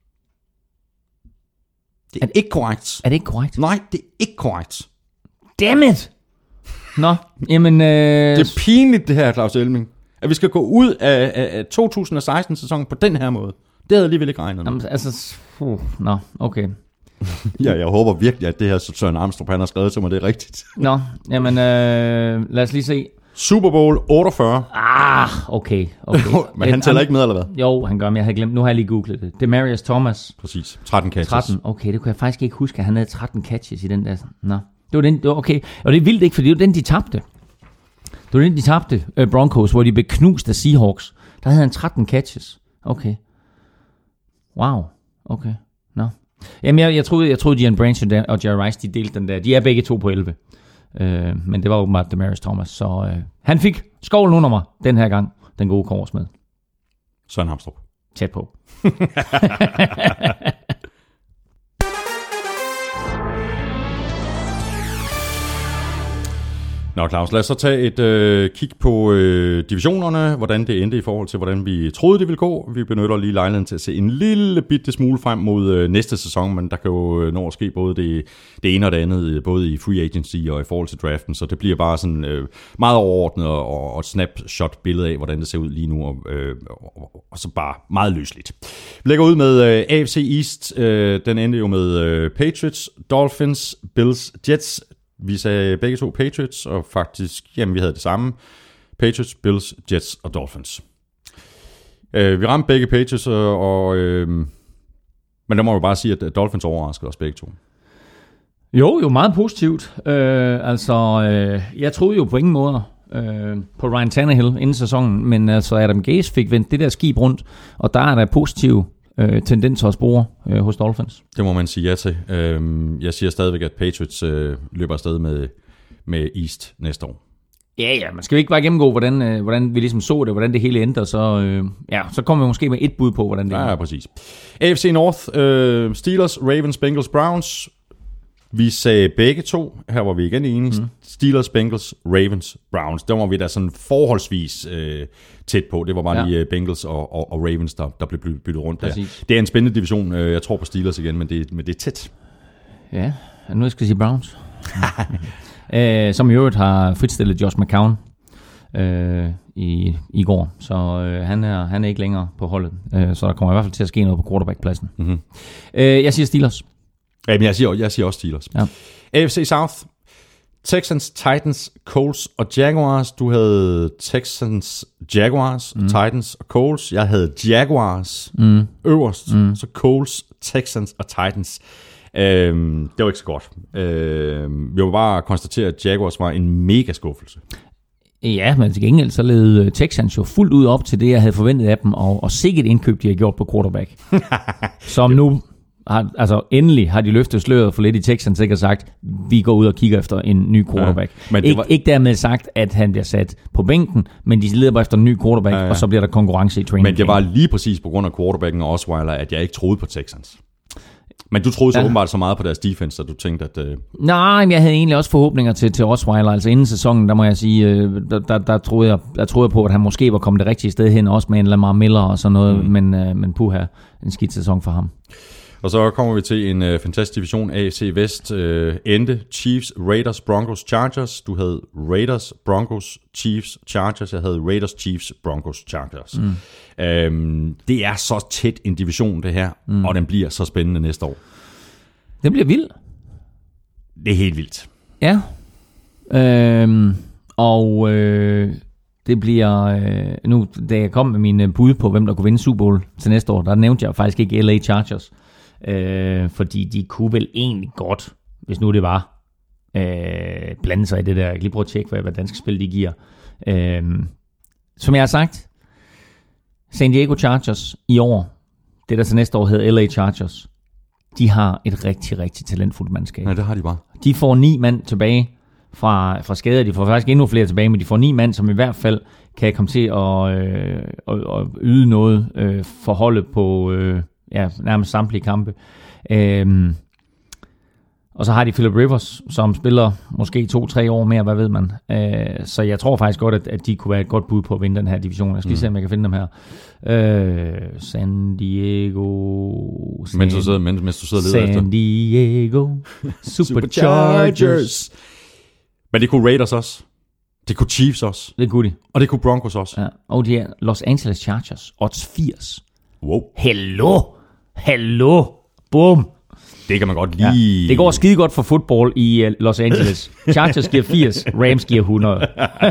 Det er, er ikke korrekt. Er det ikke korrekt? Nej, det er ikke korrekt. Damn it! Nå, jamen... Øh... Det er pinligt, det her, Claus Elming. At vi skal gå ud af, af, af to tusind og seksten-sæsonen på den her måde. Det havde jeg alligevel ikke regnet med. Jamen, altså... Uh, nå, okay. Ja, jeg håber virkelig, at det her Søren Amstrup, han har skrevet til mig, det er rigtigt. Nå, jamen øh, lad os lige se. Super Bowl otteogfyrre. Ah, okay. okay. Men han tæller ikke med, eller hvad? Jo, han gør, men jeg havde glemt. Nu har jeg lige googlet det. Demarius Thomas. Præcis. tretten catches. tretten, okay, det kunne jeg faktisk ikke huske, at han havde tretten catches i den der. Nå, det var den, det var okay. Og det er vildt ikke, for det var den, de tabte. Det var den, de tabte, uh, Broncos, hvor de blev knust af Seahawks. Der havde han tretten catches. Okay. Wow. Okay. Nå. Jamen, jeg, jeg troede, jeg troede, Deion Branch og Jerry Rice, de delte den der. De er begge to på elleve. Uh, men det var åbenbart Demarius Thomas. Så uh, han fik skovlen under mig den her gang. Den gode korsmed. Søren Amstrup. Tæt på. Nå, Claus, lad os så tage et øh, kig på øh, divisionerne, hvordan det endte i forhold til, hvordan vi troede, det ville gå. Vi benytter lige lejligheden til at se en lille bitte smule frem mod øh, næste sæson, men der kan jo nå at ske både det, det ene og det andet, både i free agency og i forhold til draften, så det bliver bare sådan øh, meget overordnet og, og et snapshot-billede af, hvordan det ser ud lige nu, og, øh, og, og så bare meget løsligt. Vi lægger ud med øh, A F C East. Øh, den endte jo med øh, Patriots, Dolphins, Bills, Jets. Vi sagde begge to Patriots, og faktisk, jamen vi havde det samme. Patriots, Bills, Jets og Dolphins. Øh, vi ramte begge Patriots, og, og øh, men der må jo bare sige, at Dolphins overraskede os begge to. Jo, jo meget positivt. Øh, altså, øh, jeg troede jo på ingen måde øh, på Ryan Tannehill inden sæsonen, men altså Adam Gase fik vendt det der skib rundt, og der er der positiv øh, tendenser at spore øh, hos Dolphins. Det må man sige ja til. Øh, jeg siger stadigvæk, at Patriots øh, løber afsted med, med East næste år. Ja, ja, man skal jo ikke bare gennemgå, hvordan, øh, hvordan vi ligesom så det, hvordan det hele endte, så, øh, ja, så kommer vi måske med et bud på, hvordan det er. Ja, præcis. A F C North, øh, Steelers, Ravens, Bengals, Browns. Vi sagde begge to, her var vi igen enige, mm. Steelers, Bengals, Ravens, Browns. Der var vi da sådan forholdsvis øh, tæt på. Det var bare ja. lige Bengals og, og, og Ravens, der, der blev byttet rundt der. Det er en spændende division. Jeg tror på Steelers igen, men det, men det er tæt. Ja, nu skal jeg sige Browns. Æh, som i øvrigt har fritstillet Josh McCown øh, i, i går. Så øh, han, er, han er ikke længere på holdet. Æh, så der kommer i hvert fald til at ske noget på quarterback-pladsen. Mm-hmm. Æh, jeg siger Steelers. Jamen, jeg siger, jeg siger også Steelers. Ja. A F C South, Texans, Titans, Colts og Jaguars. Du havde Texans, Jaguars, mm. Titans og Colts. Jeg havde Jaguars mm. øverst, mm. så Colts, Texans og Titans. Øhm, det var ikke så godt. Øhm, vi må bare konstatere, at Jaguars var en mega skuffelse. Ja, men til gengæld så led Texans jo fuldt ud op til det, jeg havde forventet af dem, og, og sikkert indkøb, de har gjort på quarterback. Som nu... Har, altså endelig har de løftet sløret for lidt i Texans, ikke, og sagt, vi går ud og kigger efter en ny quarterback. Ja, men Ik- var... Ikke dermed sagt, at han bliver sat på bænken, men de leder bare efter en ny quarterback, ja, ja. Og så bliver der konkurrence i training. Men det var lige præcis på grund af quarterbacken og Osweiler, at jeg ikke troede på Texans. Men du troede så ja. åbenbart så meget på deres defense, så du tænkte, at... Uh... Nej, men jeg havde egentlig også forhåbninger til, til Osweiler. Altså inden sæsonen, der må jeg sige, der, der, der, troede jeg, der troede jeg på, at han måske var kommet det rigtige sted hen, også med en Lamar Miller og sådan noget, mm. men, uh, men puha, en skidt sæson for ham. Og så kommer vi til en øh, fantastisk division. A F C Vest øh, endte Chiefs, Raiders, Broncos, Chargers. Du havde Raiders, Broncos, Chiefs, Chargers. Jeg havde Raiders, Chiefs, Broncos, Chargers. Mm. Øhm, det er så tæt en division, det her. Mm. Og den bliver så spændende næste år. Den bliver vild. Det er helt vildt. Ja. Øhm, og... Øh Det bliver, øh, nu da jeg kom med mine bud på, hvem der kunne vinde Super Bowl til næste år, der nævnte jeg faktisk ikke L A Chargers, øh, fordi de kunne vel egentlig godt, hvis nu det var, øh, blande sig i det der. Jeg kan lige prøve at tjekke, hvad, hvad danske spil de giver. Øh, som jeg har sagt, San Diego Chargers i år, det der til næste år hedder L A Chargers, de har et rigtig, rigtig talentfuldt mandskab. Ja, det har de bare. De får ni mand tilbage fra, fra skader. De får faktisk endnu flere tilbage, men de får ni mand, som i hvert fald kan komme til at, øh, at, at yde noget øh, for holdet på øh, ja, nærmest samtlige kampe. Øh, Og så har de Philip Rivers, som spiller måske to-tre år mere, hvad ved man. Øh, så jeg tror faktisk godt, at, at de kunne være et godt bud på at vinde den her division. Jeg skal lige se, om jeg kan finde dem her. Øh, San Diego... San, mens, du sidder, mens, mens du sidder og leder efter. San Diego Superchargers. Men det kunne Raiders også. Det kunne Chiefs også. Det kunne de. Og det kunne Broncos også. Ja. Og de er Los Angeles Chargers. odds firs. Wow. Hello! Hello! Boom! Det kan man godt lide. Ja, det går skide godt for fodbold i uh, Los Angeles. Chargers giver firs, Rams giver hundrede.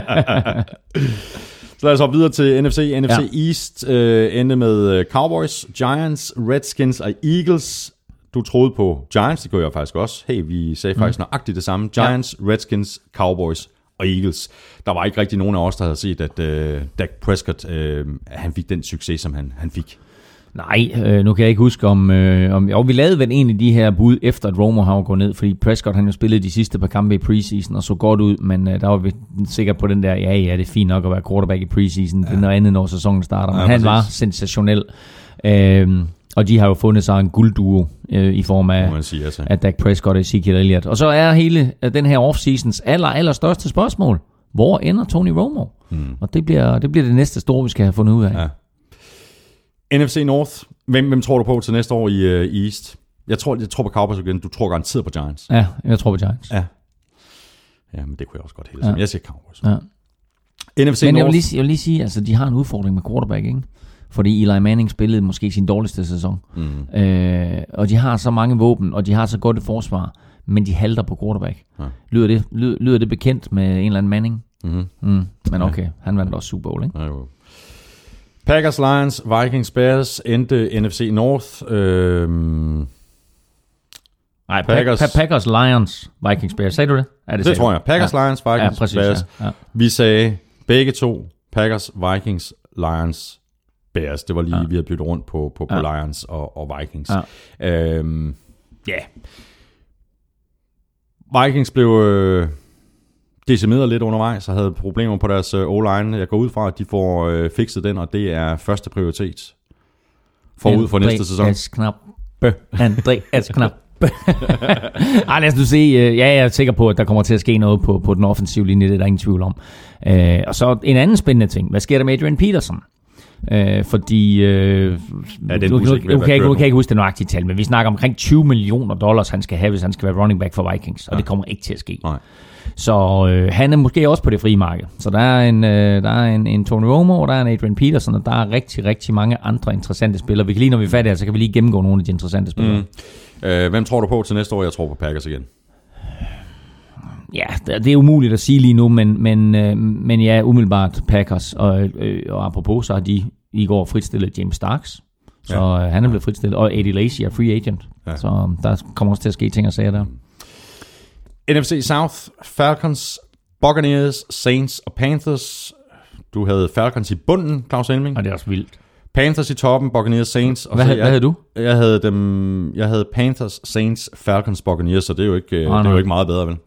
Så lad os hoppe videre til N F C. N F C Ja. East øh, endte med Cowboys, Giants, Redskins og Eagles. Du troede på Giants, det gjorde jeg faktisk også. Hey, vi sagde mm. faktisk nøjagtigt det samme. Giants, ja. Redskins, Cowboys og Eagles. Der var ikke rigtig nogen af os, der havde set, at øh, Dak Prescott øh, han fik den succes, som han, han fik. Nej, øh, nu kan jeg ikke huske om... Øh, om jo, vi lavede vel egentlig de her bud, efter at Romo har gået ned, fordi Prescott han jo spillede de sidste par kampe i preseason og så godt ud, men øh, der var vi sikkert på den der, ja, ja, det er fint nok at være quarterback i preseason, ja. Det er noget andet, når sæsonen starter, men ja, han var sensationel. Øh, og de har jo fundet sig en guldduo øh, i form af, sige, altså. af Dak Prescott og Ezekiel Elliott. Og så er hele øh, den her offseasons aller, aller største spørgsmål, hvor ender Tony Romo? Hmm. Og det bliver, det bliver det næste store, vi skal have fundet ud af. Ja. N F C North. Hvem, hvem tror du på til næste år i uh, East? Jeg tror, jeg tror på Cowboys igen. Du tror garanteret på Giants. Ja, jeg tror på Giants. Ja. Ja, men det kunne jeg også godt hele tiden. Ja. Jeg siger Cowboys. Ja. N F C men North. jeg vil, lige, jeg vil lige sige, altså de har en udfordring med quarterback, ikke? Fordi Eli Manning spillede måske sin dårligste sæson. Mm. Øh, og de har så mange våben, og de har så godt et forsvar, men de halter på quarterback. Ja. Lyder, det, lyder, lyder det bekendt med en eller anden Manning? Mm-hmm. Mm. Men okay, ja. Han vandt også Super Bowl, ikke? Ja, jo. Packers, Lions, Vikings, Bears endte N F C North. Øhm... Nej, Packers. Pa- Packers, Lions, Vikings, Bears. Sagde du det? Ja, det, det tror jeg. Packers, ja. Lions, Vikings, ja, præcis, Bears. Ja. Ja. Vi sagde begge to Packers, Vikings, Lions, Bears. Det var lige, ja. Vi havde byttet rundt på, på, på ja. Lions og, og Vikings. Ja. Øhm, yeah. Vikings blev... Øh, decimeret lidt undervejs og havde problemer på deres uh, O-line. Jeg går ud fra, at de får uh, fikset den, og det er første prioritet forud for næste sæson. Andreas Knappe. Andreas Knappe. Ej, lad os nu se. Ja, jeg er sikker på, at der kommer til at ske noget på, på den offensive linje. Det er der ingen tvivl om. Uh, og så en anden spændende ting. Hvad sker der med Adrian Peterson? Uh, fordi uh, ja, nu, nu, nu, kan jeg, nu kan jeg ikke huske det nøjagtige tal, men vi snakker omkring tyve millioner dollars, han skal have, hvis han skal være running back for Vikings. Og ja. Det kommer ikke til at ske. Nej. Så øh, han er måske også på det frie marked. Så der er en, øh, der er en, en Tony Romo, og der er en Adrian Peterson, og der er rigtig, rigtig mange andre interessante spillere. Vi kan lige, når vi er færdige, så kan vi lige gennemgå nogle af de interessante spillere. Mm. Øh, hvem tror du på til næste år? Jeg tror på Packers igen. Ja, det er umuligt at sige lige nu, men, men, øh, men ja, umiddelbart Packers. Og, øh, og apropos, så har de i går fritstillet James Starks. Så ja. øh, han er blevet fritstillet. Og Eddie Lacy er free agent. Ja. Så der kommer også til at ske ting og sager der. N F C South, Falcons, Buccaneers, Saints og Panthers. Du havde Falcons i bunden, Claus Elming. Og det er også vildt. Panthers i toppen, Buccaneers, Saints. Og hvad, så jeg, hvad havde du? Jeg havde, dem, jeg havde Panthers, Saints, Falcons, Buccaneers, så det er jo ikke, oh, det er jo ikke meget bedre, vel?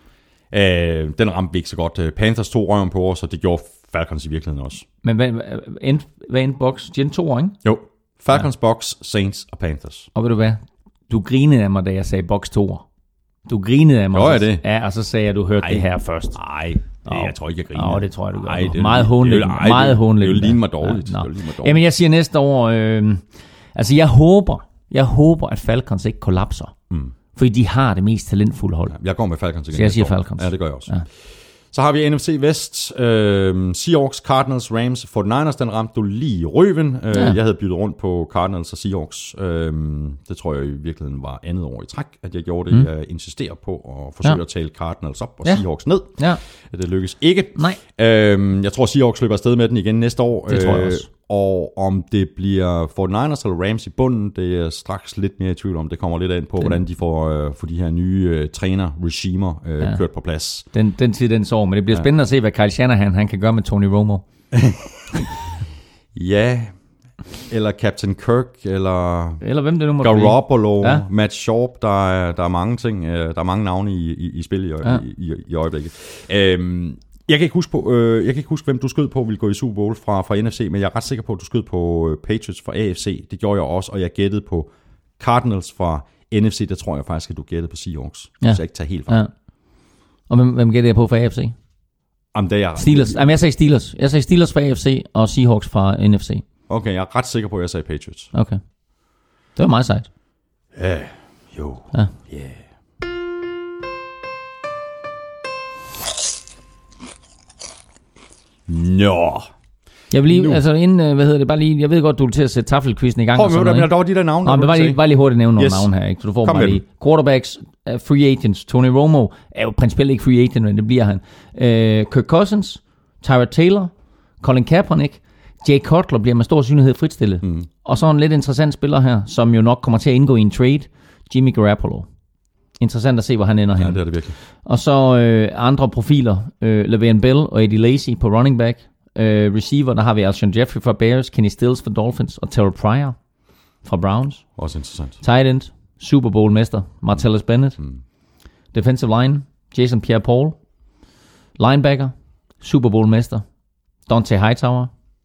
Uh, den ramte vi ikke så godt. Panthers tog røven på os, og det gjorde Falcons i virkeligheden også. Men hvad, end, hvad endte box? De endte to, ikke? Jo. Falcons, ja. Box, Saints og Panthers. Og ved du hvad? Du grinede af mig, da jeg sagde box to. Du grinede af mig. Gjorde jeg det? Ja, og så sagde jeg, at du hørte Ej. det her først. Nej, jeg tror ikke, jeg griner. Nå, det tror jeg, du gør. Ej, det meget håndlæggende. Meget håndlæggende. Det er jo lige mig dårligt. Ja, dårligt. Jamen, jeg siger næste år... Øh, altså, jeg håber, jeg håber, at Falcons ikke kollapser. Mm. Fordi de har det mest talentfulde hold. Jeg går med Falcons igen. Så jeg siger Falcons. Ja, det gør jeg også. Ja. Så har vi N F C Vest, øh, Seahawks, Cardinals, Rams, forty-niners, den ramte du lige i røven. Øh, ja. Jeg havde byttet rundt på Cardinals og Seahawks. Øh, det tror jeg i virkeligheden var andet år i træk, at jeg gjorde det. Mm. Jeg insisterer på at forsøge ja. at tale Cardinals op og ja. Seahawks ned. Ja. Det lykkes ikke. Nej. Øh, jeg tror, Seahawks løber afsted med den igen næste år. Det tror jeg også. Og om det bliver forty-niners eller Rams i bunden, det er straks lidt mere i tvivl om. Det kommer lidt ind på, den. hvordan de får, øh, får de her nye øh, træner-regimer øh, ja. kørt på plads. Den, den tid, den sår. Men det bliver ja. spændende at se, hvad Kyle Shanahan han kan gøre med Tony Romo. Ja, eller Captain Kirk, eller, eller hvem det nu må blive. Garoppolo, Ja. Matt Sharp, der er, der er mange ting, øh, der er mange navne i, i, i spil i, Ja. i, i, i øjeblikket. Øhm, jeg kan ikke huske på, øh, jeg kan ikke huske, hvem du skød på ville gå i Super Bowl fra, fra N F C, men jeg er ret sikker på, at du skød på øh, Patriots fra A F C. Det gjorde jeg også, og jeg gættede på Cardinals fra N F C. Der tror jeg faktisk, at du gættede på Seahawks. Ja. Så jeg ikke tager helt fra. Ja. Og hvem, hvem gætter jeg på fra A F C? Jamen, det er jeg. Steelers. Jamen, jeg sagde Steelers. Jeg sagde Steelers fra A F C og Seahawks fra N F C. Okay, jeg er ret sikker på, at jeg sagde Patriots. Okay. Det var meget sejt. Ja, jo. Ja. Yeah. Nå. Jeg vil lige, Nu. altså inden, hvad hedder det, bare lige, jeg ved godt, du vil til at sætte taffelquizzen i gang. Prøv og sådan med, noget, der ikke? var de der navne. Nå, du men bare sagde. lige, bare lige hurtigt nævne nogle Yes. navne her, ikke? Så du får Kom bare med lige. Quarterbacks, uh, free agents. Tony Romo er jo principielt ikke free agent, men det bliver han. Uh, Kirk Cousins, Tyrod Taylor, Colin Kaepernick, Jay Cutler bliver med stor synlighed fritstillet. Mm. Og så en lidt interessant spiller her, som jo nok kommer til at indgå i en trade, Jimmy Garoppolo. Interessant at se, hvor han ender Ja, hen. det er det virkelig. Og så øh, andre profiler, øh, Le'Veon Bell og Eddie Lacy på running back. Øh, receiver, der har vi Alshon Jeffrey fra Bears, Kenny Stills fra Dolphins og Terrell Pryor fra Browns. Også interessant. Tight end, Super Bowl mester, Martellus Bennett. Mm. Defensive line, Jason Pierre-Paul. Linebacker, Super Bowl mester, Dante Hightower.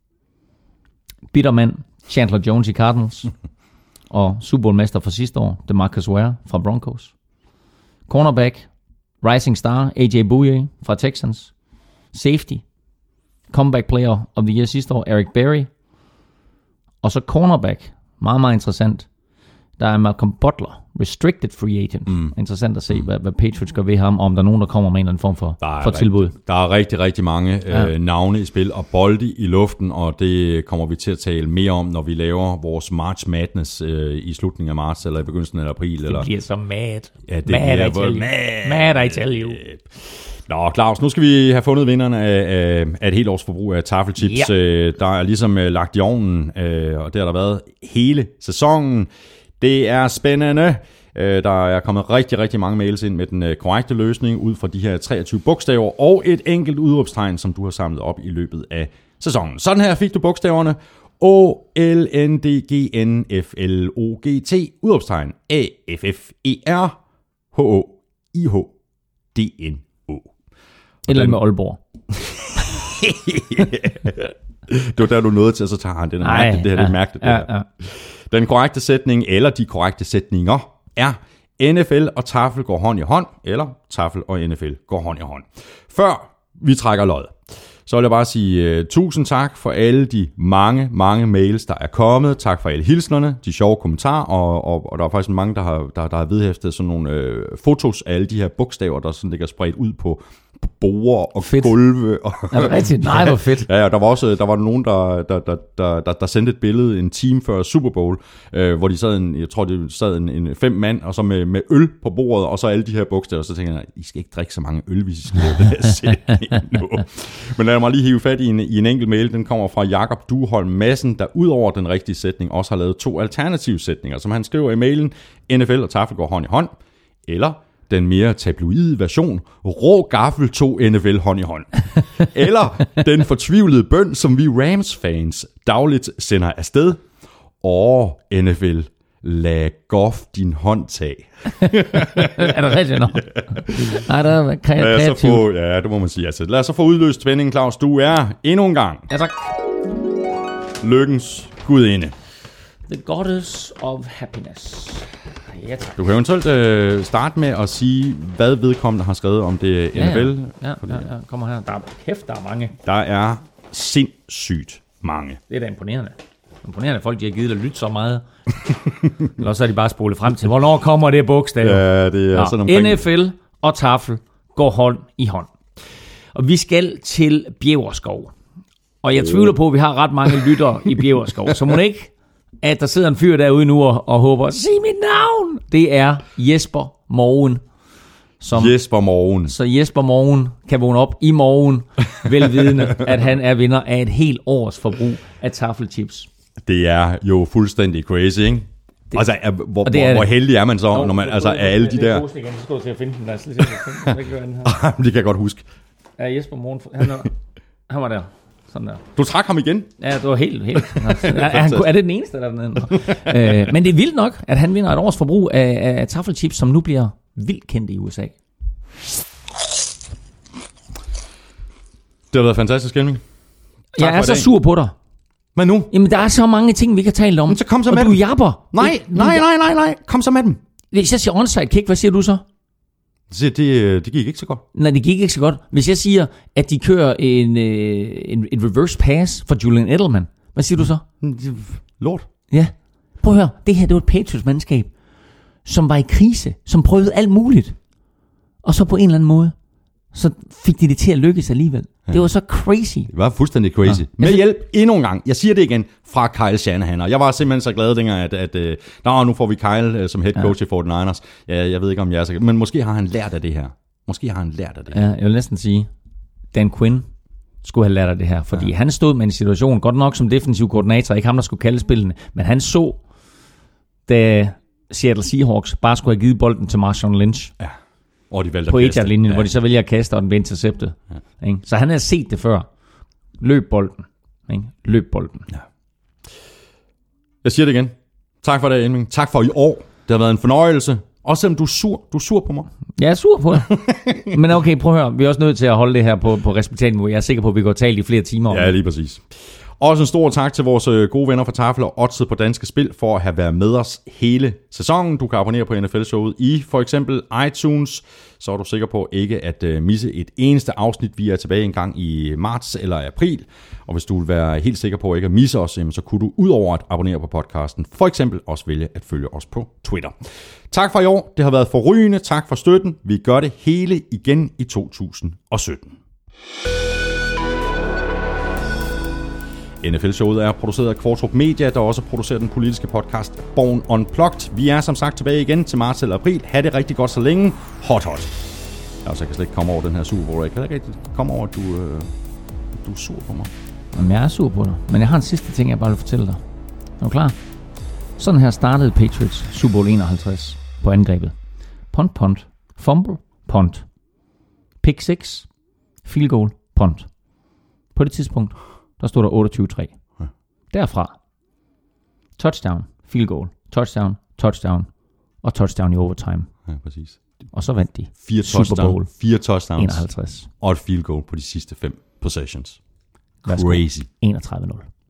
Bittermand, Chandler Jones i Cardinals. Og Super Bowl mester for sidste år, DeMarcus Ware fra Broncos. Cornerback, rising star, A J Bouye fra Texans. Safety, comeback player of the year sidste år, Eric Berry. Og så cornerback, meget, meget interessant. Der er Malcolm Butler, restricted free agent. Mm. Interessant at se, hvad, hvad Patriots gør ved ham, og om der er nogen, der kommer med en eller anden form for, for rigtig, tilbud. Der er rigtig, rigtig mange Ja. øh, navne i spil, og bolde i luften, og det kommer vi til at tale mere om, når vi laver vores March Madness øh, i slutningen af marts, eller i begyndelsen af april. Det eller bliver så mad. Ja, det mad, bliver I tell you. mad. Mad, I tell you. Nå, Claus, nu skal vi have fundet vinderne af, af, af et helt års forbrug af taffelchips. Ja. Øh, der er ligesom øh, lagt i ovnen, øh, og det har der været hele sæsonen. Det er spændende. Øh, der er kommet rigtig, rigtig mange mails ind med den øh, korrekte løsning ud fra de her treogtyve bogstaver og et enkelt udråbstegn, som du har samlet op i løbet af sæsonen. Sådan her fik du bogstaverne. O L N D G N F L O G T, udråbstegn A F F E R H O I H D N O. Eller med Aalborg. Det var der, du nåede til, og så tager han den. Ej, Det her det er mærkeligt. Det ja, her. ja. Den korrekte sætning, eller de korrekte sætninger, er N F L og taffel går hånd i hånd, eller taffel og N F L går hånd i hånd. Før vi trækker lod, så vil jeg bare sige uh, tusind tak for alle de mange, mange mails, der er kommet. Tak for alle hilsnerne, de sjove kommentarer, og, og, og der er faktisk mange, der har, der, der har vedhæftet sådan nogle øh, fotos af alle de her bogstaver, der sådan ligger spredt ud på borde og Fedt. gulve. Og Er det rigtigt? Nej, hvor fedt. Ja, ja, der var også der var nogen, der, der, der, der, der, der sendte et billede en time før Super Bowl, øh, hvor de sad en, jeg tror, det sad en, en fem mand, og så med, med øl på bordet, og så alle de her bogstaver, så tænker jeg, I skal ikke drikke så mange øl, hvis I skal lave det her sætning nu. Men lad mig lige hive fat i en, i en enkelt mail, den kommer fra Jakob Duholm Madsen, der ud over den rigtige sætning også har lavet to alternative sætninger, som han skriver i mailen, N F L og taffel går hånd i hånd, eller den mere tabloide version, rå gaffel tog N F L hånd i hånd. Eller den fortvivlede bøn, som vi Rams-fans dagligt sender afsted. Åh, N F L, lad Goff din hånd tage. Er det rigtigt nok? Nej, der er kre- Lad os så kreativt. få, ja, det må man sige. Altså, lad os så få udløst spændingen, Claus. Du er endnu en gang Ja, tak. lykkens gudinde. The goddess of happiness. Ja, tak. Du kan eventuelt øh, starte med at sige, hvad vedkommende har skrevet om det N F L. Ja, ja, ja, ja, kommer her. Der er, kæft, der er mange. Der er sindssygt mange. Det er da imponerende. Imponerende, at folk de har givet at lytte så meget. Eller så er de bare spolet frem til, hvornår kommer det bogstav? Ja, det er Nå, sådan omkring. N F L og taffel går hånd i hånd. Og vi skal til Bjæverskov. Og jeg tvivler på, at vi har ret mange lyttere i Bjæverskov. Så må det ikke, at der sidder en fyr derude nu og, og håber, sig mit navn! Det er Jesper Morgen. Som, Jesper Morgen. så Jesper Morgen kan vågne op i morgen, velvidende, at han er vinder af et helt års forbrug af taffelchips. Det er jo fuldstændig crazy, ikke? Det, altså, er, hvor, og det er hvor, hvor det. heldig er man så, Nå, når man, altså, er alle de der... Så skal du til at finde den der. Så skal du til at finde den. Hvad gør den her? Det kan jeg godt huske. Ja, Jesper Morgen. Han, er, han var der. Sådan der. Du trak ham igen? Ja, det var helt... helt er, er, han, er det den eneste, der er den øh, Men det er vildt nok, at han vinder et års forbrug af, af taffelchips, som nu bliver vildt kendt i U S A. Det har været fantastisk, Henning. Jeg er så sur på dig. Hvad nu? Jamen, der er så mange ting, vi ikke har talt om. Men så kom så og med du dem. japper. Nej, nej, nej, nej, nej. Kom så med dem. Hvis jeg siger onside kick, hvad siger du så? Det, det, det gik ikke så godt. Nej, det gik ikke så godt. Hvis jeg siger, at de kører en, en, en reverse pass for Julian Edelman, hvad siger du så? Lort. Ja. Prøv at høre. Det her, det var et Patriots-mandskab, som var i krise, som prøvede alt muligt. Og så på en eller anden måde, så fik de det til at lykkes alligevel. Ja. Det var så crazy. Det var fuldstændig crazy. Ja. Med hjælp endnu en gang, jeg siger det igen, fra Kyle Shanahan. Og jeg var simpelthen så glad dengang, at, at, at nå, nu får vi Kyle som head coach ja. i forty-niners. Ja, jeg ved ikke, om jeg er så... Men måske har han lært af det her. Måske har han lært af det her. Ja, jeg vil næsten sige, Dan Quinn skulle have lært af det her. Fordi ja. han stod med en situation, godt nok som defensiv koordinator, ikke ham, der skulle kalde spillene, men han så, da Seattle Seahawks bare skulle have givet bolden til Marshawn Lynch. Ja. Og de valgte på et linjen ja. hvor de så vælger at kaste, og den bliver interceptet. Ja. Så han havde set det før. Løb bolden. Ikke? Løb bolden. Ja. Jeg siger det igen. Tak for det, Henning. Tak for i år. Det har været en fornøjelse. Også selvom du er sur. Du er sur på mig. Jeg er sur på dig. Men okay, prøv at høre. Vi er også nødt til at holde det her på, på respektabelt niveau. Jeg er sikker på, at vi går talt i flere timer om Ja, lige præcis. Også en stor tak til vores gode venner fra Tafel og Odset på Danske Spil for at have været med os hele sæsonen. Du kan abonnere på N F L-showet i for eksempel iTunes, så er du sikker på ikke at misse et eneste afsnit. Vi er tilbage en gang i marts eller april, og hvis du vil være helt sikker på ikke at misse os, så kunne du udover at abonnere på podcasten for eksempel også vælge at følge os på Twitter. Tak for i år. Det har været forrygende. Tak for støtten. Vi gør det hele igen i to tusind og sytten. N F L-showet er produceret af Kvartrup Media, der også producerer den politiske podcast Born Unplugged. Vi er som sagt tilbage igen til marts eller april. Ha' det rigtig godt så længe. Hot, hot. Altså, jeg kan slet ikke komme over den her Super Bowl. Jeg kan ikke rigtig komme over, at du, øh, du er sur på mig. Jamen, jeg er sur på dig. Men jeg har en sidste ting, jeg bare vil fortælle dig. Er du klar? Sådan her startede Patriots Super Bowl enoghalvtreds på angrebet. Punt, punt. Fumble, punt. Pick six. Field goal, punt. På det tidspunkt, der stod der otteogtyve tre. Ja. Derfra, touchdown, field goal, touchdown, touchdown og touchdown i overtime. Ja, præcis. Og så vandt de fire Super touchdown, Bowl fire touchdowns enoghalvtreds. Og et field goal på de sidste fem possessions. Værsgo. Crazy. enogtredive nul.